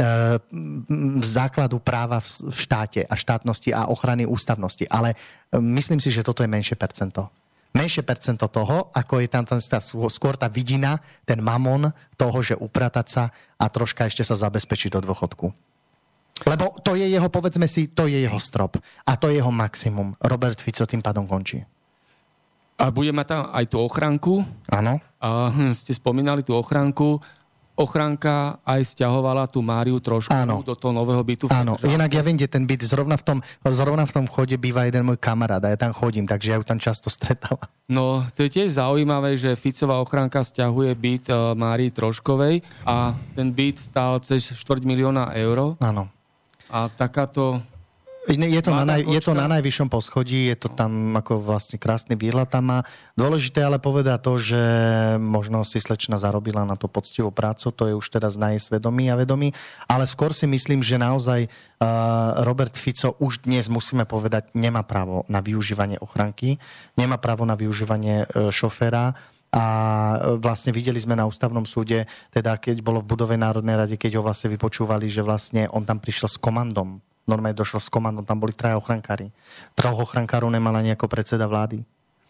základu práva v štáte a štátnosti a ochrany ústavnosti. Ale e, myslím si, že toto je menšie percento. Menšie percento toho, ako je tam tá, skôr tá vidina, ten mamon toho, že upratať sa a troška ešte sa zabezpečiť do dôchodku. Lebo to je jeho, povedzme si, to je jeho strop. A to je jeho maximum. Robert Fico tým pádom končí. A bude mať tam aj tú ochránku. Áno. A hm, ste spomínali tú ochránku. ochránka aj sťahovala tú Máriu trošku áno. do toho nového bytu. Áno, inak ja viem, kde ten byt, zrovna v tom, zrovna v tom vchode býva jeden môj kamarát a ja tam chodím, takže ja ju tam často stretávam. No, to je tiež zaujímavé, že Ficová ochránka sťahuje byt uh, Márii Troškovej a ten byt stál cez štvrť milióna eur. Áno. A takáto... Je to, na naj, je to na najvyššom poschodí, je to tam ako vlastne krásny výhľad tam má. Dôležité ale povedať to, že možno si slečna zarobila na to poctivú prácu, to je už teraz na jej svedomí a vedomí, ale skôr si myslím, že naozaj uh, Robert Fico už dnes, musíme povedať, nemá právo na využívanie ochranky, nemá právo na využívanie uh, šoféra. A vlastne videli sme na ústavnom súde, teda keď bolo v budove Národnej rade, keď ho vlastne vypočúvali, že vlastne on tam prišiel s komandom. Normálne došiel s komandom, tam boli traja ochrankári. Troch ochrankárov nemal ani ako predseda vlády.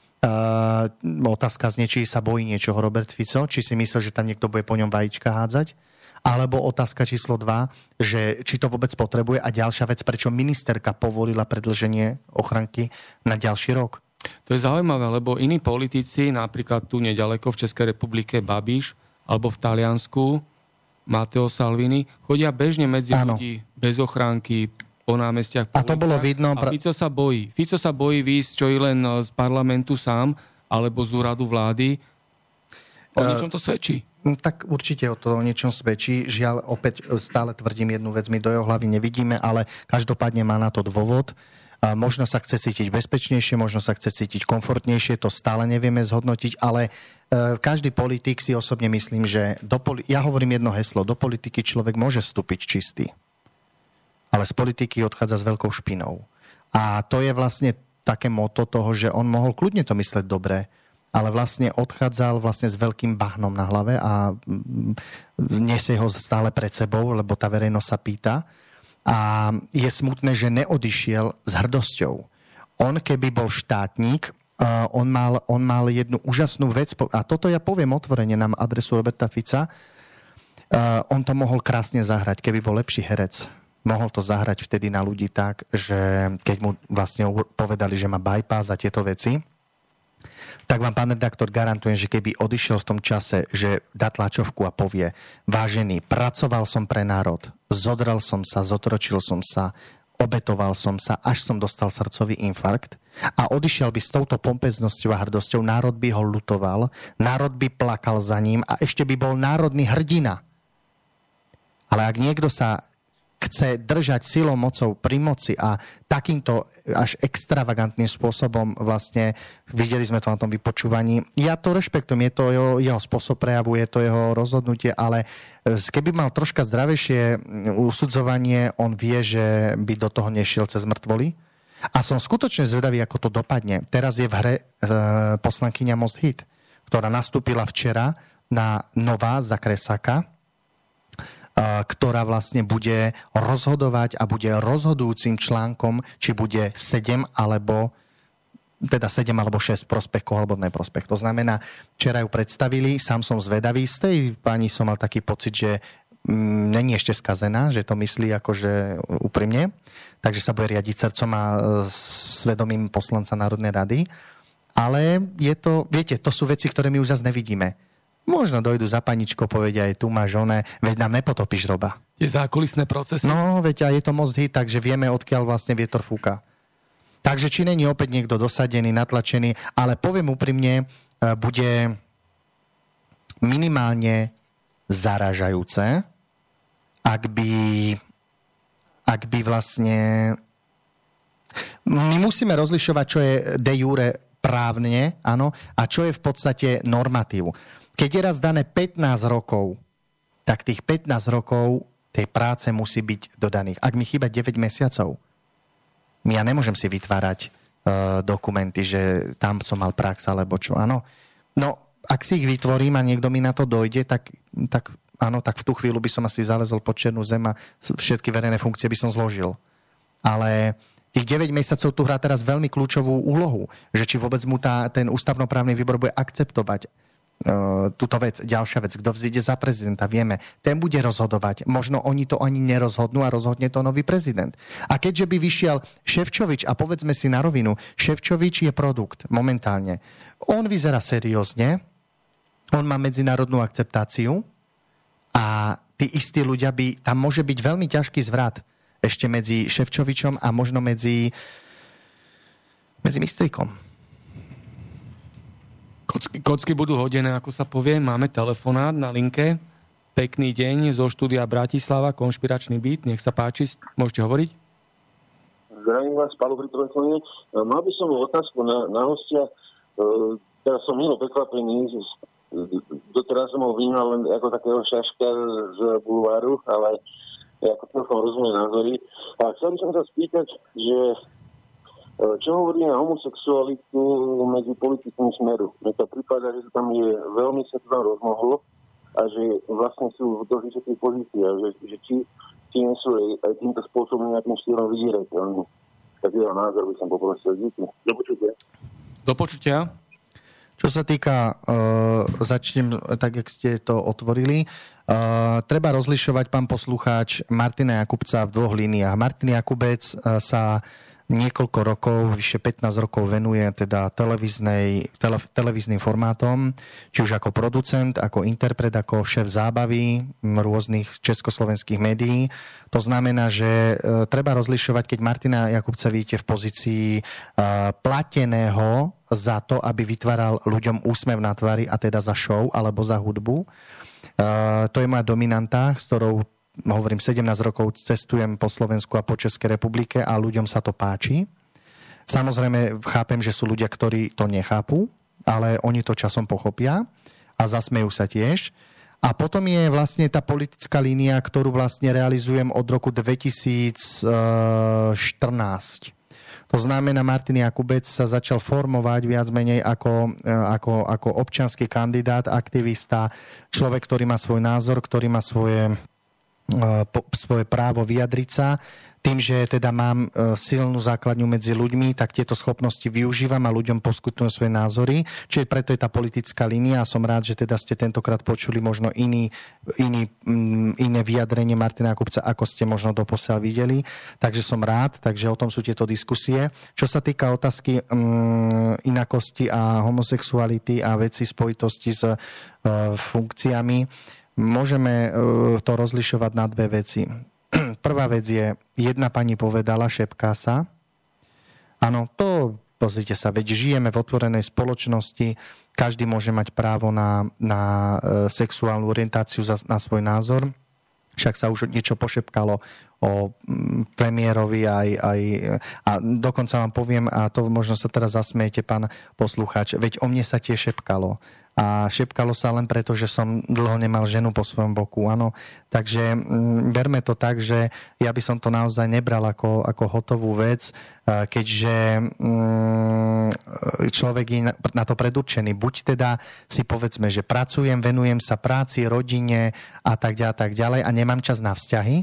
Uh, otázka znie, či sa bojí niečoho Robert Fico, či si myslel, že tam niekto bude po ňom vajíčka hádzať. Alebo otázka číslo dva, že či to vôbec potrebuje. A ďalšia vec, prečo ministerka povolila predĺženie ochranky na ďalší rok. To je zaujímavé, lebo iní politici, napríklad tu nedaleko v Českej republike Babiš, alebo v Taliansku Matteo Salvini, chodia bežne medzi Áno. ľudí bez ochránky, po námestiach. A to bolo vidno. A Fico sa bojí. Fico sa bojí výjsť čo i len z parlamentu sám, alebo z úradu vlády. O niečom to svedčí. Uh, tak určite o to o niečom svedčí. Žiaľ, opäť stále tvrdím jednu vec, my do jeho hlavy nevidíme, ale každopádne má na to dôvod. Uh, možno sa chce cítiť bezpečnejšie, možno sa chce cítiť komfortnejšie, to stále nevieme zhodnotiť, ale uh, každý politik si osobne myslím, že do poli- ja hovorím jedno heslo, do politiky človek môže vstúpiť čistý, ale z politiky odchádza s veľkou špinou. A to je vlastne také motto toho, že on mohol kľudne to mysleť dobre, ale vlastne odchádzal vlastne s veľkým bahnom na hlave a nesie ho stále pred sebou, lebo tá verejnosť sa pýta. A je smutné, že neodišiel s hrdosťou. On, keby bol štátnik, on mal, on mal jednu úžasnú vec, a toto ja poviem otvorene na adresu Roberta Fica, on to mohol krásne zahrať, keby bol lepší herec. Mohol to zahrať vtedy na ľudí tak, že keď mu vlastne povedali, že má bypass a tieto veci, tak vám, pán redaktor, garantujem, že keby odišiel v tom čase, že dá tlačovku a povie: vážený, pracoval som pre národ, zodrel som sa, zotročil som sa, obetoval som sa, až som dostal srdcový infarkt, a odišiel by s touto pompeznosťou a hrdosťou, národ by ho ľutoval, národ by plakal za ním a ešte by bol národný hrdina. Ale ak niekto sa chce držať silou mocou pri moci a takýmto až extravagantným spôsobom vlastne, videli sme to na tom vypočúvaní. Ja to rešpektujem, je to jeho, jeho spôsob prejavu, je to jeho rozhodnutie, ale keby mal troška zdravejšie usudzovanie, on vie, že by do toho nešiel cez mŕtvoly. A som skutočne zvedavý, ako to dopadne. Teraz je v hre e, poslankyňa Most Hit, ktorá nastúpila včera na Nová za Kresáka, ktorá vlastne bude rozhodovať a bude rozhodujúcim článkom, či bude sedem alebo teda sedem alebo šesť prospektov alebo neprospekt. To znamená, včera ju predstavili, sám som zvedavý, z tej pani som mal taký pocit, že mm, není ešte skazená, že to myslí akože úprimne, takže sa bude riadiť srdcom a svedomím poslanca Národnej rady. Ale je to, viete, to sú veci, ktoré my už zase nevidíme. Možno dojdu za paničko, povedia aj tu máš oné, veď nám nepotopíš Roba. Tie zákulisné procesy. No, veď a je to Most Hit, takže vieme, odkiaľ vlastne vietor fúka. Takže či není opäť niekto dosadený, natlačený, ale poviem úprimne, bude minimálne zaražajúce, ak by, ak by vlastne... My musíme rozlišovať, čo je de jure právne, áno, a čo je v podstate normatív. Keď je raz dané pätnásť rokov, tak tých pätnásť rokov tej práce musí byť dodaných. Ak mi chýba deväť mesiacov, ja nemôžem si vytvárať uh, dokumenty, že tam som mal prax, alebo čo, áno. No, ak si ich vytvorím a niekto mi na to dojde, tak, tak áno, tak v tú chvíľu by som asi zalezol pod černú zem a všetky verejné funkcie by som zložil. Ale tých deväť mesiacov tu hrá teraz veľmi kľúčovú úlohu, že či vôbec mu tá, ten ústavnoprávny výbor bude akceptovať túto vec. Ďalšia vec, kto vzíde za prezidenta, vieme, ten bude rozhodovať. Možno oni to ani nerozhodnú a rozhodne to nový prezident. A keďže by vyšiel Šefčovič, a povedzme si na rovinu, Šefčovič je produkt momentálne. On vyzerá seriózne, on má medzinárodnú akceptáciu a tí istí ľudia by, tam môže byť veľmi ťažký zvrat ešte medzi Šefčovičom a možno medzi medzi Mistríkom. Kocky, kocky budú hodené, ako sa povie. Máme telefonát na linke. Pekný deň zo štúdia Bratislava, konšpiračný byt. Nech sa páči, môžete hovoriť? Zdravím vás, Pálo pri telefóne. Mal by som otázku na, na hostia. Teraz som milo prekvapený. Doteraz som ho vnímal len ako takého šaška z bulváru, ale ako celkom rozumiem názory. A chcel by som sa spýtať, že čo hovorí na homosexualitu medzi politikmi Smeru. Mne to prípada, že tam je veľmi sa to tam rozmohlo a že vlastne sú v dosť vysokých pozíciách, že, že či, či nie sú aj, aj týmto spôsobom nejakým štýlom vydierateľní. Tak jeho názor by som poprosil. Díky. Do počutia. Do počutia. Čo sa týka, uh, začnem tak, jak ste to otvorili, uh, treba rozlišovať, pán poslucháč, Martina Jakubca v dvoch líniách. Martin Jakubec uh, sa niekoľko rokov, vyše pätnásť rokov venuje teda televíznej, tele, televíznym formátom, či už ako producent, ako interpret, ako šéf zábavy rôznych československých médií. To znamená, že e, treba rozlišovať, keď Martina Jakubca vidíte v pozícii e, plateného za to, aby vytváral ľuďom úsmev na tvári, a teda za show alebo za hudbu. E, to je moja dominanta, s ktorou hovorím, sedemnásť rokov cestujem po Slovensku a po Českej republike a ľuďom sa to páči. Samozrejme, chápem, že sú ľudia, ktorí to nechápu, ale oni to časom pochopia a zasmejú sa tiež. A potom je vlastne tá politická línia, ktorú vlastne realizujem od roku dvetisícštrnásť. To znamená, Martin Jakubec sa začal formovať viac menej ako, ako, ako občiansky kandidát, aktivista, človek, ktorý má svoj názor, ktorý má svoje Po, svoje právo vyjadriť sa. Tým, že teda mám silnú základňu medzi ľuďmi, tak tieto schopnosti využívam a ľuďom poskytujem svoje názory. Čiže preto je tá politická línia a som rád, že teda ste tentokrát počuli možno iný, iný, iné vyjadrenie Martina Jakubca, ako ste možno doposiaľ videli. Takže som rád, takže o tom sú tieto diskusie. Čo sa týka otázky um, inakosti a homosexuality a veci spojitosti s uh, funkciami, môžeme to rozlišovať na dve veci. Prvá vec je, jedna pani povedala, šepká sa. Áno, to, pozrite sa, veď žijeme v otvorenej spoločnosti, každý môže mať právo na, na sexuálnu orientáciu, na svoj názor. Však sa už niečo pošepkalo o premiérovi aj, aj, a dokonca vám poviem, a to možno sa teraz zasmiete, pán poslucháč, veď o mne sa tiež šepkalo. A šepkalo sa len preto, že som dlho nemal ženu po svojom boku. Áno. Takže m, berme to tak, že ja by som to naozaj nebral ako, ako hotovú vec, keďže m, človek je na to predurčený. Buď teda si povedzme, že pracujem, venujem sa práci, rodine a tak ďalej, tak ďalej a nemám čas na vzťahy,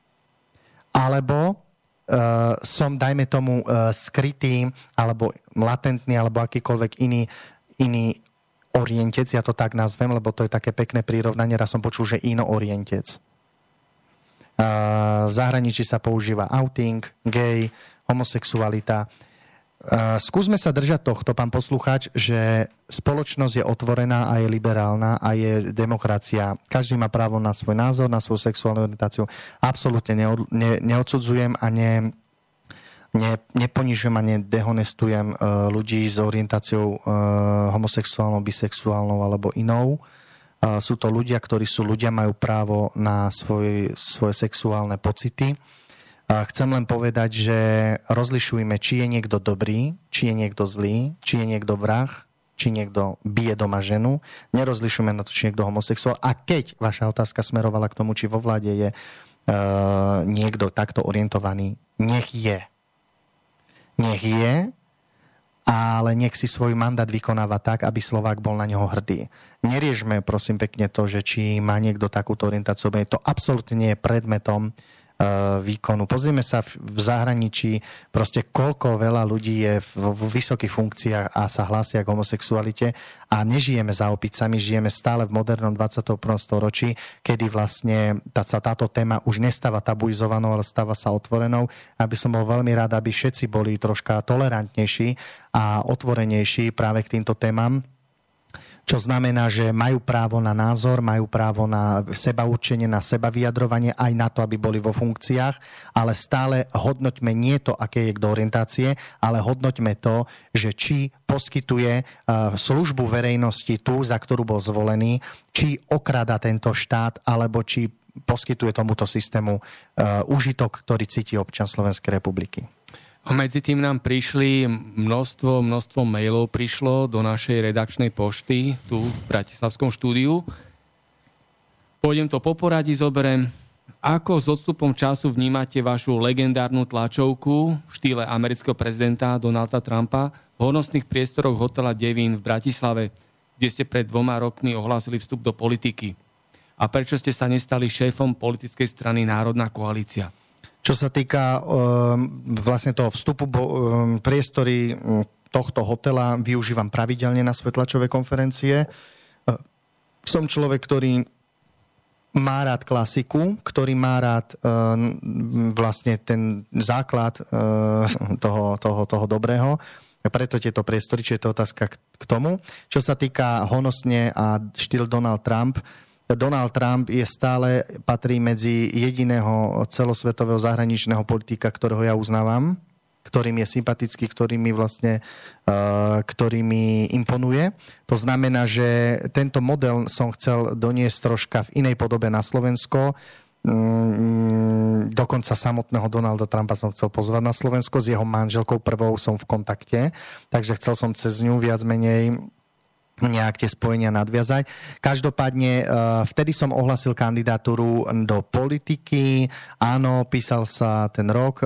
alebo uh, som, dajme tomu, uh, skrytý, alebo latentný, alebo akýkoľvek iný, iný orientec, ja to tak nazvem, lebo to je také pekné prirovnanie, raz som počul, že inoorientec. Uh, v zahraničí sa používa outing, gay, homosexualita. Uh, skúsme sa držať tohto, pán poslucháč, že spoločnosť je otvorená a je liberálna a je demokracia. Každý má právo na svoj názor, na svoju sexuálnu orientáciu. Absolútne neod, ne, neodsudzujem a ne, ne, neponižujem a nedehonestujem uh, ľudí s orientáciou uh, homosexuálnou, bisexuálnou alebo inou. Uh, sú to ľudia, ktorí sú ľudia, majú právo na svoj, svoje sexuálne pocity. Uh, chcem len povedať, že rozlišujme, či je niekto dobrý, či je niekto zlý, či je niekto vrah, či niekto bije doma ženu. Nerozlišujme na to, či je niekto homosexuál. A keď vaša otázka smerovala k tomu, či vo vláde je uh, niekto takto orientovaný, nech je. Nech je, ale nech si svoj mandát vykonáva tak, aby Slovák bol na neho hrdý. Neriešme, prosím pekne, to, že či má niekto takúto orientáciu. To absolútne nie je predmetom výkonu. Pozrime sa v zahraničí, proste koľko veľa ľudí je v vysokých funkciách a sa hlásia k homosexualite a nežijeme za opicami, žijeme stále v modernom dvadsiatom prvom storočí, kedy vlastne tá, táto téma už nestáva tabuizovanou, ale stáva sa otvorenou. Aby som bol veľmi rád, aby všetci boli troška tolerantnejší a otvorenejší práve k týmto témam. čo znamená, že majú právo na názor, majú právo na sebaurčenie, na sebavyjadrovanie, aj na to, aby boli vo funkciách, ale stále hodnoťme nie to, aké je kto orientácie, ale hodnoťme to, že či poskytuje službu verejnosti tú, za ktorú bol zvolený, či okrada tento štát, alebo či poskytuje tomuto systému užitok, ktorý cíti občan Slovenskej republiky. A medzi tým nám prišli množstvo, množstvo mailov prišlo do našej redakčnej pošty tu v Bratislavskom štúdiu. Pôjdem to po poradí, zoberiem. Ako s odstupom času vnímate vašu legendárnu tlačovku v štýle amerického prezidenta Donalda Trumpa v hodnostných priestoroch hotela Devín v Bratislave, kde ste pred dvoma rokmi ohlásili vstup do politiky? A prečo ste sa nestali šéfom politickej strany Národná koalícia? Čo sa týka um, vlastne toho vstupu, bo, um, priestory um, tohto hotela využívam pravidelne na svetlačové konferencie. Uh, som človek, ktorý má rád klasiku, ktorý má rád uh, vlastne ten základ uh, toho, toho, toho dobrého. Preto tieto priestory, čiže je to otázka k, k tomu. Čo sa týka honosne a štýl Donald Trump, Donald Trump je stále, patrí medzi jediného celosvetového zahraničného politika, ktorého ja uznávam, ktorý mi je sympatický, ktorý mi vlastne uh, ktorý mi imponuje. To znamená, že tento model som chcel doniesť troška v inej podobe na Slovensko. Mm, dokonca samotného Donalda Trumpa som chcel pozvať na Slovensko. S jeho manželkou prvou som v kontakte, takže chcel som cez ňu viac menej nejak tie spojenia nadviazať. Každopádne vtedy som ohlasil kandidatúru do politiky. Áno, písal sa ten rok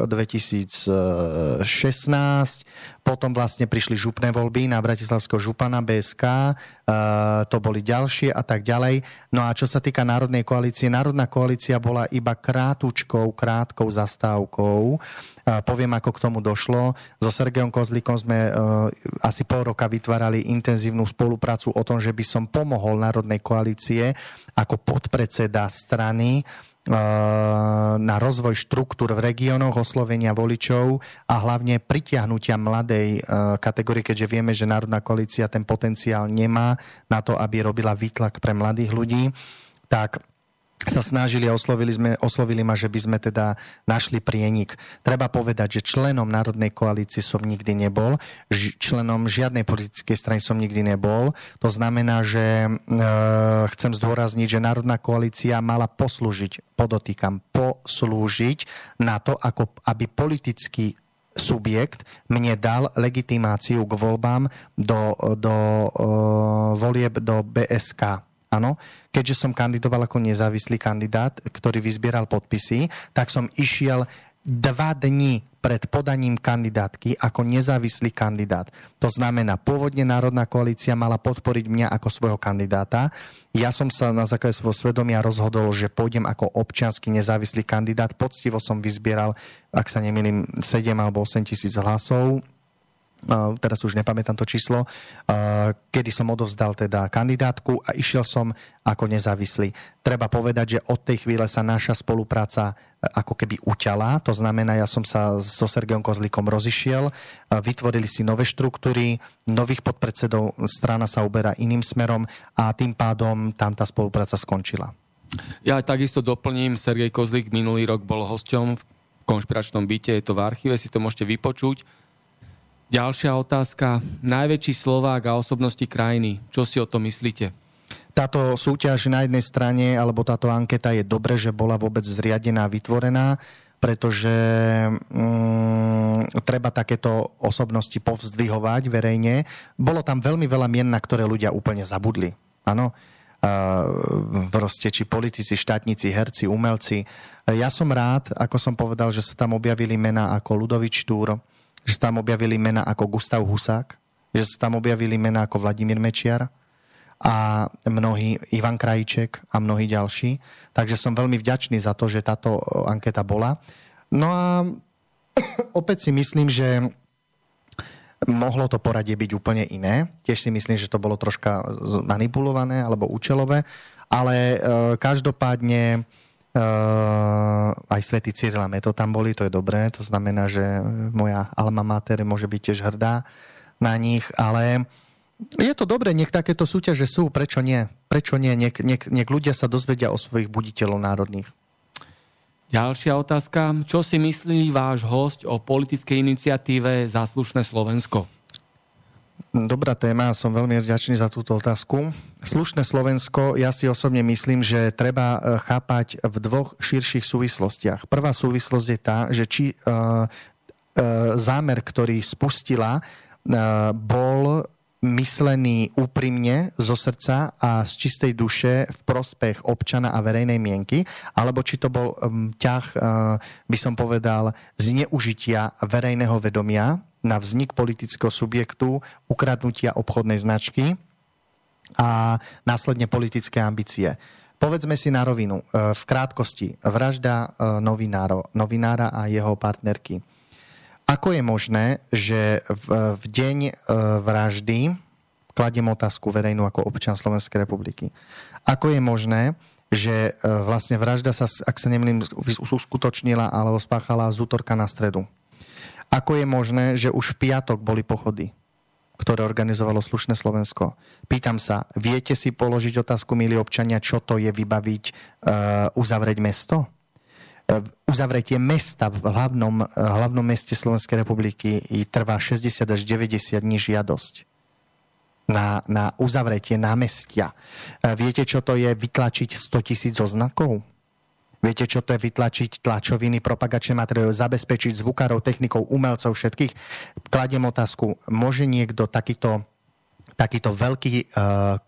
dvetisícšestnásť. Potom vlastne prišli župné voľby na bratislavského župana bé es ká. To boli ďalšie a tak ďalej. No a čo sa týka Národnej koalície, Národná koalícia bola iba krátučkou, krátkou zastávkou. Poviem, ako k tomu došlo. So Sergejom Kozlíkom sme uh, asi pol roka vytvárali intenzívnu spoluprácu o tom, že by som pomohol Národnej koalície ako podpredseda strany uh, na rozvoj štruktúr v regiónoch, oslovenia voličov a hlavne pritiahnutia mladej uh, kategórie, keďže vieme, že Národná koalícia ten potenciál nemá na to, aby robila výtlak pre mladých ľudí. Tak sa snažili a oslovili, sme, oslovili ma, že by sme teda našli prienik. Treba povedať, že členom Národnej koalície som nikdy nebol, ž- členom žiadnej politickej strany som nikdy nebol. To znamená, že e, chcem zdôrazniť, že Národná koalícia mala poslúžiť, podotýkam, poslúžiť na to, ako aby politický subjekt mne dal legitimáciu k voľbám do, do e, volieb do bé es ká. Áno, keďže som kandidoval ako nezávislý kandidát, ktorý vyzbieral podpisy, tak som išiel dva dni pred podaním kandidátky ako nezávislý kandidát. To znamená, pôvodne Národná koalícia mala podporiť mňa ako svojho kandidáta. Ja som sa na základe svojho svedomia rozhodol, že pôjdem ako občiansky nezávislý kandidát. Poctivo som vyzbieral, ak sa nemýlim, sedem alebo osem tisíc hlasov. Uh, teraz už nepamätám to číslo, uh, kedy som odovzdal teda kandidátku a išiel som ako nezávislý. Treba povedať, že od tej chvíle sa naša spolupráca ako keby uťala, to znamená, ja som sa so Sergejom Kozlíkom rozišiel, uh, vytvorili si nové štruktúry, nových podpredsedov, strana sa uberá iným smerom a tým pádom tam tá spolupráca skončila. Ja takisto doplním, Sergej Kozlík minulý rok bol hosťom v konšpiračnom byte, je to v archíve, si to môžete vypočuť. Ďalšia otázka. Najväčší Slovák a osobnosti krajiny. Čo si o to myslíte? Táto súťaž na jednej strane, alebo táto anketa je dobre, že bola vôbec zriadená, vytvorená, pretože mm, treba takéto osobnosti povzdvihovať verejne. Bolo tam veľmi veľa mien, na ktoré ľudia úplne zabudli. Áno. Uh, proste, či politici, štátnici, herci, umelci. Ja som rád, ako som povedal, že sa tam objavili mená ako Ľudovík Štúr, že sa tam objavili mená ako Gustav Husák, že sa tam objavili mená ako Vladimír Mečiar a mnohí, Ivan Krajíček a mnohí ďalší. Takže som veľmi vďačný za to, že táto anketa bola. No a opäť si myslím, že mohlo to poradie byť úplne iné. Tiež si myslím, že to bolo troška manipulované alebo účelové, ale e, každopádne Uh, aj svätý Cyril a Metod tam boli, to je dobré, to znamená, že moja alma mater môže byť tiež hrdá na nich, ale Je to dobré, nech takéto súťaže sú, prečo nie? Prečo nie? Nech, nech, nech ľudia sa dozvedia o svojich buditeľov národných. Ďalšia otázka. Čo si myslí váš hosť o politickej iniciatíve Zaslušné Slovensko? Dobrá téma, som veľmi vďačný za túto otázku. Slušné Slovensko, ja si osobne myslím, že treba chápať v dvoch širších súvislostiach. Prvá súvislosť je tá, že či uh, uh, zámer, ktorý spustila, uh, bol myslený úprimne zo srdca a z čistej duše v prospech občana a verejnej mienky, alebo či to bol um, ťah, uh, by som povedal, zneužitia verejného vedomia na vznik politického subjektu, ukradnutia obchodnej značky a následne politické ambície. Povedzme si na rovinu, v krátkosti, vražda novináro, novinára a jeho partnerky. Ako je možné, že v, v deň vraždy, kladiem otázku verejnú ako občan Slovenskej republiky, ako je možné, že vlastne vražda sa, ak sa nemýlim, uskutočnila alebo spáchala z útorka na stredu? Ako je možné, že už v piatok boli pochody, ktoré organizovalo Slušné Slovensko? Pýtam sa, viete si položiť otázku, milí občania, čo to je vybaviť, uh, uzavrieť mesto? Uh, uzavretie mesta v hlavnom, uh, hlavnom meste Slovenskej republiky trvá šesťdesiat až deväťdesiat dní žiadosť na, na uzavretie námestia. Uh, viete, čo to je vytlačiť sto tisíc oznakov? Viete, čo to je vytlačiť tlačoviny, propagačné materiály, zabezpečiť zvukárov, technikov, umelcov, všetkých? Kladiem otázku, môže niekto takýto, takýto veľký uh,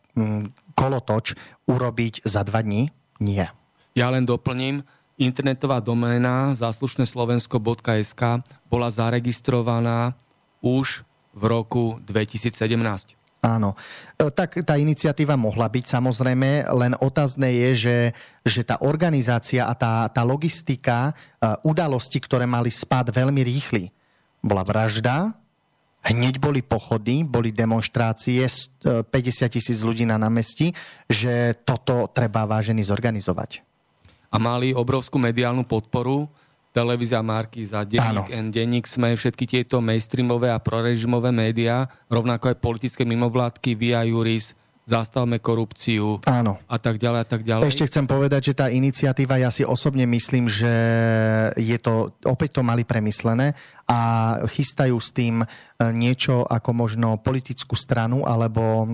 kolotoč urobiť za dva dní? Nie. Ja len doplním, internetová doména zaslušné slovensko bodka es ká bola zaregistrovaná už v roku dvetisícsedemnásť. Áno, tak tá iniciatíva mohla byť samozrejme, len otázne je, že, že tá organizácia a tá, tá logistika udalosti, ktoré mali spád veľmi rýchly. Bola vražda, hneď boli pochody, boli demonštrácie, päťdesiat tisíc ľudí na námestí, že toto treba vážený zorganizovať. A mali obrovskú mediálnu podporu. Televízia Markíza, Denník N, Denník Sme, všetky tieto mainstreamové a prorežimové médiá, rovnako aj politické mimovládky, Via Juris, Zastavme korupciu. Áno. A tak ďalej a tak ďalej. Ešte chcem povedať, že tá iniciatíva, ja si osobne myslím, že je to, opäť to mali premyslené a chystajú s tým niečo ako možno politickú stranu alebo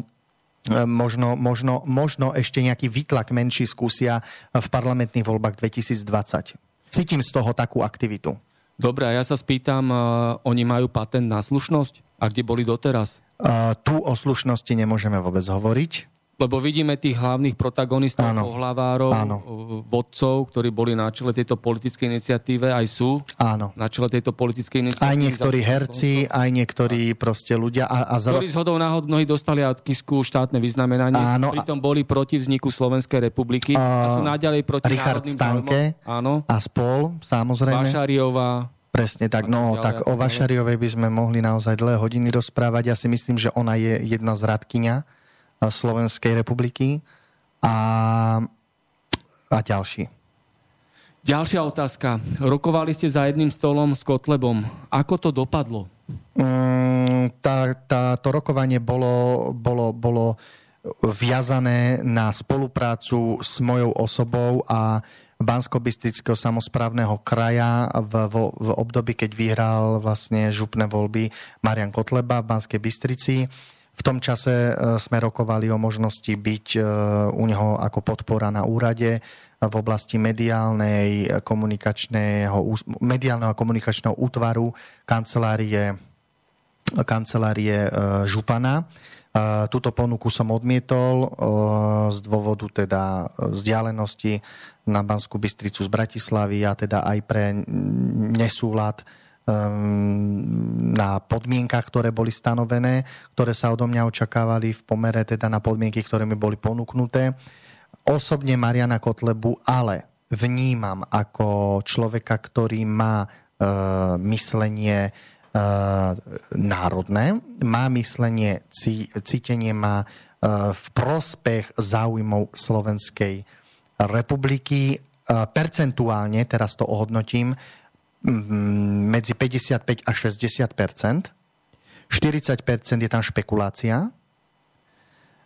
možno, možno, možno ešte nejaký výtlak menší skúsia v parlamentných voľbách dvetisícdvadsať. Cítim z toho takú aktivitu. Dobre, a ja sa spýtam, uh, oni majú patent na slušnosť? A kde boli doteraz? Uh, tu o slušnosti nemôžeme vôbec hovoriť. Lebo vidíme tých hlavných protagonistov, áno, pohlavárov, áno, vodcov, ktorí boli na čele tejto politickej iniciatíve, aj sú áno, na čele tejto politickej iniciatívy. Aj niektorí herci, aj niektorí proste ľudia. A, a zro... Ktorí zhodou náhod mnohí dostali ad Kisku štátne vyznamenanie, áno, pritom boli proti vzniku Slovenskej republiky a, a sú naďalej proti Richard národným Stanke záujmom. A spol, samozrejme. Vašariová. Presne tak, no tak o Vašariovej by sme mohli naozaj dlhé hodiny rozprávať. Ja si myslím, že ona je jedna z radkyňa Slovenskej republiky a, a ďalší. Ďalšia otázka. Rokovali ste za jedným stolom s Kotlebom. Ako to dopadlo? Mm, tá, tá, to rokovanie bolo, bolo, bolo viazané na spoluprácu s mojou osobou a Banskobystrického samosprávneho kraja v, v, v období, keď vyhral vlastne župné voľby Marian Kotleba v Banskej Bystrici. V tom čase sme rokovali o možnosti byť u neho ako podpora na úrade v oblasti mediálnej, komunikačného, mediálneho a komunikačného útvaru kancelárie, kancelárie župana. Túto ponuku som odmietol z dôvodu teda vzdialenosti na Banskú Bystricu z Bratislavy a teda aj pre nesúlad na podmienkach, ktoré boli stanovené, ktoré sa odo mňa očakávali v pomere teda na podmienky, ktoré mi boli ponúknuté. Osobne Mariana Kotlebu ale vnímam ako človeka, ktorý má e, myslenie e, národné, má myslenie, cí, cítenie má e, v prospech záujmov Slovenskej republiky. E, percentuálne, teraz to ohodnotím, medzi päťdesiatpäť až šesťdesiat percent. štyridsať percent je tam špekulácia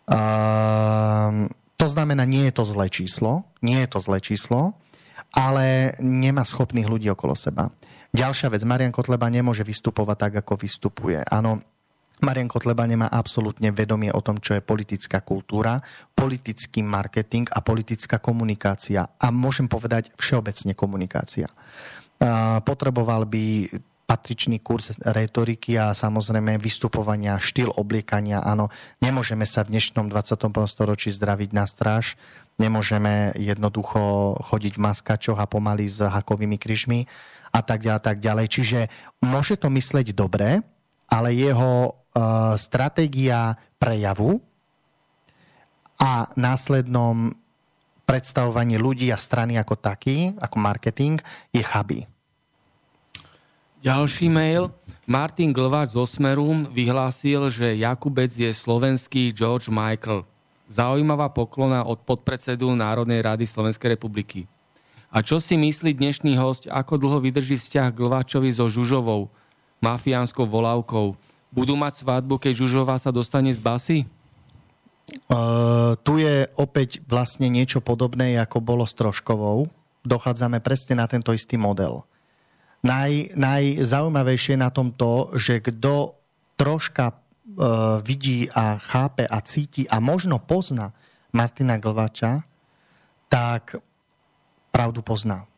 Uh, to znamená, nie je to zlé číslo, nie je to zlé číslo, ale nemá schopných ľudí okolo seba. Ďalšia vec, Marian Kotleba nemôže vystupovať tak, ako vystupuje. Áno, Marian Kotleba nemá absolútne vedomie o tom, čo je politická kultúra, politický marketing a politická komunikácia. A môžem povedať všeobecne komunikácia. Potreboval by patričný kurz retoriky a samozrejme vystupovania, štýl obliekania. Áno, nemôžeme sa v dnešnom dvadsiatom prvom storočí zdraviť na stráž, nemôžeme jednoducho chodiť v maskačoch a pomaly s hakovými kryžmi a tak ďalej, tak ďalej. Čiže môže to mysleť dobre, ale jeho uh, stratégia prejavu a následnom predstavovanie ľudí a strany ako taký, ako marketing, je chabý. Ďalší mail. Martin Glváč zo Smeru vyhlásil, že Jakubec je slovenský George Michael. Zaujímavá poklona od podpredsedu Národnej rady Slovenskej republiky. A čo si myslí dnešný hosť, ako dlho vydrží vzťah Glváčovi so Žužovou, mafiánskou volávkou? Budú mať svadbu, keď Žužová sa dostane z basy? Uh, tu je opäť vlastne niečo podobné, ako bolo s Troškovou. Dochádzame presne na tento istý model. Naj, najzaujímavejšie na tom to, že kto troška uh, vidí a chápe a cíti a možno pozná Martina Glváča, tak pravdu pozná.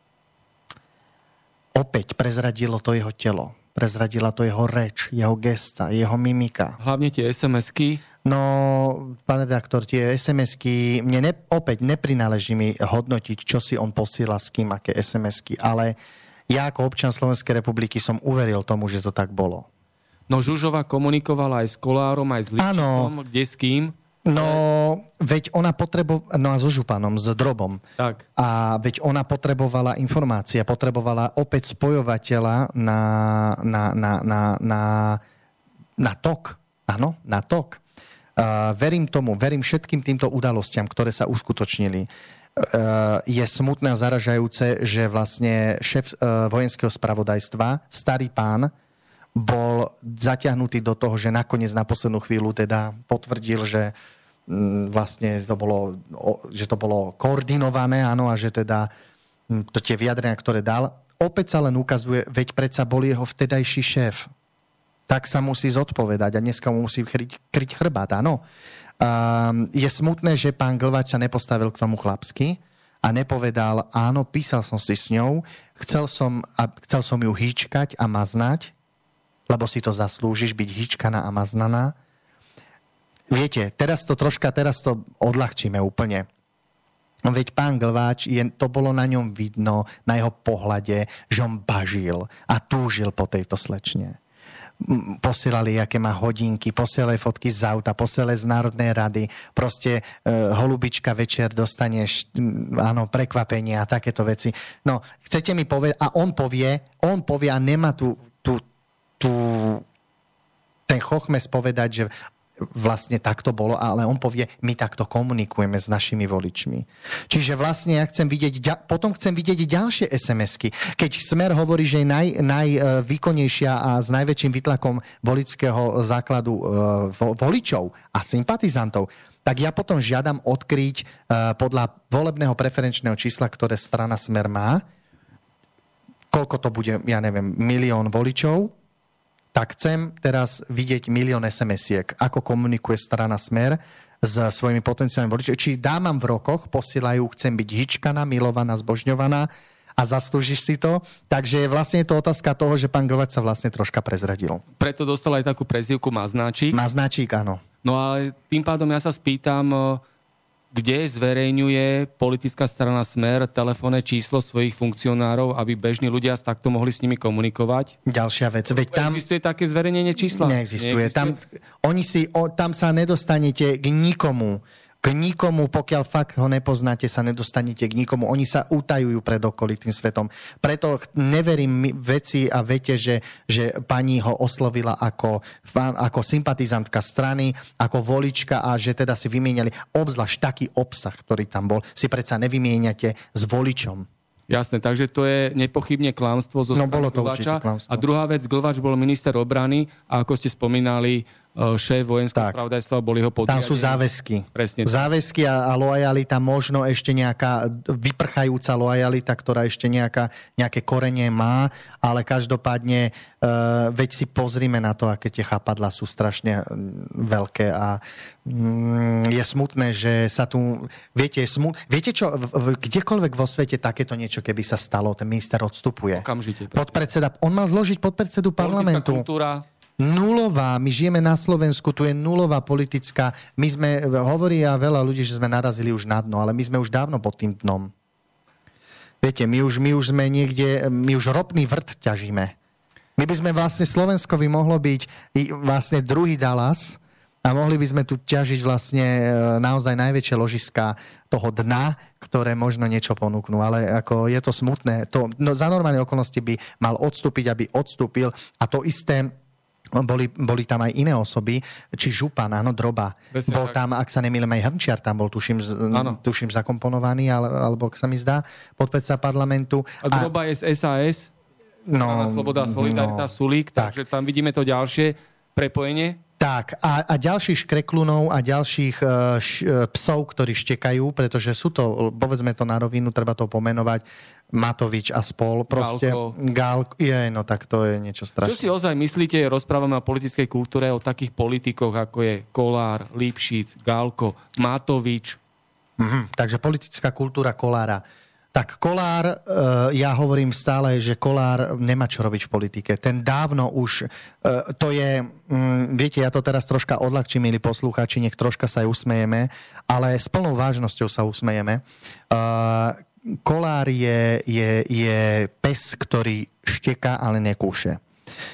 Opäť prezradilo to jeho telo. Prezradila to jeho reč, jeho gesta, jeho mimika. Hlavne tie es em esky. No, pán redaktor, tie es em esky, mne ne, opäť neprináleží mi hodnotiť, čo si on posiela s kým, aké es em esky, ale ja ako občan Slovenskej republiky som uveril tomu, že to tak bolo. No Žužová komunikovala aj s Kolárom, aj s Lipšičom, kde s kým? No, veď ona potrebovala, no a so Županom, s Drobom. Tak. A veď ona potrebovala informácie, potrebovala opäť spojovateľa na, na, na, na, na, na tok. Áno, na tok. Uh, verím tomu, verím všetkým týmto udalostiam, ktoré sa uskutočnili. Uh, je smutné a zaražajúce, že vlastne šéf uh, vojenského spravodajstva, starý pán, bol zatiahnutý do toho, že nakoniec na poslednú chvíľu teda potvrdil, že mm, vlastne to bolo, že to bolo koordinované, áno, a že teda mm, to tie vyjadrenia, ktoré dal, opäť sa len ukazuje, veď predsa bol jeho vtedajší šéf. Tak sa musí zodpovedať a dneska mu musí kryť, kryť chrbát, áno. Um, je smutné, že pán Glváč sa nepostavil k tomu chlapsky a nepovedal, áno, písal som si s ňou, chcel som, a, chcel som ju hýčkať a maznať, lebo si to zaslúžiš, byť hýčkaná a maznaná. Viete, teraz to troška, teraz to odľahčíme úplne. Veď pán Glváč, je, to bolo na ňom vidno, na jeho pohľade, že on bažil a túžil po tejto slečne. Posielali, aké má hodinky, posielali fotky z auta, posielali z Národnej rady, proste e, holubička večer dostaneš, áno, prekvapenie a takéto veci. No, chcete mi povedať, a on povie, on povie a nemá tu tú Tu, ten chochmes povedať, že vlastne tak to bolo, ale on povie, my takto komunikujeme s našimi voličmi. Čiže vlastne ja chcem vidieť, potom chcem vidieť ďalšie es em esky. Keď Smer hovorí, že je naj, najvýkonnejšia a s najväčším výtlakom voličského základu voličov a sympatizantov, tak ja potom žiadam odkryť podľa volebného preferenčného čísla, ktoré strana Smer má, koľko to bude, ja neviem, milión voličov, tak chcem teraz vidieť milión es em esiek, ako komunikuje strana Smer s svojimi potenciálnymi voličmi. Či dámam v rokoch, posielajú, chcem byť hyčkaná, milovaná, zbožňovaná a zaslúžiš si to. Takže vlastne je to otázka toho, že pán Glváč sa vlastne troška prezradil. Preto dostal aj takú prezývku Maznáčik. Maznáčik, áno. No ale tým pádom ja sa spýtam, kde zverejňuje politická strana Smer telefónne číslo svojich funkcionárov, aby bežní ľudia takto mohli s nimi komunikovať? Ďalšia vec. Veď tam existuje také zverejnenie čísla? Neexistuje. Tam, oni si, o, tam sa nedostanete k nikomu. K nikomu, pokiaľ fakt ho nepoznáte, sa nedostanete k nikomu. Oni sa utajujú pred okolitým svetom. Preto neverím veci a viete, že, že pani ho oslovila ako, ako sympatizantka strany, ako volička a že teda si vymieniali obzvlášť taký obsah, ktorý tam bol, si predsa nevymieňate s voličom. Jasné, takže to je nepochybne klamstvo zo no, strany bolo to Glváča. určite klamstvo. A druhá vec, Glváč bol minister obrany a ako ste spomínali, šéf vojenského spravodajstva, boli ho podriadení. Tam sú záväzky. Presne. Záväzky a, a lojalita, možno ešte nejaká vyprchajúca lojalita, ktorá ešte nejaká, nejaké korenie má, ale každopádne uh, veď si pozrime na to, aké tie chápadlá sú strašne veľké a mm, je smutné, že sa tu... Viete, smut, viete čo, v, v, kdekoľvek vo svete takéto niečo, keby sa stalo, ten minister odstupuje. Okamžite. Podpredseda, on mal zložiť podpredsedu parlamentu. Politická kultúra. Nulová. My žijeme na Slovensku, tu je nulová politická. My sme, hovorí a veľa ľudí, že sme narazili už na dno, ale my sme už dávno pod tým dnom. Viete, my už, my už sme niekde, my už ropný vrt ťažíme. My by sme vlastne, Slovensko by mohlo byť vlastne druhý Dallas a mohli by sme tu ťažiť vlastne naozaj najväčšie ložiska toho dna, ktoré možno niečo ponúknú. Ale ako je to smutné. To, no, za normálne okolnosti by mal odstúpiť, aby odstúpil a to isté. Boli, boli tam aj iné osoby, či župan, áno, Droba. Bezne, bol tam, ak sa nemýlim, aj Hrnčiar tam bol, tuším, tuším zakomponovaný, ale, alebo ak sa mi zdá, podpredseda parlamentu. A Droba a, je z es a es, no, Sloboda, Solidarita, no, Sulík, tak. Takže tam vidíme to ďalšie prepojenie. Tak, a, a ďalších škreklunov a ďalších uh, š, uh, psov, ktorí štekajú, pretože sú to, povedzme to na rovinu, treba to pomenovať, Matovič a spol, proste Gálko, je, no tak to je niečo strašné. Čo si ozaj myslíte, rozprávame o politickej kultúre, o takých politikoch, ako je Kolár, Lipšic, Gálko, Matovič? Mhm, takže politická kultúra Kolára. Tak Kolár, ja hovorím stále, že Kolár nemá čo robiť v politike. Ten dávno už, to je, viete, ja to teraz troška odľahčím, milí poslucháči, nech troška sa aj usmejeme, ale s plnou vážnosťou sa usmejeme. Kolár je, je, je pes, ktorý šteka, ale nekúše.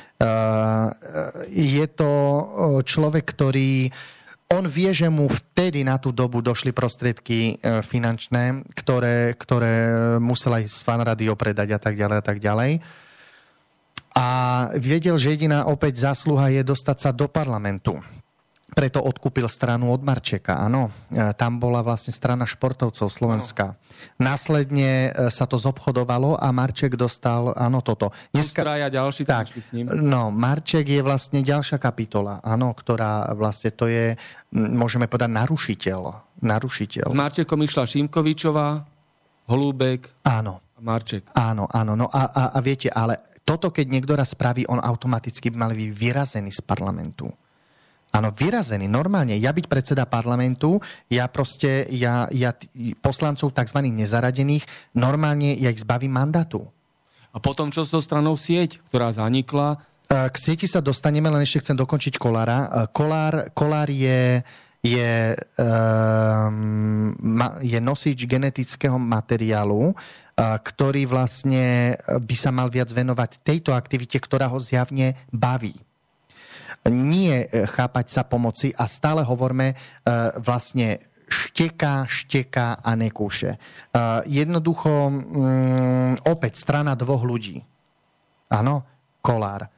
Je to človek, ktorý on vie, že mu vtedy na tú dobu došli prostriedky finančné, ktoré, ktoré musel aj z fanrádio predať a tak ďalej a tak ďalej. A vedel, že jediná opäť zásluha je dostať sa do parlamentu. Preto odkúpil stranu od Marčeka, áno. Tam bola vlastne strana športovcov Slovenska. Ano. Následne sa to zobchodovalo a Marček dostal, áno, toto. Dneska... Ustraja ďalší, tak, s ním. No, Marček je vlastne ďalšia kapitola, áno, ktorá vlastne to je, môžeme povedať, narušiteľ. Narušiteľ. S Marčekom išla Šimkovičová, Holúbek áno. a Marček. Áno, áno. No a, a, a viete, ale toto, keď niekto raz spraví, on automaticky by mal byť vyrazený z parlamentu. Áno, vyrazený, normálne. Ja byť predseda parlamentu, ja proste, ja, ja poslancov tzv. Nezaradených, normálne ja ich zbavím mandátu. A potom čo s tou stranou Sieť, ktorá zanikla? K Sieti sa dostaneme, len ešte chcem dokončiť Kolára. Kolár, Kolár je, je, um, je nosič genetického materiálu, ktorý vlastne by sa mal viac venovať tejto aktivite, ktorá ho zjavne baví. Nie chápať sa pomoci a stále hovoríme vlastne šteka, šteka a nekúše. Jednoducho opäť strana dvoch ľudí. Áno, Kolár.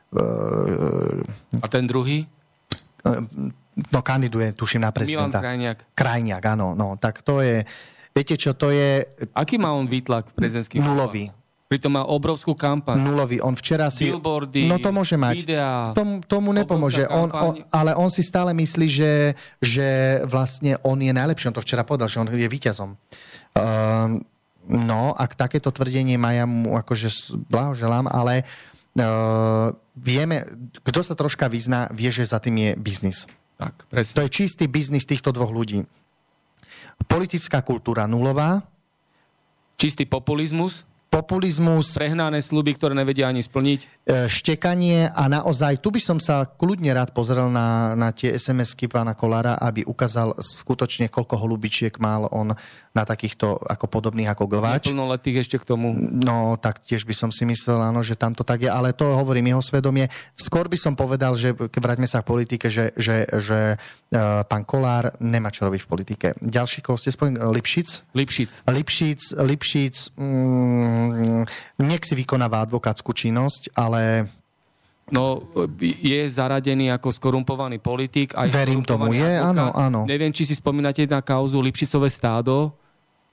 A ten druhý? No kandiduje, tuším, na prezidenta. Milan Krajniak. Krajniak, áno. No, tak to je... Viete čo, to je... Aký má on výtlak v prezidentských voľbách? Nulový. Pritom má obrovskú kampaň. Nulový. On včera si... Billboardy, no to môže mať. videá. Tomu, tomu nepomôže. On, on, ale on si stále myslí, že, že vlastne on je najlepší. On to včera povedal, že on je víťazom. Uh, no, ak takéto tvrdenie má, ja mu akože blahoželám, ale uh, vieme, kto sa troška vyzná, vie, že za tým je biznis. Tak, presne. To je čistý biznis týchto dvoch ľudí. Politická kultúra nulová. Čistý populizmus. Populizmus. Prehnané sľuby, ktoré nevedia ani splniť. Štekanie a naozaj, tu by som sa kľudne rád pozrel na, na tie es em esky pána Kolára, aby ukázal skutočne, koľko holubičiek mal on na takýchto ako podobných ako Glváč. Neplnoletých ešte k tomu. No, tak tiež by som si myslel, áno, že tam to tak je, ale to hovorím jeho svedomie. Skôr by som povedal, že vráťme sa k politike, že, že, že uh, pán Kolár nemá čo robiť v politike. Ďalší, koho ste spomínali, Lipšic? Lipšic. Lipšic, Lipšic, mm, nech si vykonáva advokátsku činnosť, ale... No, je zaradený ako skorumpovaný politik. Aj verím tomu, je, advokát. áno, áno. Neviem, či si spomínate na kauzu Lipšicové stádo,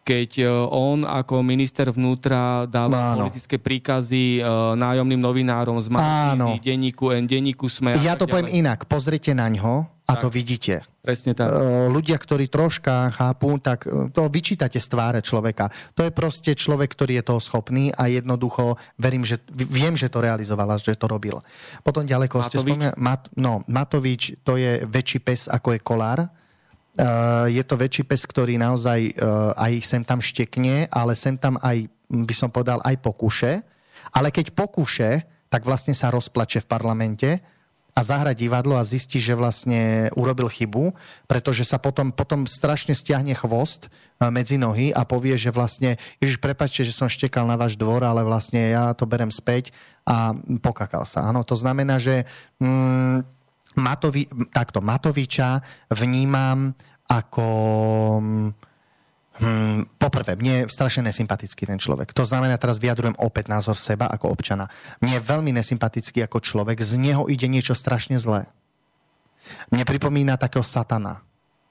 keď on ako minister vnútra dáva Áno. politické príkazy nájomným novinárom z Markízy, denníku N, denníku Sme. Ja to poviem inak. Pozrite na ňo a tak. To vidíte. Presne tak. Ľudia, ktorí troška chápu, tak to vyčítate z tváre človeka. To je proste človek, ktorý je toho schopný a jednoducho verím, že viem, že to realizovala, že to robil. Potom ďaleko ste spomínali, Mat, no, Matovič, to je väčší pes ako je Kolár. Uh, je to väčší pes, ktorý naozaj uh, aj sem tam štekne, ale sem tam aj, by som povedal, aj pokúše. Ale keď pokúše, tak vlastne sa rozplače v parlamente a zahra divadlo a zistí, že vlastne urobil chybu, pretože sa potom, potom strašne stiahne chvost uh, medzi nohy a povie, že vlastne Ježiš, prepáčte, že som štekal na váš dvor, ale vlastne ja to berem späť a pokakal sa. Áno, to znamená, že... Mm, Matovi, takto, Matoviča vnímam ako... Hmm, poprvé, mne je strašne nesympatický ten človek. To znamená, teraz vyjadrujem opäť názor seba ako občana. Mne je veľmi nesympatický ako človek, z neho ide niečo strašne zlé. Mne pripomína takého satana.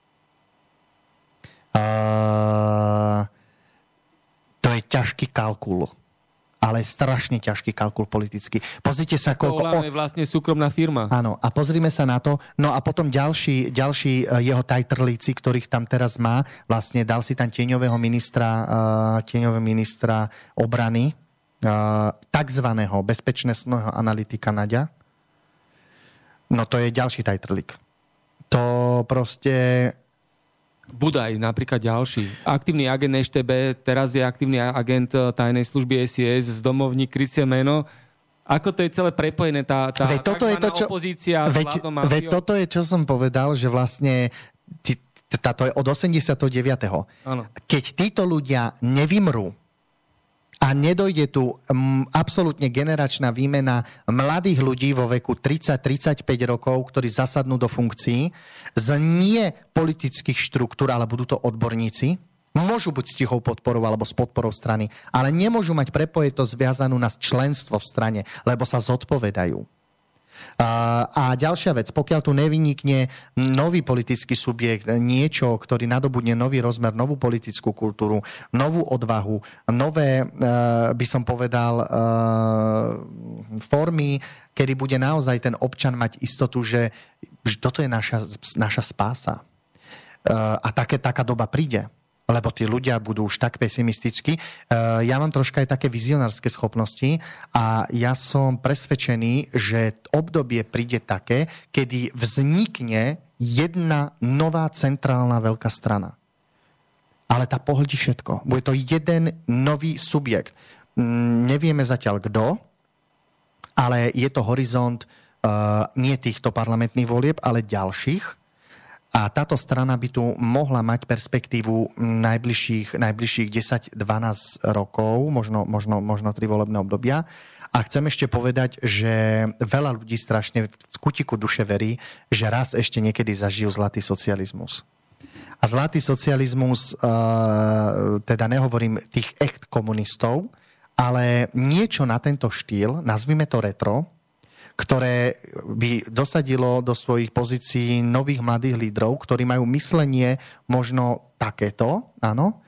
Uh, to je ťažký kalkul. Ale strašne ťažký kalkul politický. Pozrite sa, koľko... To je vlastne súkromná firma. Áno, a pozrime sa na to. No a potom ďalší, ďalší jeho tajtrlíci, ktorých tam teraz má, vlastne dal si tam tieňového ministra, uh, tieňového ministra obrany, uh, takzvaného bezpečnostného analytika Naďa. No to je ďalší tajtrlík. To proste... Budaj, napríklad ďalší. Aktívny agent é šte bé, teraz je aktívny agent tajnej služby es í es z domovník krycie meno. Ako to je celé prepojené, tá, tá veď toto je to, čo, opozícia s vládnou mafiou? Veď toto je, čo som povedal, že vlastne táto je od osemdesiateho deviateho Áno. Keď títo ľudia nevymrú a nedojde tu um, absolútne generačná výmena mladých ľudí vo veku tridsať tridsaťpäť rokov, ktorí zasadnú do funkcií z nie politických štruktúr, ale budú to odborníci, môžu buď s tichou podporou alebo s podporou strany, ale nemôžu mať prepojetosť zviazanú na členstvo v strane, lebo sa zodpovedajú. A ďalšia vec, pokiaľ tu nevynikne nový politický subjekt, niečo, ktorý nadobudne nový rozmer, novú politickú kultúru, novú odvahu, nové, by som povedal, formy, kedy bude naozaj ten občan mať istotu, že toto je naša, naša spása. A také, taká doba príde. Lebo tí ľudia budú už tak pesimistickí. Ja mám troška aj také vizionárske schopnosti a ja som presvedčený, že obdobie príde také, kedy vznikne jedna nová centrálna veľká strana. Ale tá pohltí všetko. Bude to jeden nový subjekt. Nevieme zatiaľ kto, ale je to horizont uh, nie týchto parlamentných volieb, ale ďalších. A táto strana by tu mohla mať perspektívu najbližších, najbližších desať dvanásť rokov, možno, možno, možno tri volebné obdobia. A chcem ešte povedať, že veľa ľudí strašne v kutiku duše verí, že raz ešte niekedy zažijú zlatý socializmus. A zlatý socializmus, teda nehovorím tých echt komunistov, ale niečo na tento štýl, nazvime to retro, ktoré by dosadilo do svojich pozícií nových mladých lídrov, ktorí majú myslenie možno takéto, áno,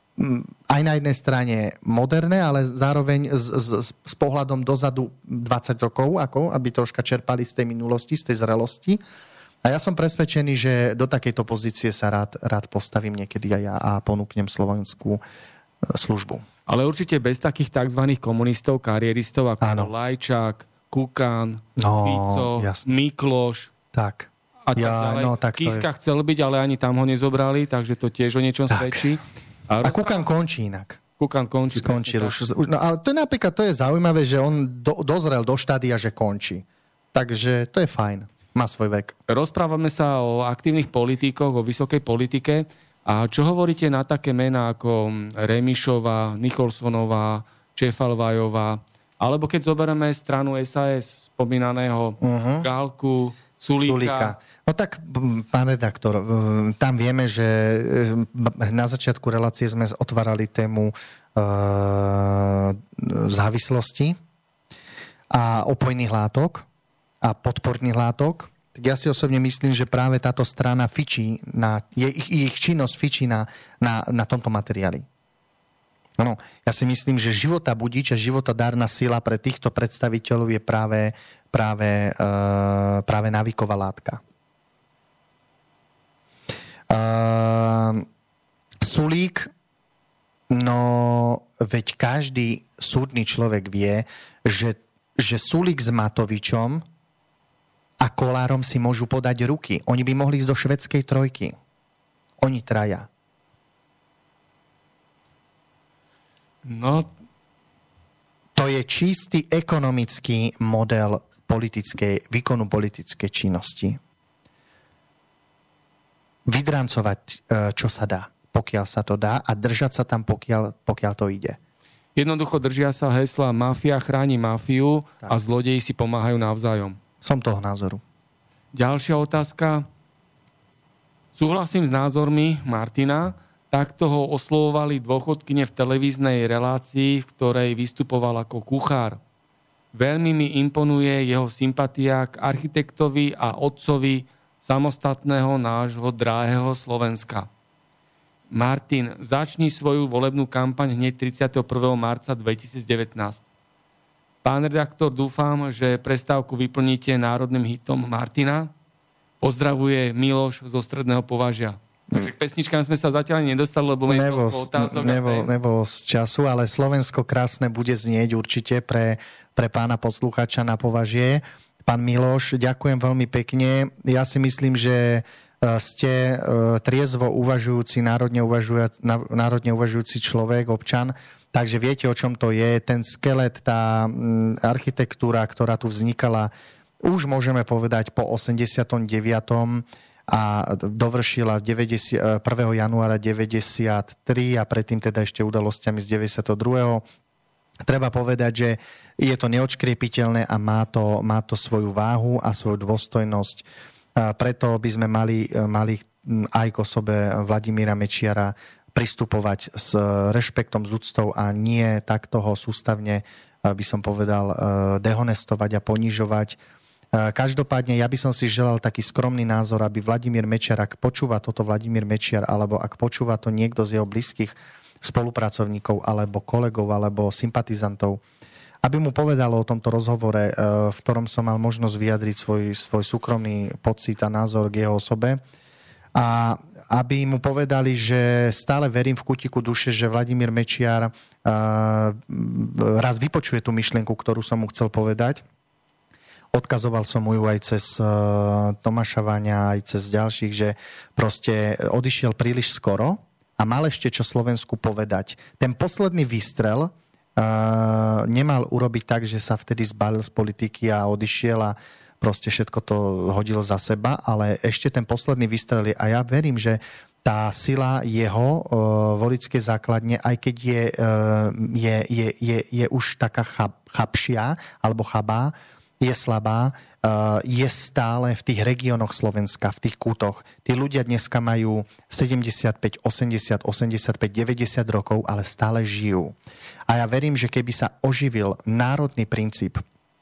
aj na jednej strane moderné, ale zároveň s, s, s pohľadom dozadu dvadsať rokov, ako, aby troška čerpali z tej minulosti, z tej zrelosti. A ja som presvedčený, že do takejto pozície sa rád, rád postavím niekedy aj ja a ponúknem slovenskú službu. Ale určite bez takých tzv. Komunistov, karieristov ako áno. Lajčák, Kukan, no, Fico, jasne. Mikloš. Tak. A tak ja, ďalej. No, tak Kiska je... chcel byť, ale ani tam ho nezobrali, takže to tiež o niečom tak. Svedčí. A, a Kukan končí inak. Kukan končí. Skončil už. No, ale to je napríklad, to je zaujímavé, že on do, dozrel do štádia, že končí. Takže to je fajn. Má svoj vek. Rozprávame sa o aktívnych politíkoch, o vysokej politike. A čo hovoríte na také mená ako Remišová, Nicholsonová, Čefalvajová, alebo keď zoberieme stranu es a es, spomínaného uh-huh. Gálku, Sulíka. Sulíka. No tak, pán redaktor, tam vieme, že na začiatku relácie sme otvárali tému uh, závislosti a opojných látok a podporných látok. tak ja si osobne myslím, že práve táto strana fičí, na, je, ich, ich činnosť fičí na, na, na tomto materiáli. No, ja si myslím, že života budič a životadárna sila pre týchto predstaviteľov je práve, práve, uh, práve návyková látka. Uh, Sulík, no veď každý súdny človek vie, že, že Sulík s Matovičom a Kolárom si môžu podať ruky. Oni by mohli ísť do švédskej trojky. Oni traja. No. To je čistý ekonomický model politickej, výkonu politickej činnosti. Vydrancovať, čo sa dá, pokiaľ sa to dá a držať sa tam, pokiaľ, pokiaľ to ide. Jednoducho držia sa hesla mafia chráni mafiu tak. A zlodeji si pomáhajú navzájom. Som toho názoru. Ďalšia otázka. Súhlasím s názormi Martina. Takto ho oslovovali dôchodkyne v televíznej relácii, v ktorej vystupoval ako kuchár. Veľmi mi imponuje jeho sympatia k architektovi a otcovi samostatného nášho drahého Slovenska. Martin, začni svoju volebnú kampaň hneď tridsiateho prvého marca dvetisícdevätnásť. Pán redaktor, dúfam, že prestávku vyplníte národným hitom Martina. Pozdravuje Miloš zo Stredného Považia. Takže k pesničkám sme sa zatiaľ nedostali, lebo nebol, otázok. Nebol, nebol z času, ale Slovensko krásne bude znieť určite pre, pre pána poslucháča na Považie. Pán Miloš, ďakujem veľmi pekne. Ja si myslím, že ste triezvo uvažujúci, národne, uvažujúci, národne uvažujúci človek, občan, takže viete, o čom to je. Ten skelet, tá architektúra, ktorá tu vznikala, už môžeme povedať po osemdesiatom deviatom a dovršila prvého januára deväťdesiattri a predtým teda ešte udalosťami z deväťdesiateho druhého Treba povedať, že je to neodškriepiteľné a má to, má to svoju váhu a svoju dôstojnosť. A preto by sme mali, mali aj k osobe Vladimíra Mečiara pristupovať s rešpektom, s úctou a nie takto ho sústavne, by som povedal, dehonestovať a ponižovať. Každopádne ja by som si želal taký skromný názor, aby Vladimír Mečiar, ak počúva toto Vladimír Mečiar, alebo ak počúva to niekto z jeho blízkych spolupracovníkov, alebo kolegov, alebo sympatizantov, aby mu povedalo o tomto rozhovore, v ktorom som mal možnosť vyjadriť svoj, svoj súkromný pocit a názor k jeho osobe. A aby mu povedali, že stále verím v kútiku duše, že Vladimír Mečiar raz vypočuje tú myšlienku, ktorú som mu chcel povedať. Odkazoval som mu ju aj cez Tomáša Váňa, aj cez ďalších, že proste odišiel príliš skoro a mal ešte čo Slovensku povedať. Ten posledný výstrel nemal urobiť tak, že sa vtedy zbalil z politiky a odišiel a proste všetko to hodil za seba, ale ešte ten posledný výstrel je, a ja verím, že tá sila jeho voličskej základne, aj keď je, je, je, je, je už taká chab, chabšia alebo chabá, je slabá, je stále v tých regiónoch Slovenska, v tých kútoch. Tí ľudia dneska majú sedemdesiatpäť, osemdesiat, osemdesiatpäť, deväťdesiat rokov, ale stále žijú. A ja verím, že keby sa oživil národný princíp,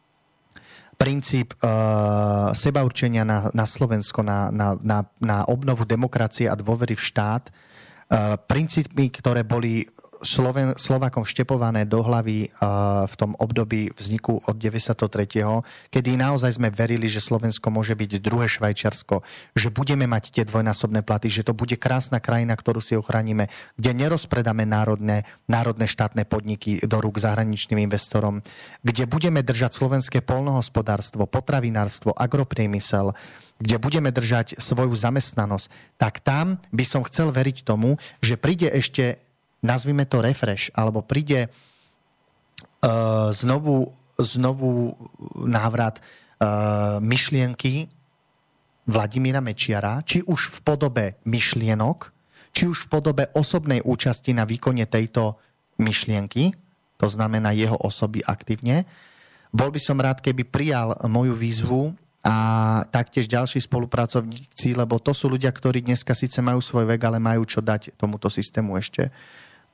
princíp uh, sebaurčenia na, na Slovensko, na, na, na, na obnovu demokracie a dôvery v štát, uh, princípy, ktoré boli Sloven, Slovákom vštepované do hlavy uh, v tom období vzniku od deväťdesiattri, kedy naozaj sme verili, že Slovensko môže byť druhé Švajčiarsko, že budeme mať tie dvojnásobné platy, že to bude krásna krajina, ktorú si ochránime, kde nerozpredáme národné, národné štátne podniky do rúk zahraničným investorom, kde budeme držať slovenské poľnohospodárstvo, potravinárstvo, agropriemysel, kde budeme držať svoju zamestnanosť, tak tam by som chcel veriť tomu, že príde ešte, nazvime to refresh, alebo príde uh, znovu, znovu návrat uh, myšlienky Vladimíra Mečiara, či už v podobe myšlienok, či už v podobe osobnej účasti na výkone tejto myšlienky, to znamená jeho osoby aktívne. Bol by som rád, keby prijal moju výzvu a taktiež ďalší spolupracovníci, lebo to sú ľudia, ktorí dneska síce majú svoj vek, ale majú čo dať tomuto systému ešte.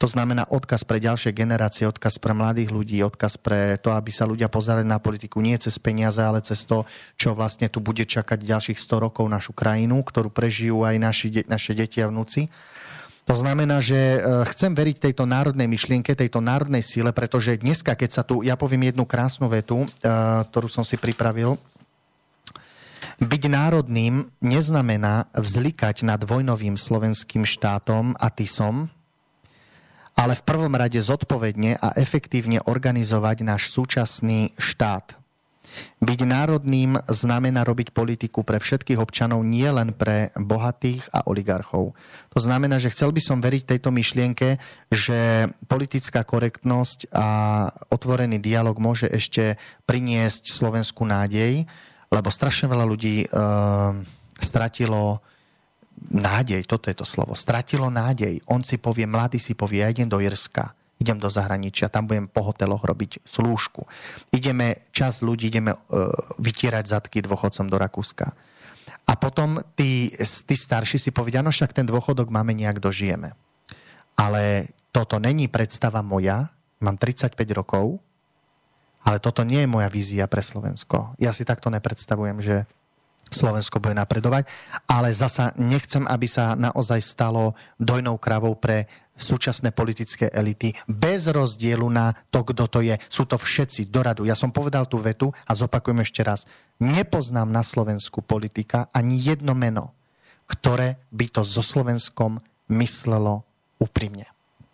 To znamená odkaz pre ďalšie generácie, odkaz pre mladých ľudí, odkaz pre to, aby sa ľudia pozerali na politiku nie cez peniaze, ale cez to, čo vlastne tu bude čakať ďalších sto rokov našu krajinu, ktorú prežijú aj naši, naše deti a vnúci. To znamená, že chcem veriť tejto národnej myšlienke, tejto národnej síle, pretože dneska, keď sa tu, ja poviem jednu krásnu vetu, ktorú som si pripravil. Byť národným neznamená vzlikať nad vojnovým slovenským štátom a tysom, ale v prvom rade zodpovedne a efektívne organizovať náš súčasný štát. Byť národným znamená robiť politiku pre všetkých občanov, nie len pre bohatých a oligarchov. To znamená, že chcel by som veriť tejto myšlienke, že politická korektnosť a otvorený dialog môže ešte priniesť Slovensku nádej, lebo strašne veľa ľudí e, stratilo nádej, toto je to slovo, stratilo nádej. On si povie, mladý si povie, ja idem do Irska, idem do zahraničia, tam budem po hoteloch robiť slúžku. Ideme, čas ľudí, ideme uh, vytierať zadky dôchodcom do Rakúska. A potom tí, tí starší si povedia, no však ten dôchodok máme, nejak dožijeme. Ale toto není predstava moja, mám tridsaťpäť rokov, ale toto nie je moja vízia pre Slovensko. Ja si takto nepredstavujem, že Slovensko bude napredovať, ale zasa nechcem, aby sa naozaj stalo dojnou kravou pre súčasné politické elity bez rozdielu na to, kto to je. Sú to všetci do radu. Ja som povedal tú vetu a zopakujem ešte raz. Nepoznám na Slovensku politika ani jedno meno, ktoré by to so Slovenskom myslelo úprimne.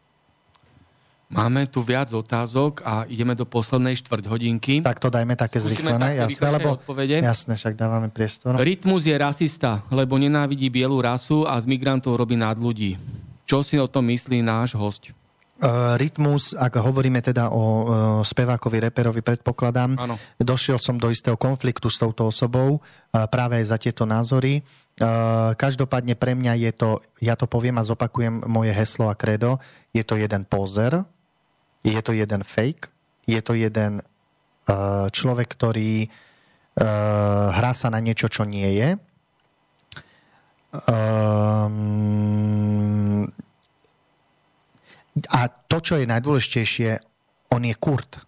Máme tu viac otázok a ideme do poslednej štvrť hodinky. Tak to dajme také zrýchlené, jasné, lebo odpovede. Jasné, však dávame priestor. Rytmus je rasista, lebo nenávidí bielu rasu a z migrantov robí nad ľudí. Čo si o tom myslí náš hosť? Uh, Rytmus, ak hovoríme teda o uh, spevákovi, reperovi, predpokladám, ano. Došiel som do istého konfliktu s touto osobou uh, práve aj za tieto názory. Uh, každopádne pre mňa je to, ja to poviem a zopakujem moje heslo a kredo, je to jeden pozer, je to jeden fake, je to jeden uh, človek, ktorý uh, hrá sa na niečo, čo nie je. Um, a to, čo je najdôležitejšie, on je Kurt.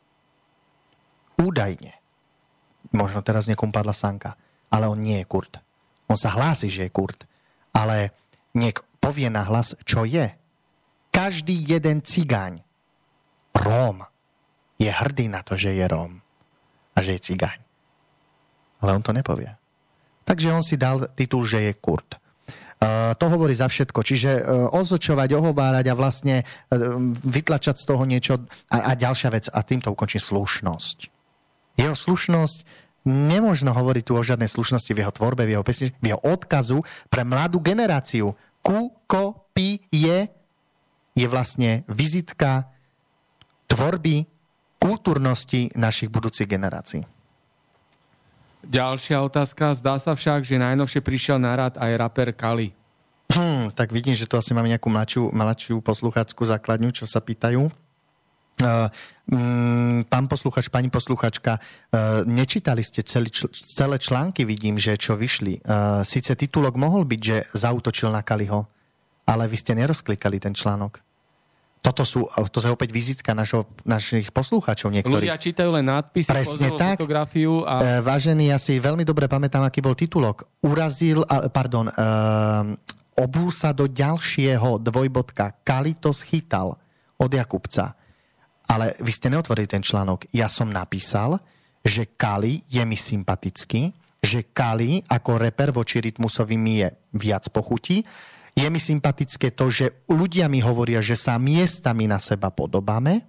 Údajne. Možno teraz niekomu padla sanka, ale on nie je Kurt. On sa hlási, že je Kurt. Ale niek povie na hlas, čo je. Každý jeden cigáň, Róm, je hrdý na to, že je Róm a že je cigáň. Ale on to nepovie. Takže on si dal titul, že je Kurt. Uh, to hovorí za všetko. Čiže uh, ozočovať, ohovárať a vlastne uh, vytlačať z toho niečo. A, a ďalšia vec, a týmto ukončí slušnosť. Jeho slušnosť, nemožno hovoriť tu o žiadnej slušnosti v jeho tvorbe, v jeho pesni, v jeho odkazu pre mladú generáciu. Ku, ko, pi, je, je vlastne vizitka tvorby kultúrnosti našich budúcich generácií. Ďalšia otázka. Zdá sa však, že najnovšie prišiel na rad aj raper Kali. Hmm, tak vidím, že to asi máme nejakú mladšiu, mladšiu posluchácku základňu, čo sa pýtajú. Uh, um, pán posluchač, pani posluchačka, uh, nečítali ste celý, čl- celé články, vidím, že čo vyšli. Uh, Sice titulok mohol byť, že zaútočil na Kaliho, ale vy ste nerozklikali ten článok. Toto sú, to je opäť vizitka našo, našich poslucháčov niektorých. Ľudia čítajú len nadpisy, presne tak. Fotografiu a... Vážený, ja si veľmi dobre pamätám, aký bol titulok. Urazil, pardon, uh, obul sa do ďalšieho dvojbodka. Kali to schytal od Jakubca. Ale vy ste neotvorili ten článok. Ja som napísal, že Kali je mi sympatický, že Kali ako reper voči Rytmusovi mi je viac pochutí. Je mi sympatické to, že ľudia mi hovoria, že sa miestami na seba podobáme.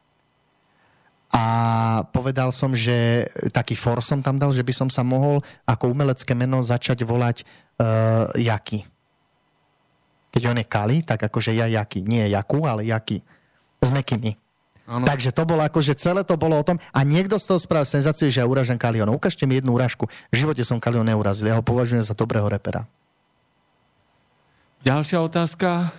A povedal som, že taký for som tam dal, že by som sa mohol ako umelecké meno začať volať uh, Jaki. Keď on je Kali, tak akože ja Jaki. Nie Jaku, ale Jaki. S mekými. Ano. Takže to bolo akože celé to bolo o tom. A niekto z toho spravil senzáciu, že ja uražam Kaliho. No ukážte mi jednu urážku. V živote som Kaliho neurazil. Ja ho považujem za dobrého repera. Ďalšia otázka.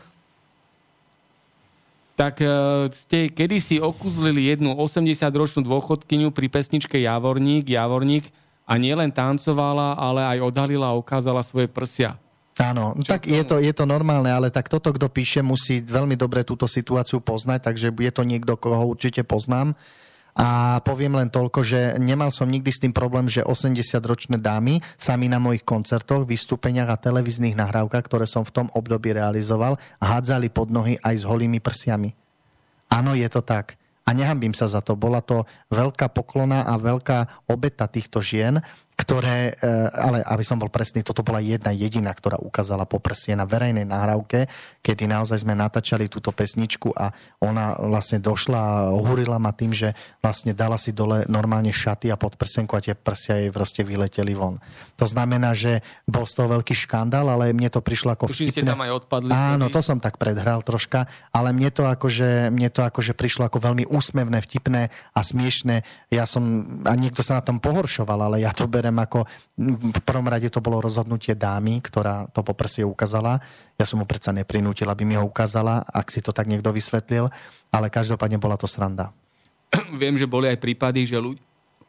Tak ste kedysi okúzlili jednu osemdesiatročnú dôchodkyňu pri pesničke Javorník, Javorník a nielen tancovala, ale aj odhalila a ukázala svoje prsia. Áno, tak je to, je to normálne, ale tak toto, kto píše, musí veľmi dobre túto situáciu poznať, takže je to niekto, koho určite poznám. A poviem len toľko, že nemal som nikdy s tým problém, že osemdesiatročné dámy sa mi na mojich koncertoch, vystúpeniach a televíznych nahrávkach, ktoré som v tom období realizoval, hádzali pod nohy aj s holými prsiami. Áno, je to tak. A nehanbím sa za to. Bola to veľká poklona a veľká obeta týchto žien, ktoré, ale aby som bol presný, toto bola jedna jediná, ktorá ukázala poprsie na verejnej nahrávke, kedy naozaj sme natáčali túto pesničku a ona vlastne došla a ohúrila ma tým, že vlastne dala si dole normálne šaty a podprsenku a tie prsia jej proste vyleteli von. To znamená, že bol z toho veľký škandál, ale mne to prišlo ako vtipné. Už ste tam aj odpadli. Áno, to som tak predhral troška, ale mne to akože, mne to akože prišlo ako veľmi úsmevné, vtipné a smiešné. Ja som, a niekto sa na tom pohoršoval, ale ja to berem ako v prvom rade to bolo rozhodnutie dámy, ktorá to poprsie ukázala. Ja som mu predsa neprinútil, aby mi ho ukázala, ak si to tak niekto vysvetlil, ale každopádne bola to sranda. Viem, že boli aj prípady, že ľudia,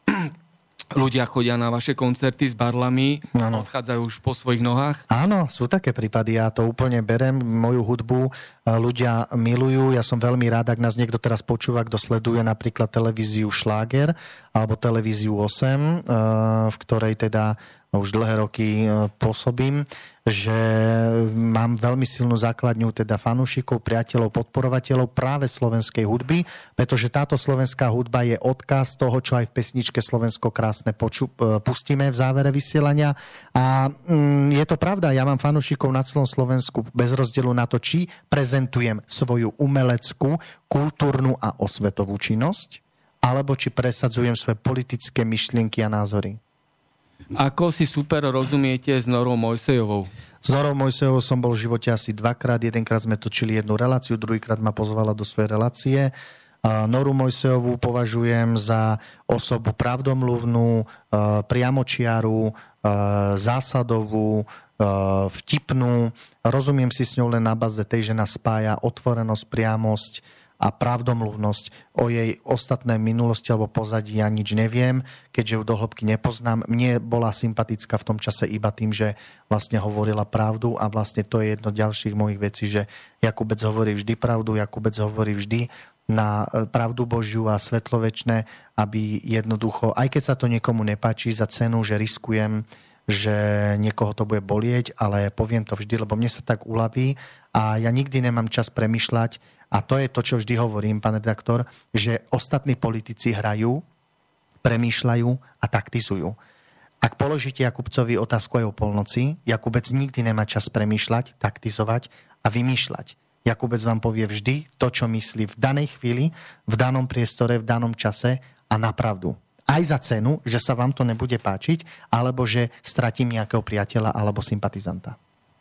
ľudia chodia na vaše koncerty s barlami, ano. Odchádzajú už po svojich nohách. Áno, sú také prípady, ja to úplne berem, moju hudbu ľudia milujú, ja som veľmi rád, ak nás niekto teraz počúva, kto sleduje napríklad televíziu Šláger alebo televíziu osem, v ktorej teda už dlhé roky pôsobím, že mám veľmi silnú základňu teda fanúšikov, priateľov, podporovateľov práve slovenskej hudby, pretože táto slovenská hudba je odkaz toho, čo aj v pesničke Slovensko krásne poču, pustíme v závere vysielania. A mm, je to pravda, ja mám fanúšikov na celom Slovensku bez rozdielu na to, či prezentujem svoju umeleckú, kultúrnu a osvetovú činnosť, alebo či presadzujem svoje politické myšlienky a názory. Ako si super rozumiete s Norou Mojsejovou? S Norou Mojsejovou som bol v živote asi dvakrát. Jedenkrát sme točili jednu reláciu, druhýkrát ma pozvala do svojej relácie. Noru Mojsejovú považujem za osobu pravdomluvnú, priamočiaru, zásadovú, vtipnú. Rozumiem si s ňou len na baze tej, že nás spája otvorenosť, priamosť a pravdomluvnosť. O jej ostatnej minulosti alebo pozadí ja nič neviem, keďže ju do hĺbky nepoznám. Mne bola sympatická v tom čase iba tým, že vlastne hovorila pravdu a vlastne to je jedno ďalších mojich vecí, že Jakubec hovorí vždy pravdu, Jakubec hovorí vždy na pravdu Božiu a svetlovečné, aby jednoducho, aj keď sa to niekomu nepáči za cenu, že riskujem, že niekoho to bude bolieť, ale poviem to vždy, lebo mne sa tak uľaví a ja nikdy nemám čas premýšľať. A to je to, čo vždy hovorím, pán redaktor, že ostatní politici hrajú, premýšľajú a taktizujú. Ak položíte Jakubcovi otázku aj o polnoci, Jakubec nikdy nemá čas premýšľať, taktizovať a vymýšľať. Jakubec vám povie vždy to, čo myslí v danej chvíli, v danom priestore, v danom čase a napravdu. Aj za cenu, že sa vám to nebude páčiť, alebo že stratím nejakého priateľa alebo sympatizanta.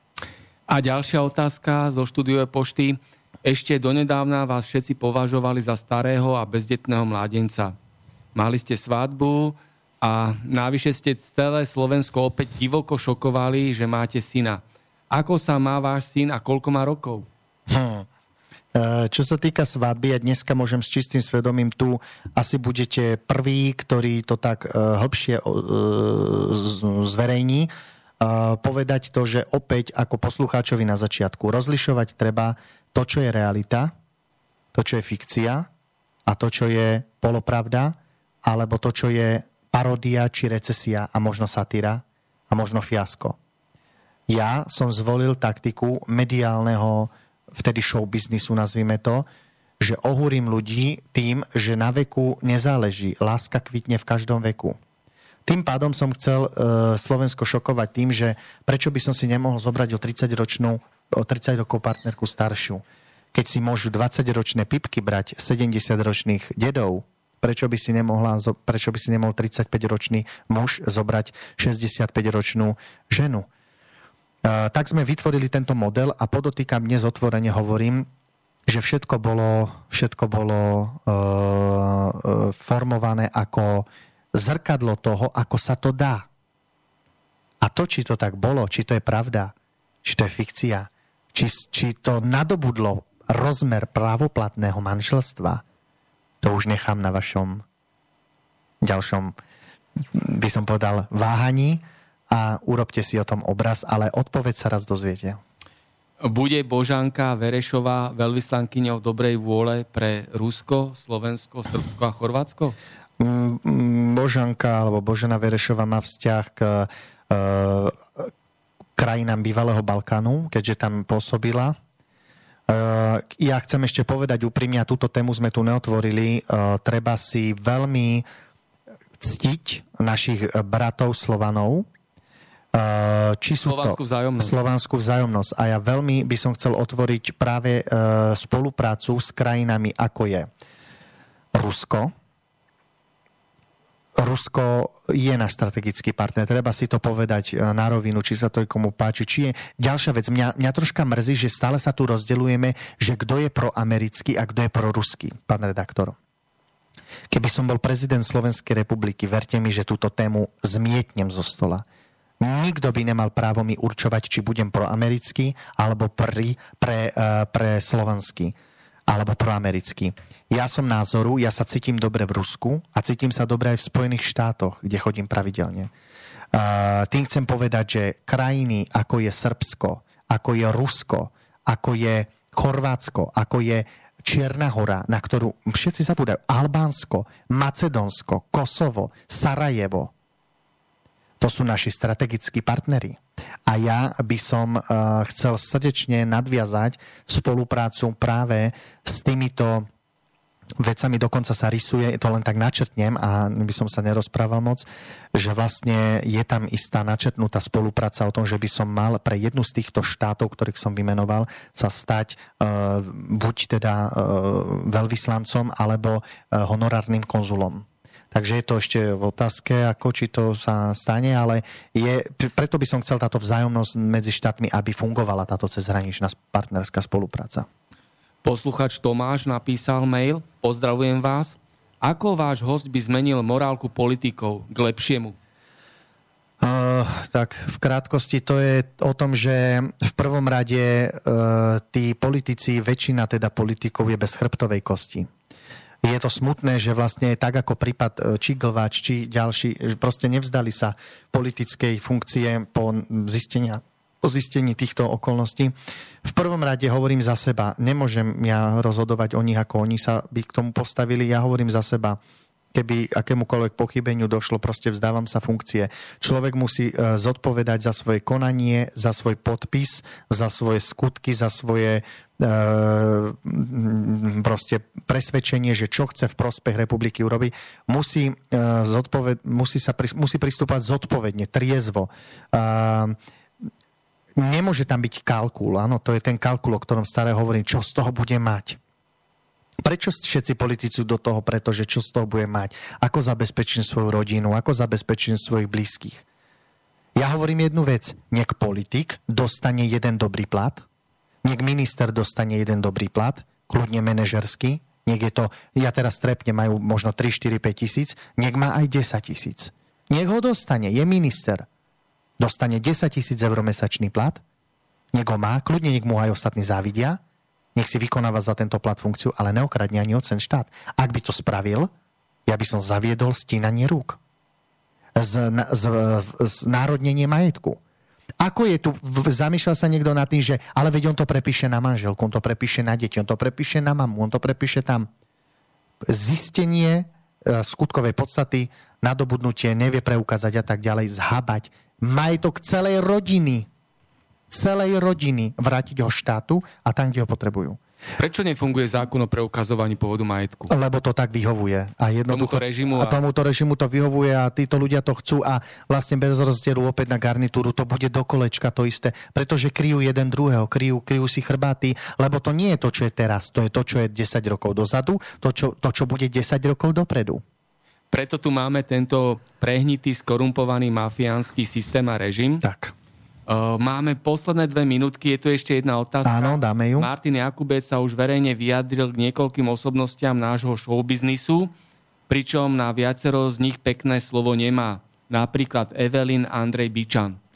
A ďalšia otázka zo štúdiovej pošty. Ešte donedávna vás všetci považovali za starého a bezdetného mládenca. Mali ste svadbu a návyše ste celé Slovensko opäť divoko šokovali, že máte syna. Ako sa má váš syn a koľko má rokov? Hm. Čo sa týka svadby, ja dneska môžem s čistým svedomím tu, asi budete prví, ktorí to tak hĺbšie zverejní, povedať to, že opäť ako poslucháčovi na začiatku rozlišovať treba to, čo je realita, to, čo je fikcia a to, čo je polopravda, alebo to, čo je paródia či recesia a možno satíra a možno fiasko. Ja som zvolil taktiku mediálneho vtedy showbiznisu, nazvime to, že ohúrim ľudí tým, že na veku nezáleží. Láska kvitne v každom veku. Tým pádom som chcel e, Slovensko šokovať tým, že prečo by som si nemohol zobrať o tridsaťročnú, o tridsať rokov partnerku staršiu. Keď si môžu dvadsaťročné pipky brať sedemdesiatročných dedov, prečo by si nemohla, prečo by si nemohol tridsaťpäťročný muž zobrať šesťdesiatpäťročnú ženu? Uh, tak sme vytvorili tento model a podotýkam, dnes otvorene hovorím, že všetko bolo, všetko bolo uh, uh, formované ako zrkadlo toho, ako sa to dá. A to, či to tak bolo, či to je pravda, či to je fikcia, či, či to nadobudlo rozmer právoplatného manželstva, to už nechám na vašom ďalšom, by som povedal, váhaní. a urobte si o tom obraz, ale odpoveď sa raz dozviete. Bude Božanka Verešová veľvyslankyňou dobrej vôle pre Rusko, Slovensko, Srbsko a Chorvátsko? Božanka alebo Božena Verešová má vzťah k e, krajinám bývalého Balkánu, keďže tam pôsobila. E, ja chcem ešte povedať úprimne, a túto tému sme tu neotvorili, e, treba si veľmi ctiť našich bratov Slovanov, či sú Slovanskú vzájomnosť. Slovanskú vzájomnosť. A ja veľmi by som chcel otvoriť práve spoluprácu s krajinami, ako je Rusko. Rusko je náš strategický partner. Treba si to povedať na rovinu, či sa to komu páči. Či je ďalšia vec. Mňa, mňa troška mrzí, že stále sa tu rozdeľujeme, že kto je proamerický a kto je proruský, pán redaktor. Keby som bol prezident Slovenskej republiky, verte mi, že túto tému zmietnem zo stola. Nikto by nemal právo mi určovať, či budem proamerický, alebo pri, pre, pre slovenský, alebo proamerický. Ja som názoru, ja sa cítim dobre v Rusku a cítim sa dobre aj v Spojených štátoch, kde chodím pravidelne. Uh, tým chcem povedať, že krajiny, ako je Srbsko, ako je Rusko, ako je Chorvátsko, ako je Čierna hora, na ktorú všetci zabúdajú, Albánsko, Macedónsko, Kosovo, Sarajevo, to sú naši strategickí partneri. A ja by som uh, chcel srdečne nadviazať spoluprácu práve s týmito vecami. Dokonca sa rysuje, to len tak načrtnem a by som sa nerozprával moc, že vlastne je tam istá načrtnutá spolupráca o tom, že by som mal pre jednu z týchto štátov, ktorých som vymenoval, sa stať uh, buď teda uh, veľvyslancom alebo uh, honorárnym konzulom. Takže je to ešte v otázke, ako či to sa stane, ale je, preto by som chcel táto vzájomnosť medzi štátmi, aby fungovala táto cezhraničná partnerská spolupráca. Posluchač Tomáš napísal mail. Pozdravujem vás. Ako váš host by zmenil morálku politikov k lepšiemu? Uh, tak v krátkosti to je o tom, že v prvom rade uh, tí politici, väčšina teda politikov je bez chrbtovej kosti. Je to smutné, že vlastne tak ako prípad či Glváč, či ďalší, proste nevzdali sa politickej funkcie po zistenia, po zistení týchto okolností. V prvom rade hovorím za seba. Nemôžem ja rozhodovať o nich, ako oni sa by k tomu postavili. Ja hovorím za seba. Keby akémukoľvek pochybeniu došlo, proste vzdávam sa funkcie. Človek musí zodpovedať za svoje konanie, za svoj podpis, za svoje skutky, za svoje proste presvedčenie, že čo chce v prospech republiky urobiť, musí, zodpoved- musí, sa, musí pristúpať zodpovedne, triezvo. Nemôže tam byť kalkul, áno, to je ten kalkul, o ktorom staré hovorím, čo z toho bude mať. Prečo všetci politici do toho? Pretože čo z toho bude mať? Ako zabezpečím svoju rodinu? Ako zabezpečím svojich blízkych? Ja hovorím jednu vec. Nech politik dostane jeden dobrý plat, nech minister dostane jeden dobrý plat, kľudne manažerský, nech je to, ja teraz trepne, majú možno tri, štyri, päť tisíc, nech má aj desať tisíc. Nech ho dostane, je minister. Dostane desať tisíc eur mesačný plat, nech ho má, kľudne nech mu aj ostatní závidia, nech si vykonáva za tento plat funkciu, ale neokradne ani ocen štát. Ak by to spravil, ja by som zaviedol stínanie rúk. Z, z, z národnenie majetku. Ako je tu, zamýšľal sa niekto nad tým, že ale veď on to prepíše na manželku, on to prepíše na deti, on to prepíše na mamu, on to prepíše tam. Zistenie skutkovej podstaty, nadobudnutie, nevie preukázať a tak ďalej, zhabať majetok celej rodiny. Celej rodiny vrátiť ho štátu a tam, kde ho potrebujú. Prečo nefunguje zákon o preukazovaní pôvodu majetku? Lebo to tak vyhovuje. A jednoducho, tomuto režimu a... a tomuto režimu to vyhovuje a títo ľudia to chcú a vlastne bez rozdielu opäť na garnitúru to bude do kolečka to isté. Pretože kryjú jeden druhého, kryjú, kryjú si chrbáty, lebo to nie je to, čo je teraz. To je to, čo je desať rokov dozadu, to, čo, to, čo bude desať rokov dopredu. Preto tu máme tento prehnitý, skorumpovaný mafiánsky systém a režim. Tak. Máme posledné dve minútky, je tu ešte jedna otázka. Áno, dáme ju. Martin Jakubec sa už verejne vyjadril k niekoľkým osobnostiam nášho showbiznisu, pričom na viacero z nich pekné slovo nemá. Napríklad Evelyn Andrej Bičan.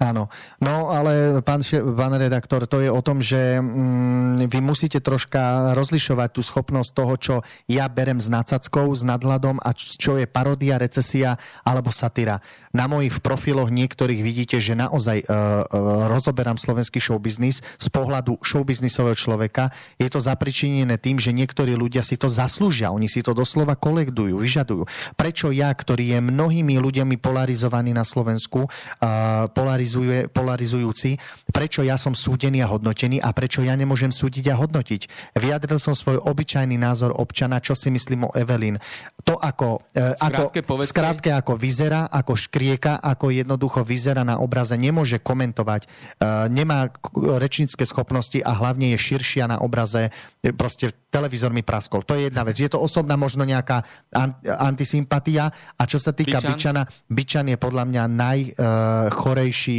Áno, no ale pán, pán redaktor, to je o tom, že mm, vy musíte troška rozlišovať tú schopnosť toho, čo ja berem s nadsackou, s nadhľadom a čo je paródia, recesia alebo satyra. Na mojich profiloch niektorých vidíte, že naozaj uh, uh, rozoberám slovenský showbiznis z pohľadu showbiznisového človeka. Je to zapričinené tým, že niektorí ľudia si to zaslúžia, oni si to doslova kolektujú, vyžadujú. Prečo ja, ktorý je mnohými ľuďmi polarizovaný na Slovensku, uh, polarizovaný polarizujúci, prečo ja som súdený a hodnotený a prečo ja nemôžem súdiť a hodnotiť. Vyjadril som svoj obyčajný názor občana, čo si myslím o Evelyn. To ako, skrátke, ako skrátke ako vyzerá, ako škrieka, ako jednoducho vyzerá na obraze, nemôže komentovať, nemá rečnícke schopnosti a hlavne je širšia na obraze, proste televízor mi praskol. To je jedna vec. Je to osobná možno nejaká antisympatia a čo sa týka Byčan. Byčana, Byčan je podľa mňa najchorejší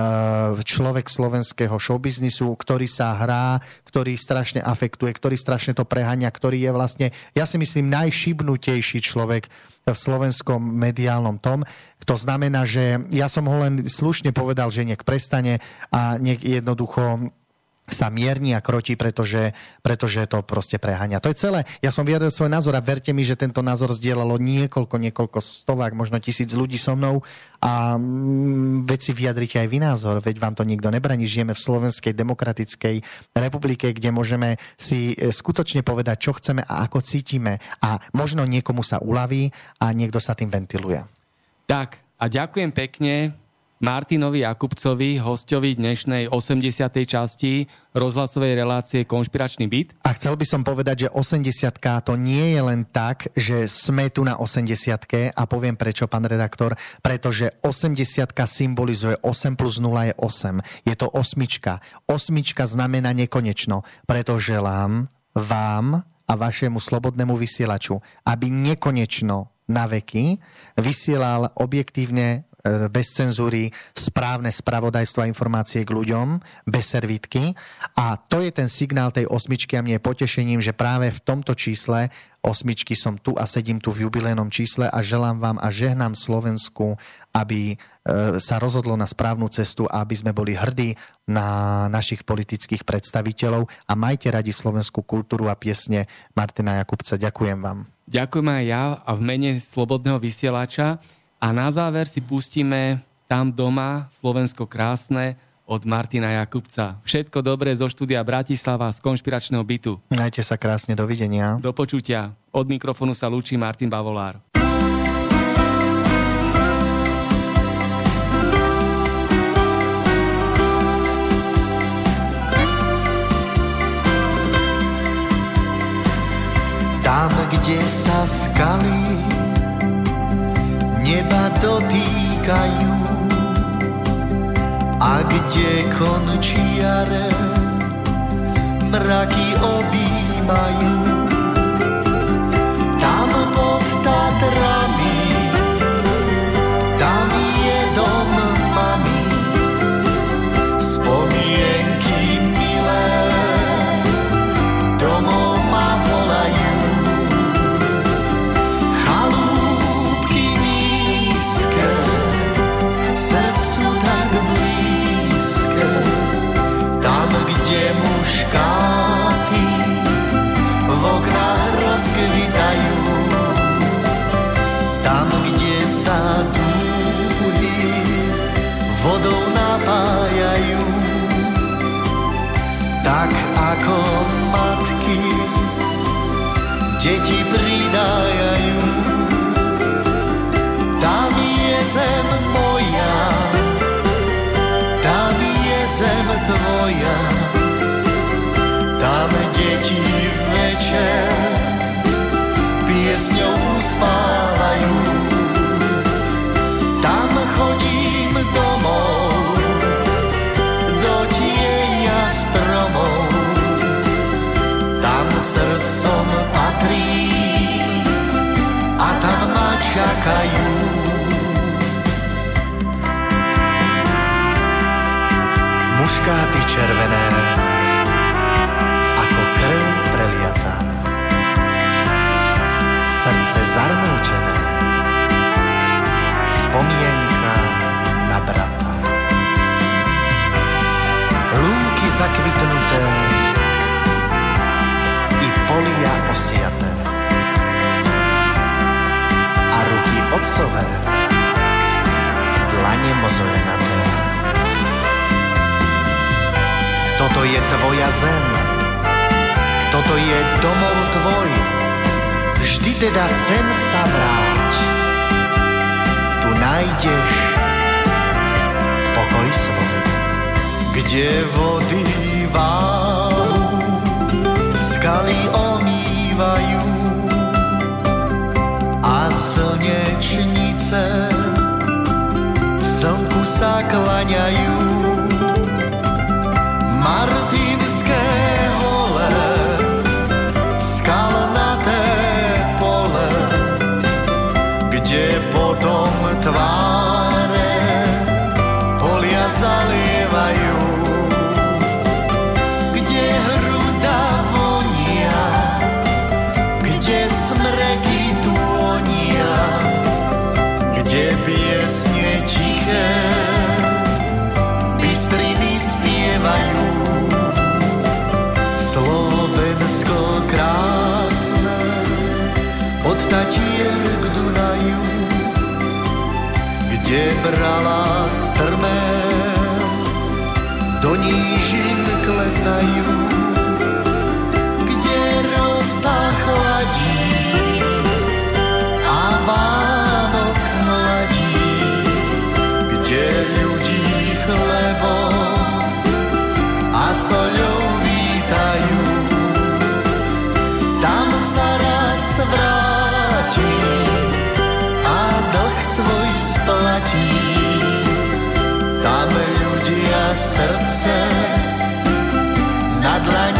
človek slovenského showbiznisu, ktorý sa hrá, ktorý strašne afektuje, ktorý strašne to preháňa, ktorý je vlastne, ja si myslím, najšibnutejší človek v slovenskom mediálnom tom. To znamená, že ja som ho len slušne povedal, že nech prestane a nech jednoducho sa mierni a krotí, pretože, pretože to proste preháňa. To je celé. Ja som vyjadril svoj názor a verte mi, že tento názor zdieľalo niekoľko, niekoľko stovák, možno tisíc ľudí so mnou a mm, veď si vyjadrite aj vy názor, veď vám to nikto nebraní. Žijeme v Slovenskej demokratickej republike, kde môžeme si skutočne povedať, čo chceme a ako cítime a možno niekomu sa uľaví a niekto sa tým ventiluje. Tak, a ďakujem pekne Martinovi Jakubcovi, hosťovi dnešnej osemdesiatej časti rozhlasovej relácie Konšpiračný byt. A chcel by som povedať, že osemdesiatka to nie je len tak, že sme tu na osemdesiatke a poviem prečo, pán redaktor, pretože osemdesiatka symbolizuje osem plus nula je osem. Je to osmička. Osmička znamená nekonečno. Preto želám vám a vašemu slobodnému vysielaču, aby nekonečno na veky vysielal objektívne bez cenzúry, správne spravodajstvo a informácie k ľuďom, bez servítky. A to je ten signál tej osmičky a mne je potešením, že práve v tomto čísle osmičky som tu a sedím tu v jubilejnom čísle a želám vám a žehnám Slovensku, aby sa rozhodlo na správnu cestu a aby sme boli hrdí na našich politických predstaviteľov a majte radi slovenskú kultúru a piesne Martina Jakubca. Ďakujem vám. Ďakujem aj ja a v mene Slobodného vysielača. A na záver si pustíme Tam doma, Slovensko krásne od Martina Jakubca. Všetko dobré zo štúdia Bratislava z Konšpiračného bytu. Majte sa krásne, dovidenia. Do počutia. Od mikrofónu sa lúči Martin Bavolár. Tam, kde sa skaly neba dotýkajú a kde končiare mraky objímajú. Tam pod Tatrami, tam je dom mami, spomienky milé domov ma volajú. Srdcu tak blízke, tam, kde muškáty v oknách rozkvitajú, tam, kde sa dúhy vodou napájajú, tak ako matky deti pridájajú. Tam je zem moja, tam je zem tvoja, tam deti večer piesňou uspávajú. Tam chodím domov, do tieňa stromov, tam srdcom patrí a tam ma čakajú. Muškáty červené, ako krv preliatá, srdce zarmútené, spomienka na brata. zakvitnuté i polia osiaté a ruky otcové, dlane mozolenaté. Toto je tvoja zem, toto je domov tvoj, vždy teda sem sa vráť, tu nájdeš pokoj svoj. Kde vody váhu, skaly omývajú a slnečnice slnku sa klaňajú. Martinské hole, skalnaté pole, kde potom tváre polia zalievajú, kde hruda vonia, kde smreky tônia, kde piesne tiché bystriny spievajú. Slovensko krásne, od Tatier k Dunaju, kde brala strmé do nížin klesajú, kde rosa chladí a Vánok hladí, kde ľudí chlebom a soľou vítajú. Tam sa raz vráti a dlh svoj splatí. Tam ľudia srdce na dlani